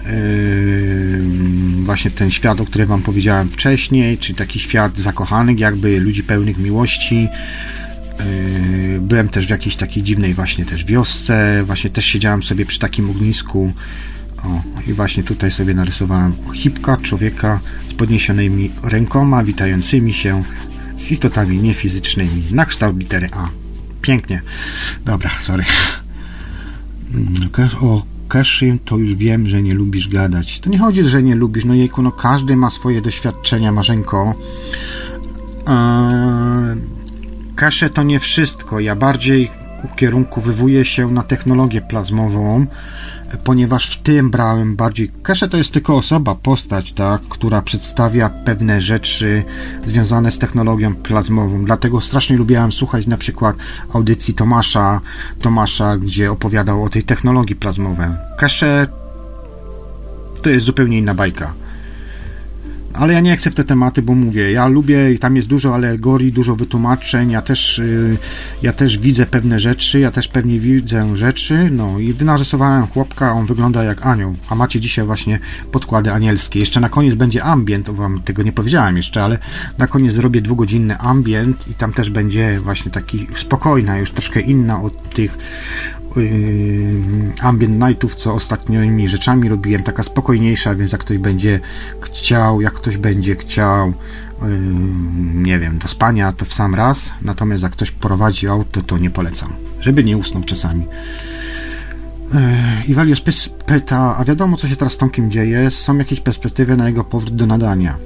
właśnie ten świat, o którym wam powiedziałem wcześniej, czy taki świat zakochanych, jakby ludzi pełnych miłości, yy, byłem też w jakiejś takiej dziwnej właśnie też wiosce, właśnie też siedziałem sobie przy takim ognisku. O, i właśnie tutaj sobie narysowałem hipka, człowieka z podniesionymi rękoma, witającymi się z istotami niefizycznymi, na kształt litery A. Pięknie. Dobra, sorry. O, Keszym, to już wiem, że nie lubisz gadać. To nie chodzi, że nie lubisz, no jejku, no każdy ma swoje doświadczenia, Marzenko. Eee, Kesze to nie wszystko. Ja bardziej ukierunkowywuję się na technologię plazmową, ponieważ w tym brałem bardziej... Kesze to jest tylko osoba, postać, tak, która przedstawia pewne rzeczy związane z technologią plazmową. Dlatego strasznie lubiałem słuchać na przykład audycji Tomasza, Tomasza, gdzie opowiadał o tej technologii plazmowej. Kesze to jest zupełnie inna bajka. Ale ja nie chcę w te tematy, bo mówię, ja lubię i tam jest dużo alegorii, dużo wytłumaczeń, ja też, yy, ja też widzę pewne rzeczy, ja też pewnie widzę rzeczy, no i narysowałem chłopka, on wygląda jak anioł, a macie dzisiaj właśnie podkłady anielskie. Jeszcze na koniec będzie ambient, wam tego nie powiedziałem jeszcze, ale na koniec zrobię dwugodzinny ambient i tam też będzie właśnie taki spokojna, już troszkę inna od tych ambient nightów, co ostatnimi rzeczami robiłem, taka spokojniejsza, więc jak ktoś będzie chciał, jak ktoś będzie chciał yy, nie wiem, do spania, to w sam raz, natomiast jak ktoś prowadzi auto, to nie polecam, żeby nie usnął czasami. Yy, Iwalios pyta, a wiadomo, co się teraz z Tomkiem dzieje? Są jakieś perspektywy na jego powrót do nadania?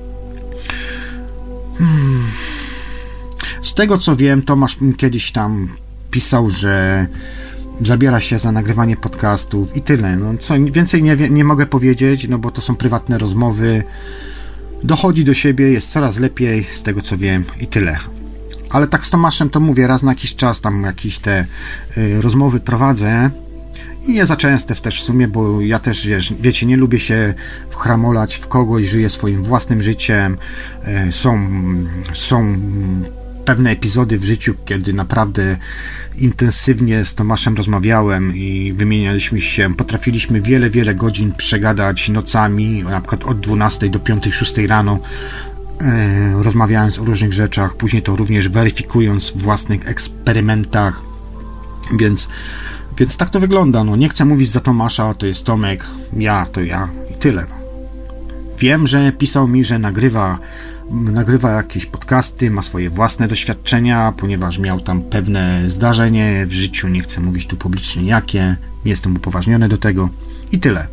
Hmm. Z tego, co wiem, Tomasz kiedyś tam pisał, że zabiera się za nagrywanie podcastów i tyle. No, co więcej nie, nie mogę powiedzieć, no bo to są prywatne rozmowy. Dochodzi do siebie, jest coraz lepiej, z tego co wiem i tyle. Ale tak z Tomaszem to mówię, raz na jakiś czas tam jakieś te y, rozmowy prowadzę i nie za częste też w sumie, bo ja też, wiesz, wiecie, nie lubię się wchramolać w kogoś, żyję swoim własnym życiem. Y, są, są pewne epizody w życiu, kiedy naprawdę intensywnie z Tomaszem rozmawiałem i wymienialiśmy się, potrafiliśmy wiele, wiele godzin przegadać nocami, na przykład od dwunastej do piątej, szóstej rano, e, rozmawiając o różnych rzeczach, później to również weryfikując w własnych eksperymentach, więc, więc tak to wygląda. No, nie chcę mówić za Tomasza, to jest Tomek, ja to ja i tyle. No. Wiem, że pisał mi, że nagrywa nagrywa jakieś podcasty, ma swoje własne doświadczenia, ponieważ miał tam pewne zdarzenie w życiu, nie chcę mówić tu publicznie jakie, nie jestem upoważniony do tego i tyle.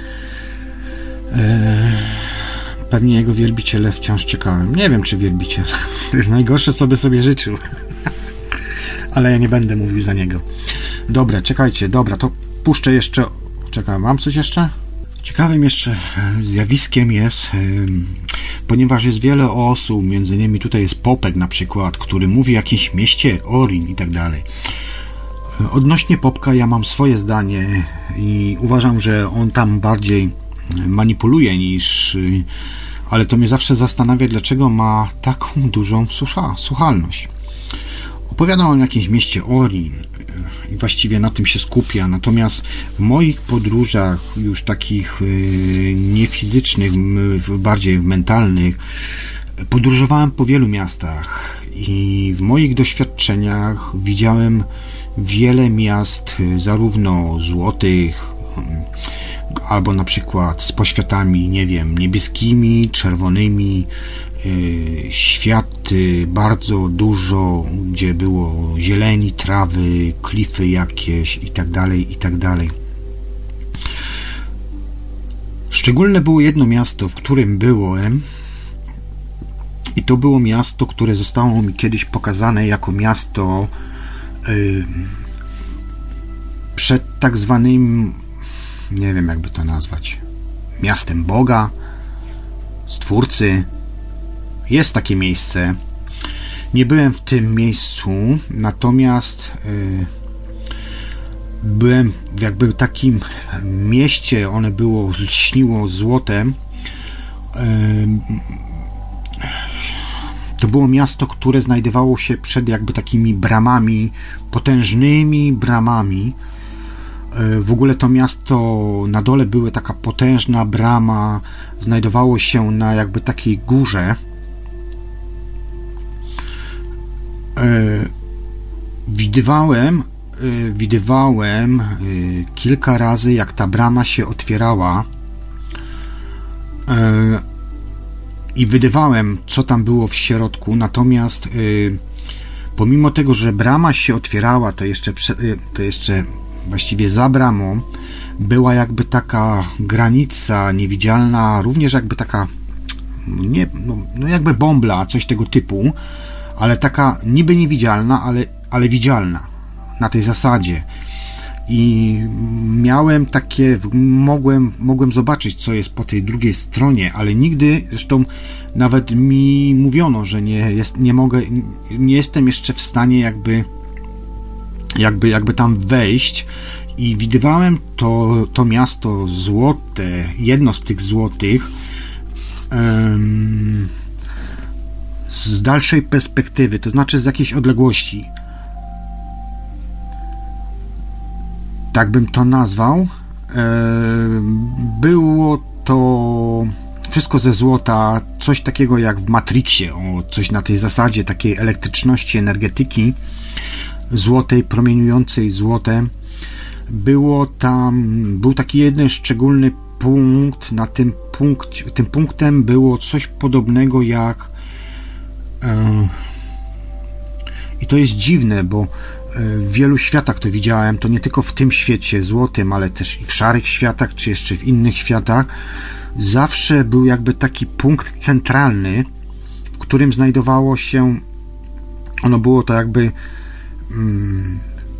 Eee, pewnie jego wielbiciele wciąż czekałem. Nie wiem, czy wielbiciel. To jest najgorsze, co by sobie życzył. Ale ja nie będę mówił za niego. Dobra, czekajcie, dobra, to puszczę jeszcze... Czekaj, mam coś jeszcze? Ciekawym jeszcze zjawiskiem jest... Yy, ponieważ jest wiele osób, między innymi tutaj jest Popek na przykład, który mówi o jakimś mieście Orin i tak dalej. Odnośnie Popka ja mam swoje zdanie i uważam, że on tam bardziej manipuluje niż... ale to mnie zawsze zastanawia, dlaczego ma taką dużą słucha, słuchalność. Opowiada on o jakimś mieście Orin i właściwie na tym się skupia, natomiast w moich podróżach już takich yy, niefizycznych, bardziej mentalnych, podróżowałem po wielu miastach i w moich doświadczeniach widziałem wiele miast, zarówno złotych, albo na przykład z poświatami, nie wiem, niebieskimi, czerwonymi, światy bardzo dużo, gdzie było zieleni, trawy, klify jakieś i tak dalej, i tak dalej. Szczególne było jedno miasto, w którym byłem i to było miasto, które zostało mi kiedyś pokazane jako miasto yy, przed tak zwanym, nie wiem jakby to nazwać, miastem Boga, Stwórcy. Jest takie miejsce. Nie byłem w tym miejscu, natomiast yy, byłem w jakby takim mieście, one było, lśniło złotem. Yy, to było miasto, które znajdowało się przed jakby takimi bramami, potężnymi bramami. Yy, w ogóle to miasto, na dole była taka potężna brama, znajdowało się na jakby takiej górze. widywałem, yy, widywałem yy, kilka razy, jak ta brama się otwierała, yy, i wydywałem, co tam było w środku, natomiast yy, pomimo tego, że brama się otwierała, to jeszcze, yy, to jeszcze właściwie za bramą była jakby taka granica niewidzialna, również jakby taka, nie, no, no jakby bąbla, coś tego typu, ale taka niby niewidzialna, ale, ale widzialna, na tej zasadzie. I miałem takie, mogłem, mogłem zobaczyć, co jest po tej drugiej stronie, ale nigdy, zresztą nawet mi mówiono, że nie, jest, nie mogę, nie jestem jeszcze w stanie jakby, jakby, jakby tam wejść, i widywałem to, to miasto złote, jedno z tych złotych, um, z dalszej perspektywy, to znaczy z jakiejś odległości. Tak bym to nazwał. Było to wszystko ze złota, coś takiego jak w Matrixie, o, coś na tej zasadzie takiej elektryczności, energetyki złotej, promieniującej złotem. Było tam, był taki jeden szczególny punkt, na tym punkcie, tym punktem było coś podobnego jak e, i to jest dziwne, bo w wielu światach to widziałem, to nie tylko w tym świecie złotym, ale też i w szarych światach, czy jeszcze w innych światach, zawsze był jakby taki punkt centralny, w którym znajdowało się, ono było to jakby mm,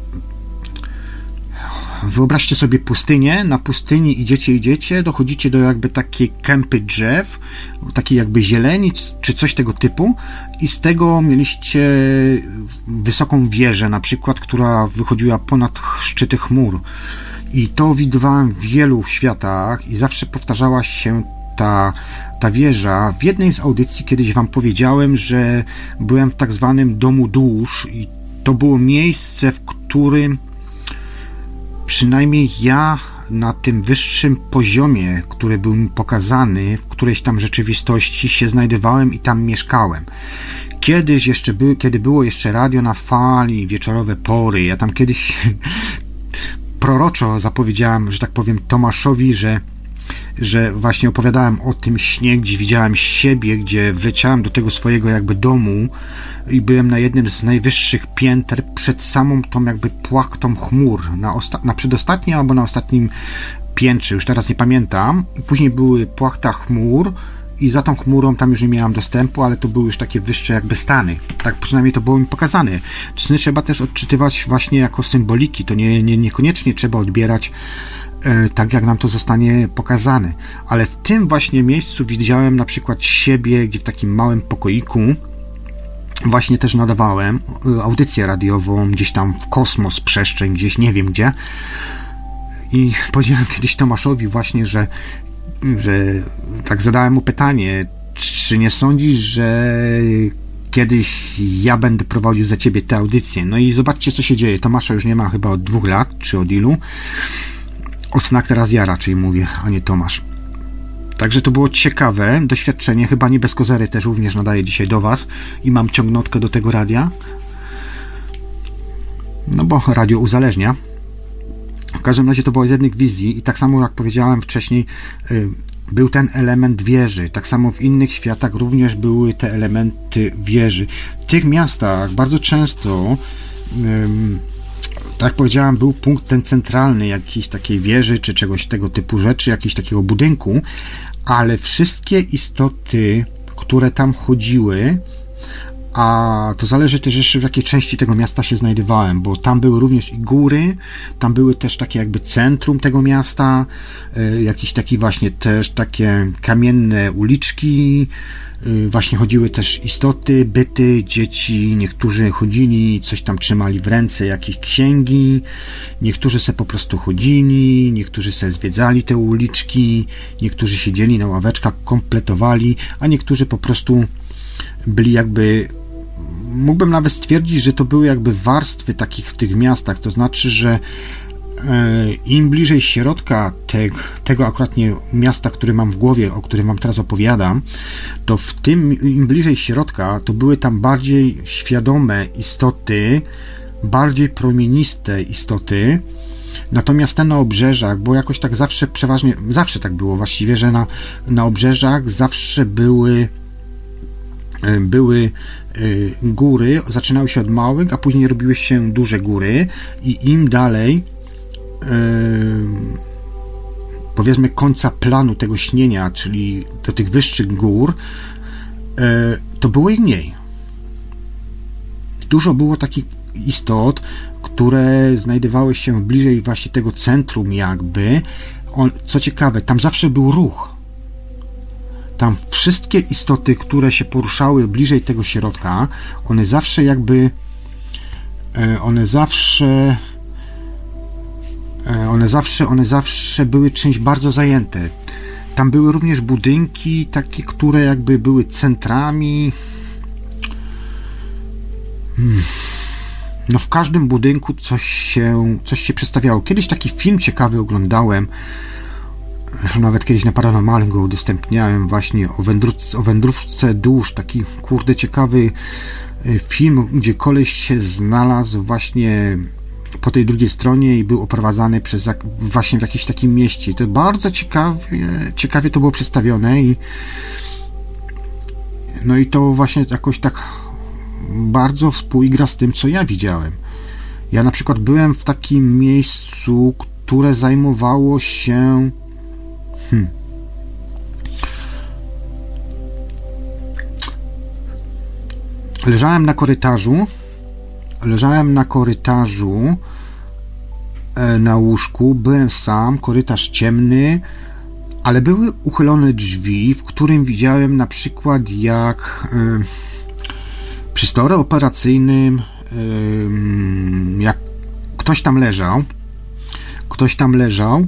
wyobraźcie sobie pustynię, na pustyni idziecie, idziecie, dochodzicie do jakby takiej kępy drzew, takiej jakby zieleni, czy coś tego typu, i z tego mieliście wysoką wieżę, na przykład, która wychodziła ponad szczyty chmur. I to widywałem w wielu światach i zawsze powtarzała się ta, ta wieża. W jednej z audycji kiedyś wam powiedziałem, że byłem w tak zwanym domu dusz i to było miejsce, w którym przynajmniej ja na tym wyższym poziomie, który był mi pokazany, w którejś tam rzeczywistości się znajdowałem i tam mieszkałem. Kiedyś jeszcze był, kiedy było jeszcze radio na fali, wieczorowe pory, ja tam kiedyś proroczo zapowiedziałem, że tak powiem, Tomaszowi, że że właśnie opowiadałem o tym śnie, gdzie widziałem siebie, gdzie wleciałem do tego swojego jakby domu i byłem na jednym z najwyższych pięter przed samą tą jakby płachtą chmur, na, osta- na przedostatnim albo na ostatnim piętrze, już teraz nie pamiętam. I później były płachta chmur i za tą chmurą tam już nie miałem dostępu, ale to były już takie wyższe jakby stany. Tak przynajmniej to było mi pokazane. Sny trzeba też odczytywać właśnie jako symboliki, to nie, nie, niekoniecznie trzeba odbierać tak jak nam to zostanie pokazane, ale w tym właśnie miejscu widziałem na przykład siebie, gdzie w takim małym pokoiku właśnie też nadawałem audycję radiową gdzieś tam w kosmos, przestrzeń, gdzieś nie wiem gdzie, i powiedziałem kiedyś Tomaszowi właśnie, że, że tak zadałem mu pytanie, czy nie sądzisz, że kiedyś ja będę prowadził za ciebie tę audycję. No i zobaczcie, co się dzieje. Tomasza już nie ma chyba od dwóch lat, czy od ilu. Osnak teraz ja raczej mówię, a nie Tomasz. Także to było ciekawe doświadczenie, chyba nie bez kozery też również nadaję dzisiaj do was i mam ciągnotkę do tego radia, no bo radio uzależnia. W każdym razie to było z jednych wizji i tak samo jak powiedziałem wcześniej, yy, był ten element wieży, tak samo w innych światach również były te elementy wieży. W tych miastach bardzo często yy, tak jak powiedziałem, był punkt ten centralny jakiejś takiej wieży, czy czegoś tego typu rzeczy, jakiegoś takiego budynku, ale wszystkie istoty, które tam chodziły, a to zależy też jeszcze w jakiej części tego miasta się znajdowałem, bo tam były również i góry, tam były też takie jakby centrum tego miasta, y, jakieś takie właśnie też takie kamienne uliczki, y, właśnie chodziły też istoty, byty, dzieci, niektórzy chodzili, coś tam trzymali w ręce, jakieś księgi, niektórzy se po prostu chodzili, niektórzy se zwiedzali te uliczki, niektórzy siedzieli na ławeczkach, kompletowali, a niektórzy po prostu byli jakby, mógłbym nawet stwierdzić, że to były jakby warstwy takich w tych miastach, to znaczy, że e, im bliżej środka te, tego akurat nie miasta, który mam w głowie, o którym wam teraz opowiadam, to w tym, im bliżej środka, to były tam bardziej świadome istoty, bardziej promieniste istoty. Natomiast te na obrzeżach, bo jakoś tak zawsze, przeważnie, zawsze tak było właściwie, że na, na obrzeżach zawsze były były góry, zaczynały się od małych, a później robiły się duże góry i im dalej powiedzmy końca planu tego śnienia, czyli do tych wyższych gór, to było ich mniej. Dużo było takich istot, które znajdowały się bliżej właśnie tego centrum jakby. On, co ciekawe, tam zawsze był ruch. Tam wszystkie istoty, które się poruszały bliżej tego środka, one zawsze jakby one zawsze one zawsze one zawsze były czymś bardzo zajęte. Tam były również budynki takie, które jakby były centrami. Hmm. No w każdym budynku coś się, coś się przedstawiało. Kiedyś taki film ciekawy oglądałem, nawet kiedyś na Paranormalnym go udostępniałem, właśnie o wędrówce, o wędrówce dusz, taki kurde ciekawy film, gdzie koleś się znalazł właśnie po tej drugiej stronie i był oprowadzany przez właśnie w jakimś takim mieście. To bardzo ciekawie, ciekawie to było przedstawione i no i to właśnie jakoś tak bardzo współgra z tym, co ja widziałem. Ja na przykład byłem w takim miejscu, które zajmowało się hmm, leżałem na korytarzu leżałem na korytarzu e, na łóżku, byłem sam, korytarz ciemny, ale były uchylone drzwi, w którym widziałem na przykład jak e, przy stole operacyjnym jak ktoś tam leżał, ktoś tam leżał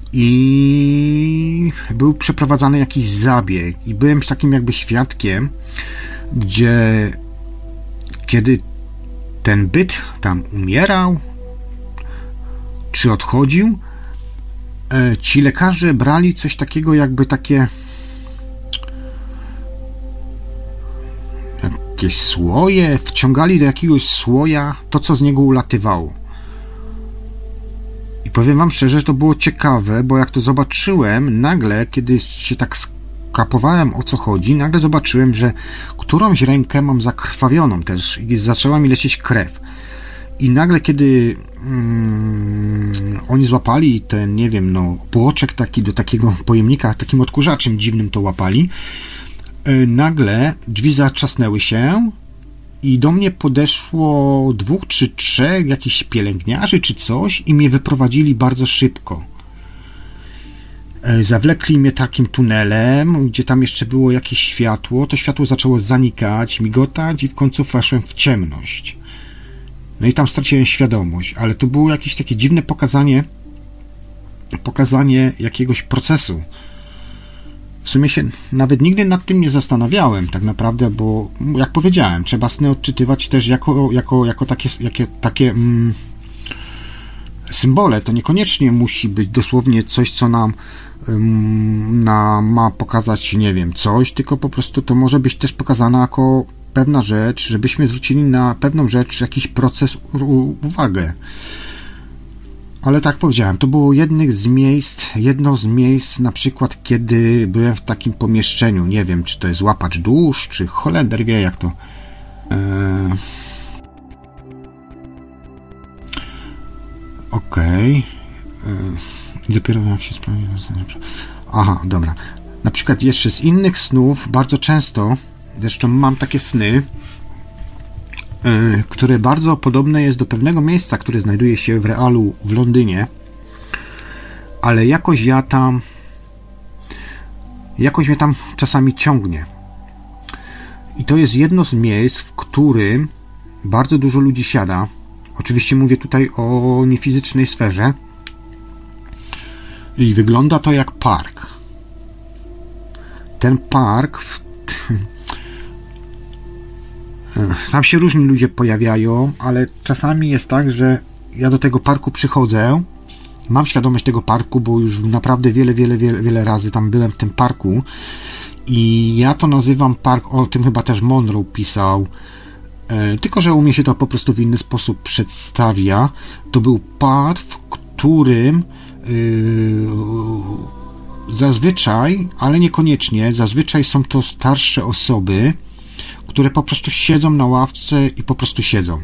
i był przeprowadzany jakiś zabieg i byłem takim jakby świadkiem, gdzie kiedy ten byt tam umierał czy odchodził, ci lekarze brali coś takiego jakby takie jakieś słoje, wciągali do jakiegoś słoja to, co z niego ulatywało. I powiem wam szczerze, że to było ciekawe, bo jak to zobaczyłem, nagle, kiedy się tak skapowałem, o co chodzi, nagle zobaczyłem, że którąś rękę mam zakrwawioną też i zaczęła mi lecieć krew. I nagle, kiedy mm, oni złapali ten, nie wiem, no, płoczek taki do takiego pojemnika, takim odkurzaczem dziwnym to łapali, nagle drzwi zatrzasnęły się i do mnie podeszło dwóch czy trzech jakichś pielęgniarzy czy coś i mnie wyprowadzili bardzo szybko. Zawlekli mnie takim tunelem, gdzie tam jeszcze było jakieś światło. To światło zaczęło zanikać, migotać i w końcu weszłem w ciemność. No i tam straciłem świadomość, ale to było jakieś takie dziwne pokazanie pokazanie jakiegoś procesu. W sumie się nawet nigdy nad tym nie zastanawiałem tak naprawdę, bo jak powiedziałem, trzeba sny odczytywać też jako, jako, jako takie, jakie, takie mm, symbole. To niekoniecznie musi być dosłownie coś, co nam, mm, nam ma pokazać, nie wiem, coś, tylko po prostu to może być też pokazane jako pewna rzecz, żebyśmy zwrócili na pewną rzecz, jakiś proces u, uwagę. Ale tak powiedziałem, to było jednych z miejsc, jedno z miejsc, na przykład kiedy byłem w takim pomieszczeniu, nie wiem, czy to jest łapacz dusz, czy Holender wie, jak to. Eee... Okej. Okay. Eee... Dopiero jak się sprawdzi. Aha, dobra. Na przykład jeszcze z innych snów, bardzo często, zresztą mam takie sny, które bardzo podobne jest do pewnego miejsca, które znajduje się w realu w Londynie, ale jakoś ja tam jakoś mnie tam czasami ciągnie. I to jest jedno z miejsc, w którym bardzo dużo ludzi siada. Oczywiście mówię tutaj o niefizycznej sferze i wygląda to jak park. Ten park w Tam się różni ludzie pojawiają, ale czasami jest tak, że ja do tego parku przychodzę, mam świadomość tego parku, bo już naprawdę wiele, wiele, wiele, wiele razy tam byłem w tym parku i ja to nazywam park, o tym chyba też Monroe pisał, e, tylko że u mnie się to po prostu w inny sposób przedstawia. To był par, w którym yy, zazwyczaj, ale niekoniecznie, zazwyczaj są to starsze osoby, które po prostu siedzą na ławce i po prostu siedzą.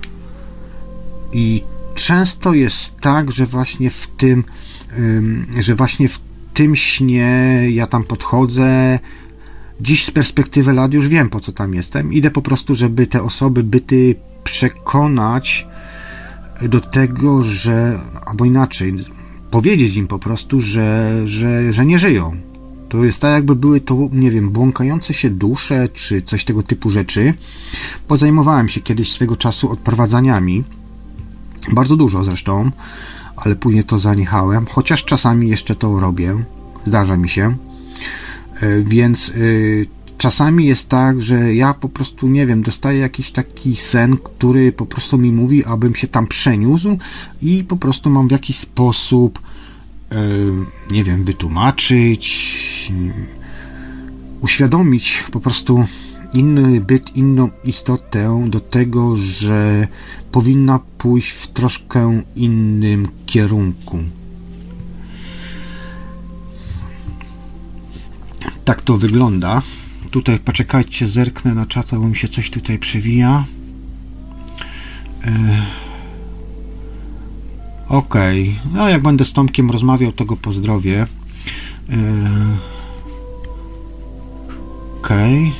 I często jest tak, że właśnie w tym, yy, że właśnie w tym śnie ja tam podchodzę. Dziś z perspektywy lat już wiem, po co tam jestem. Idę po prostu, żeby te osoby, byty przekonać do tego, że, albo inaczej, powiedzieć im po prostu, że, że, że nie żyją. To jest tak, jakby były to, nie wiem, błąkające się dusze, czy coś tego typu rzeczy. Pozajmowałem się kiedyś swego czasu odprowadzaniami. Bardzo dużo zresztą, ale później to zaniechałem, chociaż czasami jeszcze to robię. Zdarza mi się. Więc y, czasami jest tak, że ja po prostu, nie wiem, dostaję jakiś taki sen, który po prostu mi mówi, abym się tam przeniósł i po prostu mam w jakiś sposób, y, nie wiem, wytłumaczyć, y, uświadomić po prostu inny byt, inną istotę do tego, że powinna pójść w troszkę innym kierunku. Tak to wygląda. Tutaj poczekajcie, zerknę na czata, bo mi się coś tutaj przewija. Yy. Okej. Okay. No jak będę z Tomkiem rozmawiał, to go pozdrowię. Yy. Okej. Okay.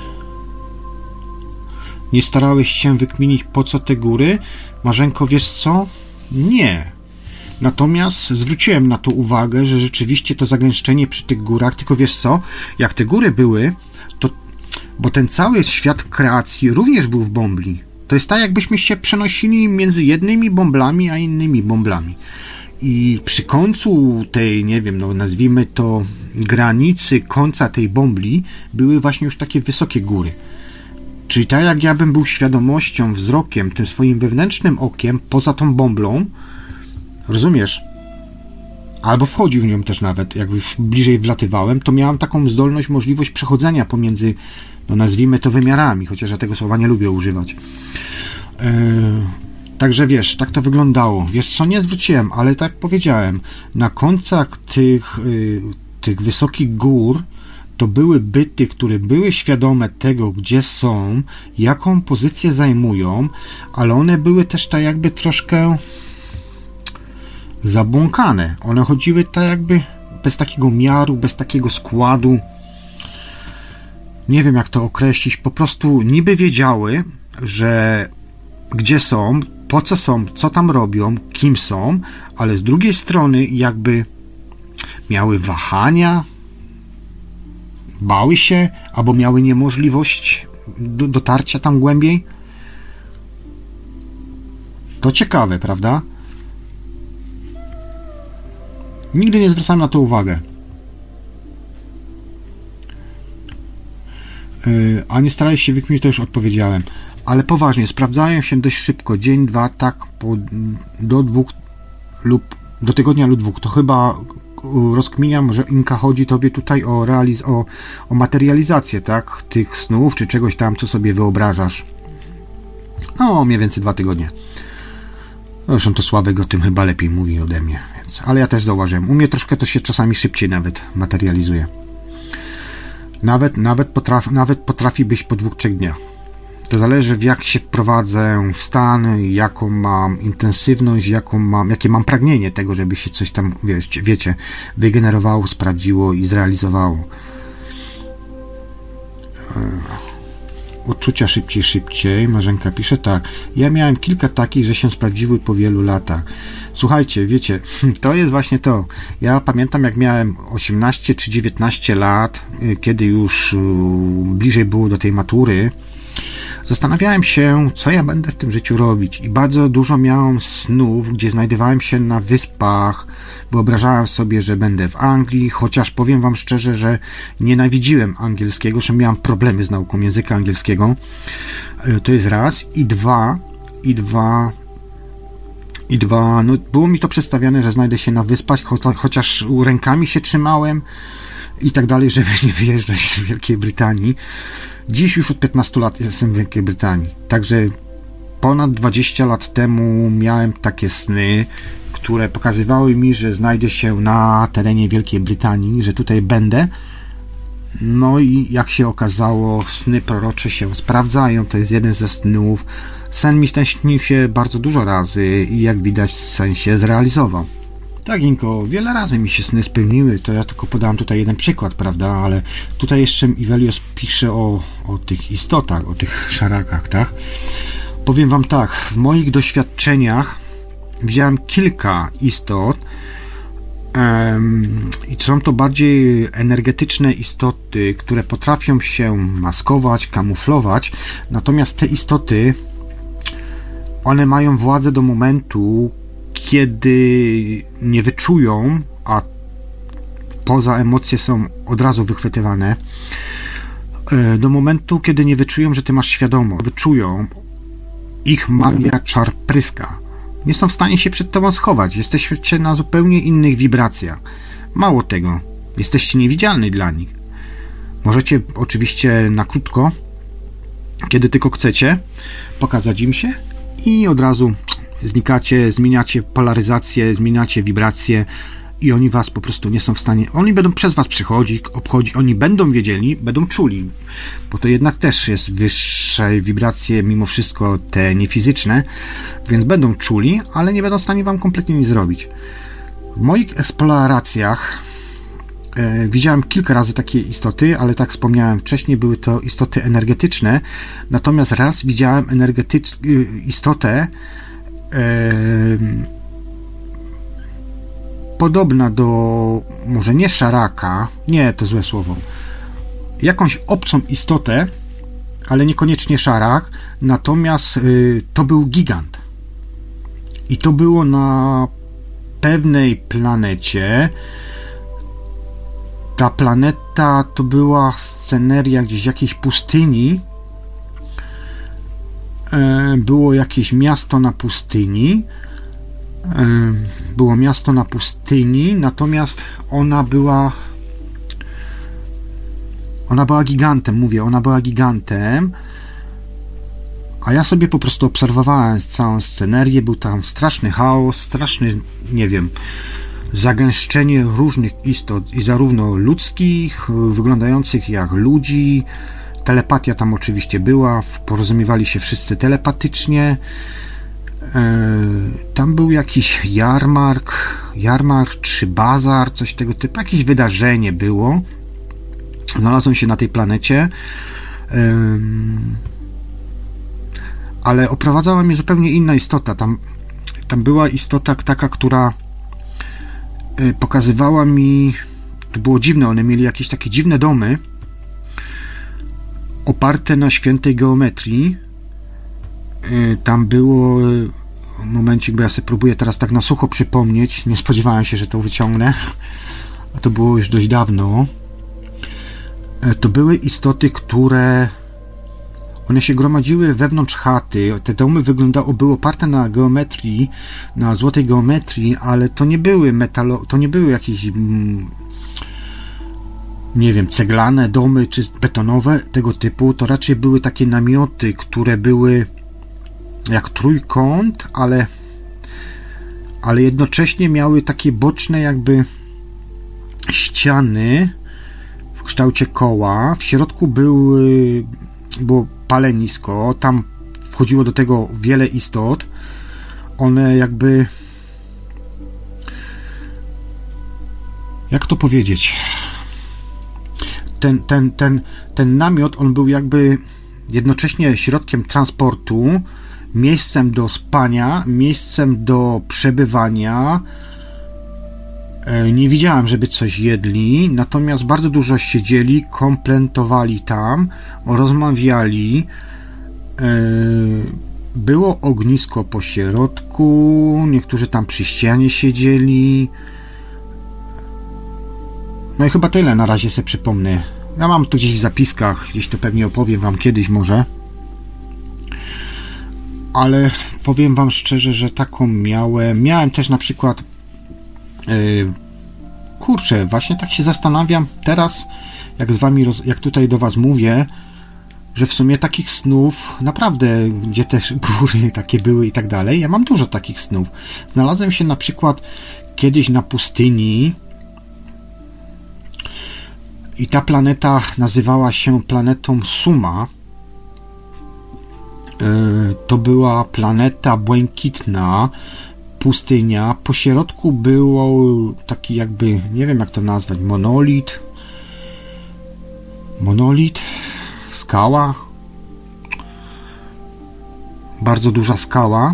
Nie starałeś się wykminić, po co te góry? Marzenko, wiesz co? Nie. Natomiast zwróciłem na to uwagę, że rzeczywiście to zagęszczenie przy tych górach, tylko wiesz co, jak te góry były, to, bo ten cały świat kreacji również był w bąbli. To jest tak, jakbyśmy się przenosili między jednymi bąblami, a innymi bąblami. I przy końcu tej, nie wiem, no nazwijmy to granicy końca tej bąbli, były właśnie już takie wysokie góry. Czyli tak, jak ja bym był świadomością, wzrokiem, tym swoim wewnętrznym okiem, poza tą bąblą, rozumiesz? Albo wchodził w nią też nawet, jak już bliżej wlatywałem, to miałem taką zdolność, możliwość przechodzenia pomiędzy, no nazwijmy to, wymiarami, chociaż ja tego słowa nie lubię używać. Yy, także wiesz, tak to wyglądało. Wiesz co, nie zwróciłem, ale tak powiedziałem, na końcach tych, yy, tych wysokich gór to były byty, które były świadome tego, gdzie są, jaką pozycję zajmują, ale one były też tak jakby troszkę zabłąkane. One chodziły tak jakby bez takiego miaru, bez takiego składu. Nie wiem, jak to określić. Po prostu niby wiedziały, że gdzie są, po co są, co tam robią, kim są, ale z drugiej strony jakby miały wahania, bały się, albo miały niemożliwość do, dotarcia tam głębiej. To ciekawe, prawda? Nigdy nie zwracałem na to uwagę. Yy, a nie starałeś się wykminić, to już odpowiedziałem. Ale poważnie, sprawdzają się dość szybko. Dzień, dwa, tak po, do dwóch lub do tygodnia lub dwóch. To chyba rozkminiam, że Inka, chodzi tobie tutaj o, realiz- o, o materializację, tak? Tych snów, czy czegoś tam, co sobie wyobrażasz. No, mniej więcej dwa tygodnie. Zresztą to Sławek o tym chyba lepiej mówi ode mnie, więc. Ale ja też zauważyłem. U mnie troszkę to się czasami szybciej nawet materializuje. Nawet, nawet, potrafi, nawet potrafi być po dwóch, trzech dniach. To zależy, w jak się wprowadzę w stan, jaką mam intensywność, jaką mam, jakie mam pragnienie tego, żeby się coś tam, wiecie, wiecie wygenerowało, sprawdziło i zrealizowało. Odczucia szybciej, szybciej. Marzenka pisze tak. Ja miałem kilka takich, że się sprawdziły po wielu latach. Słuchajcie, wiecie, to jest właśnie to. Ja pamiętam, jak miałem osiemnaście czy dziewiętnaście lat, kiedy już bliżej było do tej matury, zastanawiałem się, co ja będę w tym życiu robić, i bardzo dużo miałem snów, gdzie znajdowałem się na wyspach. Wyobrażałem sobie, że będę w Anglii, chociaż powiem wam szczerze, że nienawidziłem angielskiego, że miałem problemy z nauką języka angielskiego. To jest raz. I dwa, i dwa, i dwa, no było mi to przedstawiane, że znajdę się na wyspach, cho- chociaż rękami się trzymałem, i tak dalej, żeby nie wyjeżdżać z Wielkiej Brytanii. Dziś już od piętnastu lat jestem w Wielkiej Brytanii, także ponad dwadzieścia lat temu miałem takie sny, które pokazywały mi, że znajdę się na terenie Wielkiej Brytanii, że tutaj będę. No i jak się okazało, sny prorocze się sprawdzają, to jest jeden ze snów. Sen mi ten śnił się bardzo dużo razy i jak widać sen się zrealizował. Tak, Inko, wiele razy mi się sny spełniły, to ja tylko podałem tutaj jeden przykład, prawda, ale tutaj jeszcze Ivelios pisze o, o tych istotach, o tych szarakach, tak? Powiem wam tak, w moich doświadczeniach widziałem kilka istot um, i są to bardziej energetyczne istoty, które potrafią się maskować, kamuflować, natomiast te istoty, one mają władzę do momentu, kiedy nie wyczują, a poza emocje są od razu wychwytywane, do momentu, kiedy nie wyczują, że ty masz świadomość, wyczują, ich magia czar pryska. Nie są w stanie się przed tobą schować. Jesteście na zupełnie innych wibracjach. Mało tego, jesteście niewidzialni dla nich. Możecie oczywiście na krótko, kiedy tylko chcecie, pokazać im się i od razu znikacie, zmieniacie polaryzację, zmieniacie wibracje i oni was po prostu nie są w stanie, oni będą przez was przychodzić, obchodzić, oni będą wiedzieli, będą czuli, bo to jednak też jest wyższe wibracje, mimo wszystko te niefizyczne, więc będą czuli, ale nie będą w stanie wam kompletnie nic zrobić. W moich eksploracjach e, widziałem kilka razy takie istoty, ale tak wspomniałem wcześniej, były to istoty energetyczne, natomiast raz widziałem energetycz, istotę e, podobna do, może nie szaraka, nie, to złe słowo, jakąś obcą istotę, ale niekoniecznie szarak, natomiast y, to był gigant. I to było na pewnej planecie. Ta planeta to była sceneria gdzieś jakiejś pustyni. Y, było jakieś miasto na pustyni. Było miasto na pustyni, natomiast ona była ona była gigantem, mówię, ona była gigantem, a ja sobie po prostu obserwowałem całą scenerię, był tam straszny chaos, straszny, nie wiem, zagęszczenie różnych istot, i zarówno ludzkich, wyglądających jak ludzi, telepatia tam oczywiście była, porozumiewali się wszyscy telepatycznie. Tam był jakiś jarmark, jarmark czy bazar, coś tego typu, jakieś wydarzenie było. Znalazłem się na tej planecie, ale oprowadzała mnie zupełnie inna istota. Tam, tam była istota taka, która pokazywała mi, to było dziwne, one mieli jakieś takie dziwne domy oparte na świętej geometrii. Tam było, momencik, bo ja sobie próbuję teraz tak na sucho przypomnieć, nie spodziewałem się, że to wyciągnę, a to było już dość dawno. To były istoty, które one się gromadziły wewnątrz chaty, te domy wyglądały, były oparte na geometrii, na złotej geometrii, ale to nie były metalo, to nie były jakieś nie wiem, ceglane domy czy betonowe tego typu, to raczej były takie namioty, które były jak trójkąt, ale ale jednocześnie miały takie boczne jakby ściany w kształcie koła. W środku był, było palenisko, tam wchodziło do tego wiele istot. One jakby, jak to powiedzieć, ten, ten, ten, ten namiot, on był jakby jednocześnie środkiem transportu, miejscem do spania, miejscem do przebywania. Nie widziałem, żeby coś jedli, natomiast bardzo dużo siedzieli, kompletowali tam, rozmawiali. Było ognisko po środku, niektórzy tam przy ścianie siedzieli. No i chyba tyle na razie sobie przypomnę. Ja mam to gdzieś w zapiskach, gdzieś to pewnie opowiem wam kiedyś może. Ale powiem wam szczerze, że taką miałem. Miałem też na przykład yy, kurczę, właśnie tak się zastanawiam teraz, jak z wami, roz, jak tutaj do was mówię, że w sumie takich snów, naprawdę, gdzie też góry takie były i tak dalej, ja mam dużo takich snów. Znalazłem się na przykład kiedyś na pustyni i ta planeta nazywała się planetą Suma. To była planeta błękitna, pustynia. Po środku było taki jakby, nie wiem jak to nazwać, monolit. Monolit, skała. Bardzo duża skała.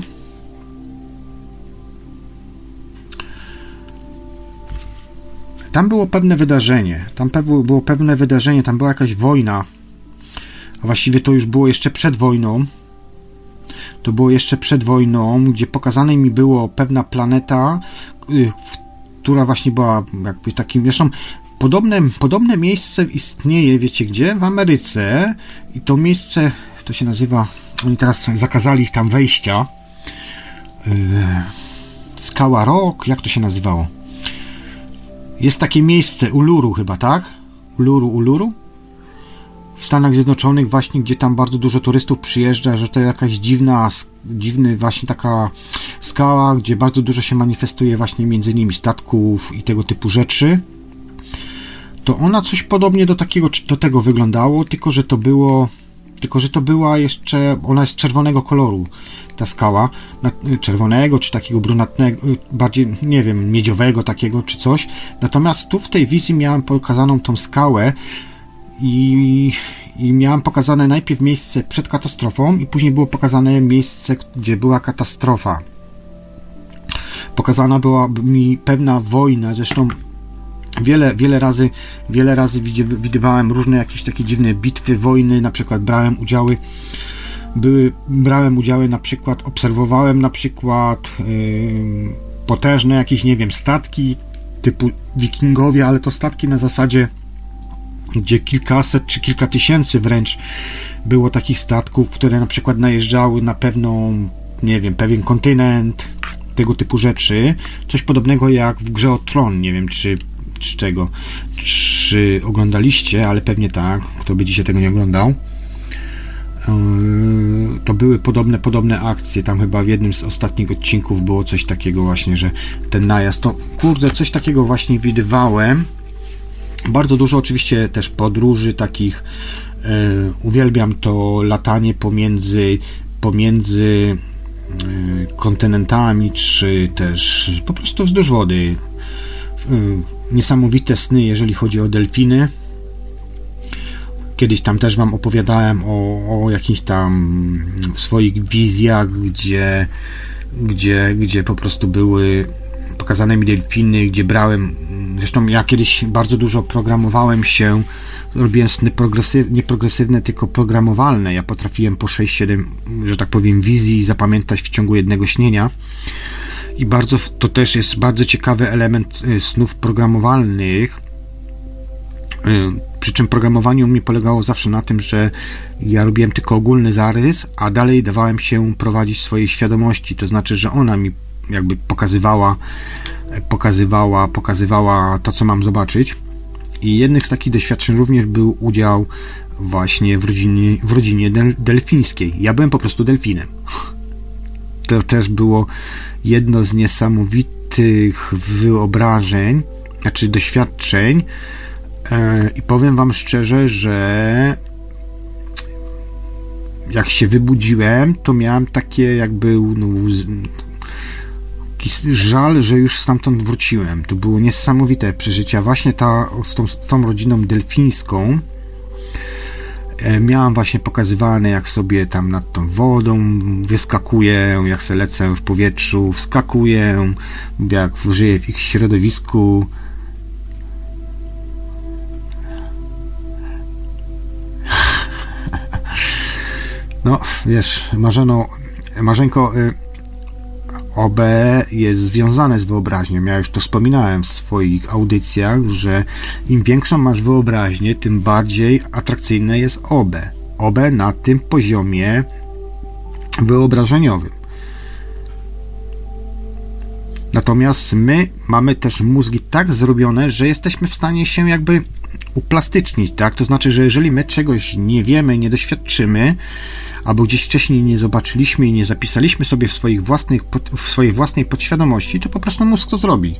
Tam było pewne wydarzenie. Tam było pewne wydarzenie, tam była jakaś wojna. A właściwie to już było jeszcze przed wojną. To było jeszcze przed wojną, gdzie pokazane mi było pewna planeta, która właśnie była jakby takim, zresztą podobne, podobne miejsce istnieje, wiecie gdzie? W Ameryce. I to miejsce, to się nazywa, oni teraz zakazali ich tam wejścia. Yy, Skała Rock, jak to się nazywało? Jest takie miejsce, Uluru chyba, tak? Uluru, Uluru? W Stanach Zjednoczonych właśnie, gdzie tam bardzo dużo turystów przyjeżdża, że to jakaś dziwna, dziwny właśnie taka skała, gdzie bardzo dużo się manifestuje właśnie między nimi statków i tego typu rzeczy. To ona coś podobnie do takiego, do tego wyglądało, tylko że to było, tylko że to była jeszcze, ona jest czerwonego koloru, ta skała, czerwonego, czy takiego brunatnego, bardziej, nie wiem, miedziowego takiego, czy coś. Natomiast tu w tej wizji miałem pokazaną tą skałę, I, i miałem pokazane najpierw miejsce przed katastrofą i później było pokazane miejsce, gdzie była katastrofa. Pokazana była mi pewna wojna, zresztą wiele, wiele razy wiele razy widywałem różne jakieś takie dziwne bitwy, wojny, na przykład brałem udziały były, brałem udziały na przykład, obserwowałem na przykład yy, potężne jakieś, nie wiem, statki typu wikingowie, ale to statki na zasadzie, gdzie kilkaset czy kilka tysięcy wręcz było takich statków, które na przykład najeżdżały na pewną, nie wiem, pewien kontynent, tego typu rzeczy. Coś podobnego jak w Grze o Tron, nie wiem czy, czy tego, czy oglądaliście, ale pewnie tak, kto by dzisiaj tego nie oglądał. To były podobne, podobne akcje, tam chyba w jednym z ostatnich odcinków było coś takiego właśnie, że ten najazd, to kurde, coś takiego właśnie widywałem. Bardzo dużo oczywiście też podróży takich, yy, uwielbiam to latanie pomiędzy pomiędzy yy, kontynentami, czy też po prostu wzdłuż wody. Yy, niesamowite sny, jeżeli chodzi o delfiny. Kiedyś tam też wam opowiadałem o, o jakichś tam swoich wizjach, gdzie, gdzie, gdzie po prostu były pokazane mi delfiny, gdzie brałem, zresztą ja kiedyś bardzo dużo programowałem się, robiłem sny progresyw, nie progresywne, tylko programowalne. Ja potrafiłem po sześć siedem, że tak powiem, wizji zapamiętać w ciągu jednego śnienia i bardzo, to też jest bardzo ciekawy element snów programowalnych, przy czym programowanie u mnie polegało zawsze na tym, że ja robiłem tylko ogólny zarys, a dalej dawałem się prowadzić swojej świadomości, to znaczy, że ona mi jakby pokazywała, pokazywała, pokazywała to, co mam zobaczyć. I jednym z takich doświadczeń również był udział właśnie w rodzinie, w rodzinie del, delfińskiej. Ja byłem po prostu delfinem. To też było jedno z niesamowitych wyobrażeń, znaczy doświadczeń. I powiem wam szczerze, że jak się wybudziłem, to miałem takie jakby no, żal, że już stamtąd wróciłem. To było niesamowite przeżycie. Właśnie ta, z, tą, z tą rodziną delfińską miałam właśnie pokazywane, jak sobie tam nad tą wodą wyskakuję, jak se lecę w powietrzu, wskakuję, jak żyję w ich środowisku. No, wiesz, Marzeno, Marzenko, O B jest związane z wyobraźnią. Ja już to wspominałem w swoich audycjach, że im większą masz wyobraźnię, tym bardziej atrakcyjne jest O B. O B na tym poziomie wyobrażeniowym. Natomiast my mamy też mózgi tak zrobione, że jesteśmy w stanie się jakby uplastycznić, tak? To znaczy, że jeżeli my czegoś nie wiemy, nie doświadczymy, albo gdzieś wcześniej nie zobaczyliśmy i nie zapisaliśmy sobie w, swoich własnych, w swojej własnej podświadomości, to po prostu mózg to zrobi.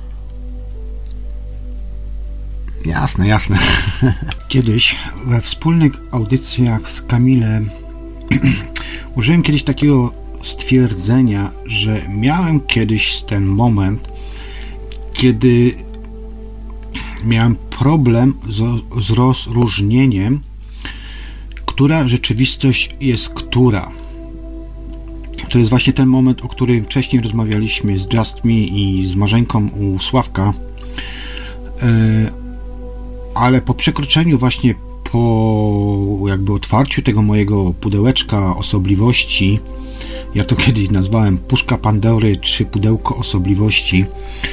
Jasne, jasne. Kiedyś we wspólnych audycjach z Kamilem użyłem kiedyś takiego stwierdzenia, że miałem kiedyś ten moment, kiedy miałem problem z, z rozróżnieniem, która rzeczywistość jest która. To jest właśnie ten moment, o którym wcześniej rozmawialiśmy z Just Me i z Marzenką u Sławka, ale po przekroczeniu właśnie, po jakby otwarciu tego mojego pudełeczka osobliwości, ja to kiedyś nazwałem puszka Pandory czy pudełko osobliwości,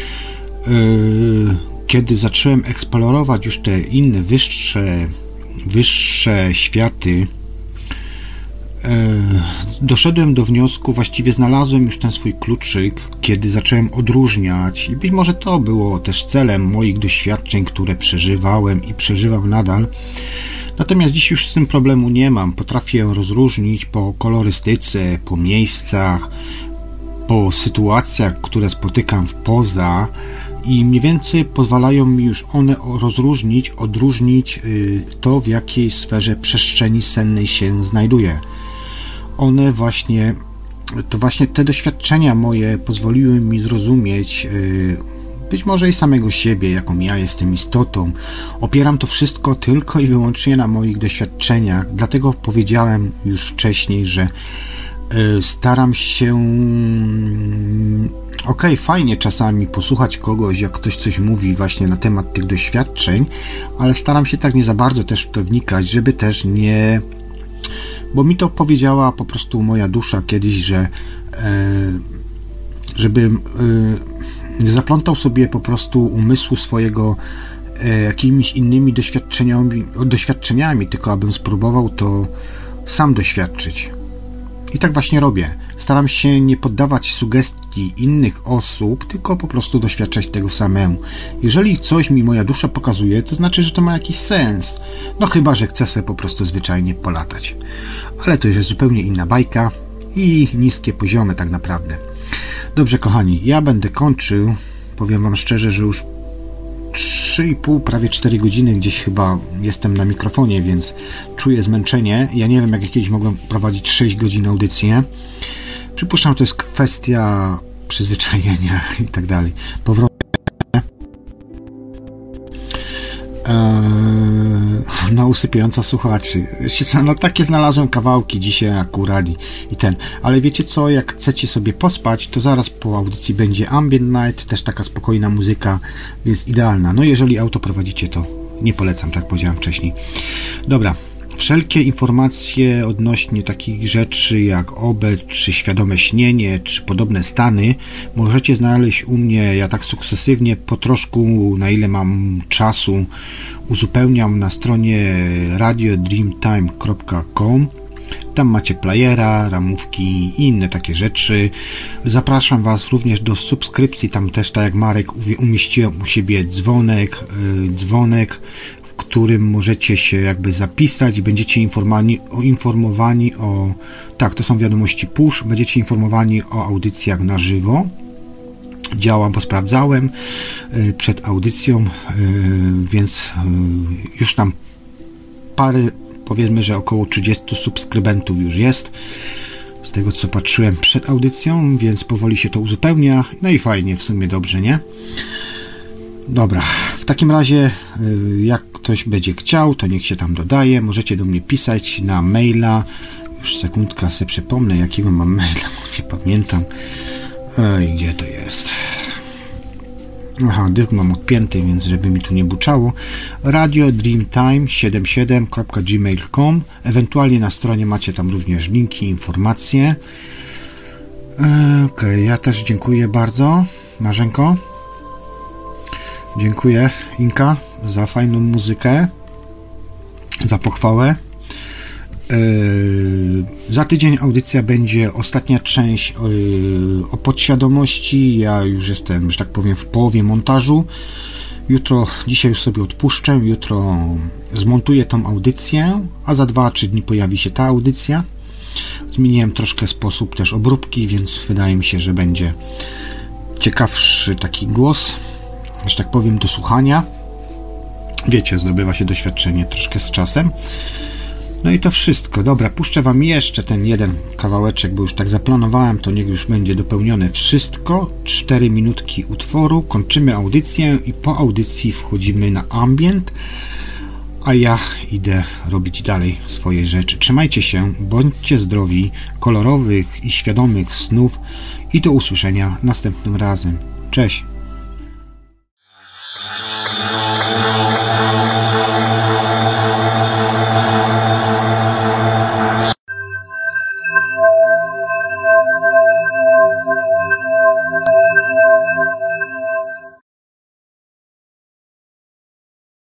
kiedy zacząłem eksplorować już te inne wyższe wyższe światy, doszedłem do wniosku, właściwie znalazłem już ten swój kluczyk, kiedy zacząłem odróżniać i być może to było też celem moich doświadczeń, które przeżywałem i przeżywam nadal. Natomiast dziś już z tym problemu nie mam. Potrafię rozróżnić po kolorystyce, po miejscach, po sytuacjach, które spotykam w poza, i mniej więcej pozwalają mi już one rozróżnić, odróżnić to, w jakiej sferze przestrzeni sennej się znajduje. One właśnie, to właśnie te doświadczenia moje pozwoliły mi zrozumieć być może i samego siebie, jaką ja jestem istotą. Opieram to wszystko tylko i wyłącznie na moich doświadczeniach, dlatego powiedziałem już wcześniej, że staram się... Okej, okay, fajnie czasami posłuchać kogoś, jak ktoś coś mówi właśnie na temat tych doświadczeń, ale staram się tak nie za bardzo też w to wnikać, żeby też nie... Bo mi to powiedziała po prostu moja dusza kiedyś, że żebym nie zaplątał sobie po prostu umysłu swojego jakimiś innymi doświadczeniami, doświadczeniami, tylko abym spróbował to sam doświadczyć. I tak właśnie robię. Staram się nie poddawać sugestii innych osób, tylko po prostu doświadczać tego samemu. Jeżeli coś mi moja dusza pokazuje, to znaczy, że to ma jakiś sens. No chyba, że chcę sobie po prostu zwyczajnie polatać. Ale to już jest zupełnie inna bajka i niskie poziomy tak naprawdę. Dobrze, kochani, ja będę kończył. Powiem wam szczerze, że już trzy i pół, prawie cztery godziny gdzieś chyba jestem na mikrofonie, więc czuję zmęczenie. Ja nie wiem, jak kiedyś mogłem prowadzić sześć godzin audycję. Przypuszczam, że to jest kwestia przyzwyczajenia i tak dalej. Powrotem eee, na usypiająca słuchaczy. No takie znalazłem kawałki dzisiaj akurat i, i ten. Ale wiecie co, jak chcecie sobie pospać, to zaraz po audycji będzie Ambient Night, też taka spokojna muzyka, więc idealna. No jeżeli auto prowadzicie, to nie polecam, tak powiedziałem wcześniej. Dobra. Wszelkie informacje odnośnie takich rzeczy jak O B E, czy świadome śnienie, czy podobne stany możecie znaleźć u mnie. Ja tak sukcesywnie, po troszku, na ile mam czasu, uzupełniam na stronie radio dreamtime kropka com. Tam macie playera, ramówki i inne takie rzeczy. Zapraszam Was również do subskrypcji. Tam też, tak jak Marek, umieściłem u siebie dzwonek, yy, dzwonek, którym możecie się jakby zapisać i będziecie informowani o, informowani o tak, to są wiadomości push, będziecie informowani o audycjach na żywo. Działam, bo sprawdzałem y, przed audycją, y, więc y, już tam parę, powiedzmy, że około trzydziestu subskrybentów już jest, z tego co patrzyłem przed audycją, więc powoli się to uzupełnia, no i fajnie, w sumie dobrze, nie? Dobra, w takim razie jak ktoś będzie chciał, to niech się tam dodaje, możecie do mnie pisać na maila, już sekundka sobie przypomnę, jakiego mam maila, bo nie pamiętam. Ej, gdzie to jest? Aha, dysk mam odpięty, więc żeby mi tu nie buczało. radio dreamtime siedemdziesiąt siedem kropka gmail kropka com, ewentualnie na stronie macie tam również linki, informacje. Okej, okay, ja też dziękuję bardzo, Marzenko. Dziękuję, Inka, za fajną muzykę, za pochwałę. Za tydzień audycja będzie ostatnia część o podświadomości. Ja już jestem, że tak powiem, w połowie montażu. Jutro, dzisiaj już sobie odpuszczę, jutro zmontuję tą audycję, a za dwa trzy dni pojawi się ta audycja. Zmieniłem troszkę sposób też obróbki, więc wydaje mi się, że będzie ciekawszy taki głos, że tak powiem, do słuchania. Wiecie, zdobywa się doświadczenie troszkę z czasem. No i to wszystko. Dobra, puszczę wam jeszcze ten jeden kawałeczek, bo już tak zaplanowałem, to niech już będzie dopełnione wszystko. Cztery minutki utworu, kończymy audycję i po audycji wchodzimy na ambient, a ja idę robić dalej swoje rzeczy. Trzymajcie się, bądźcie zdrowi, kolorowych i świadomych snów i do usłyszenia następnym razem. Cześć!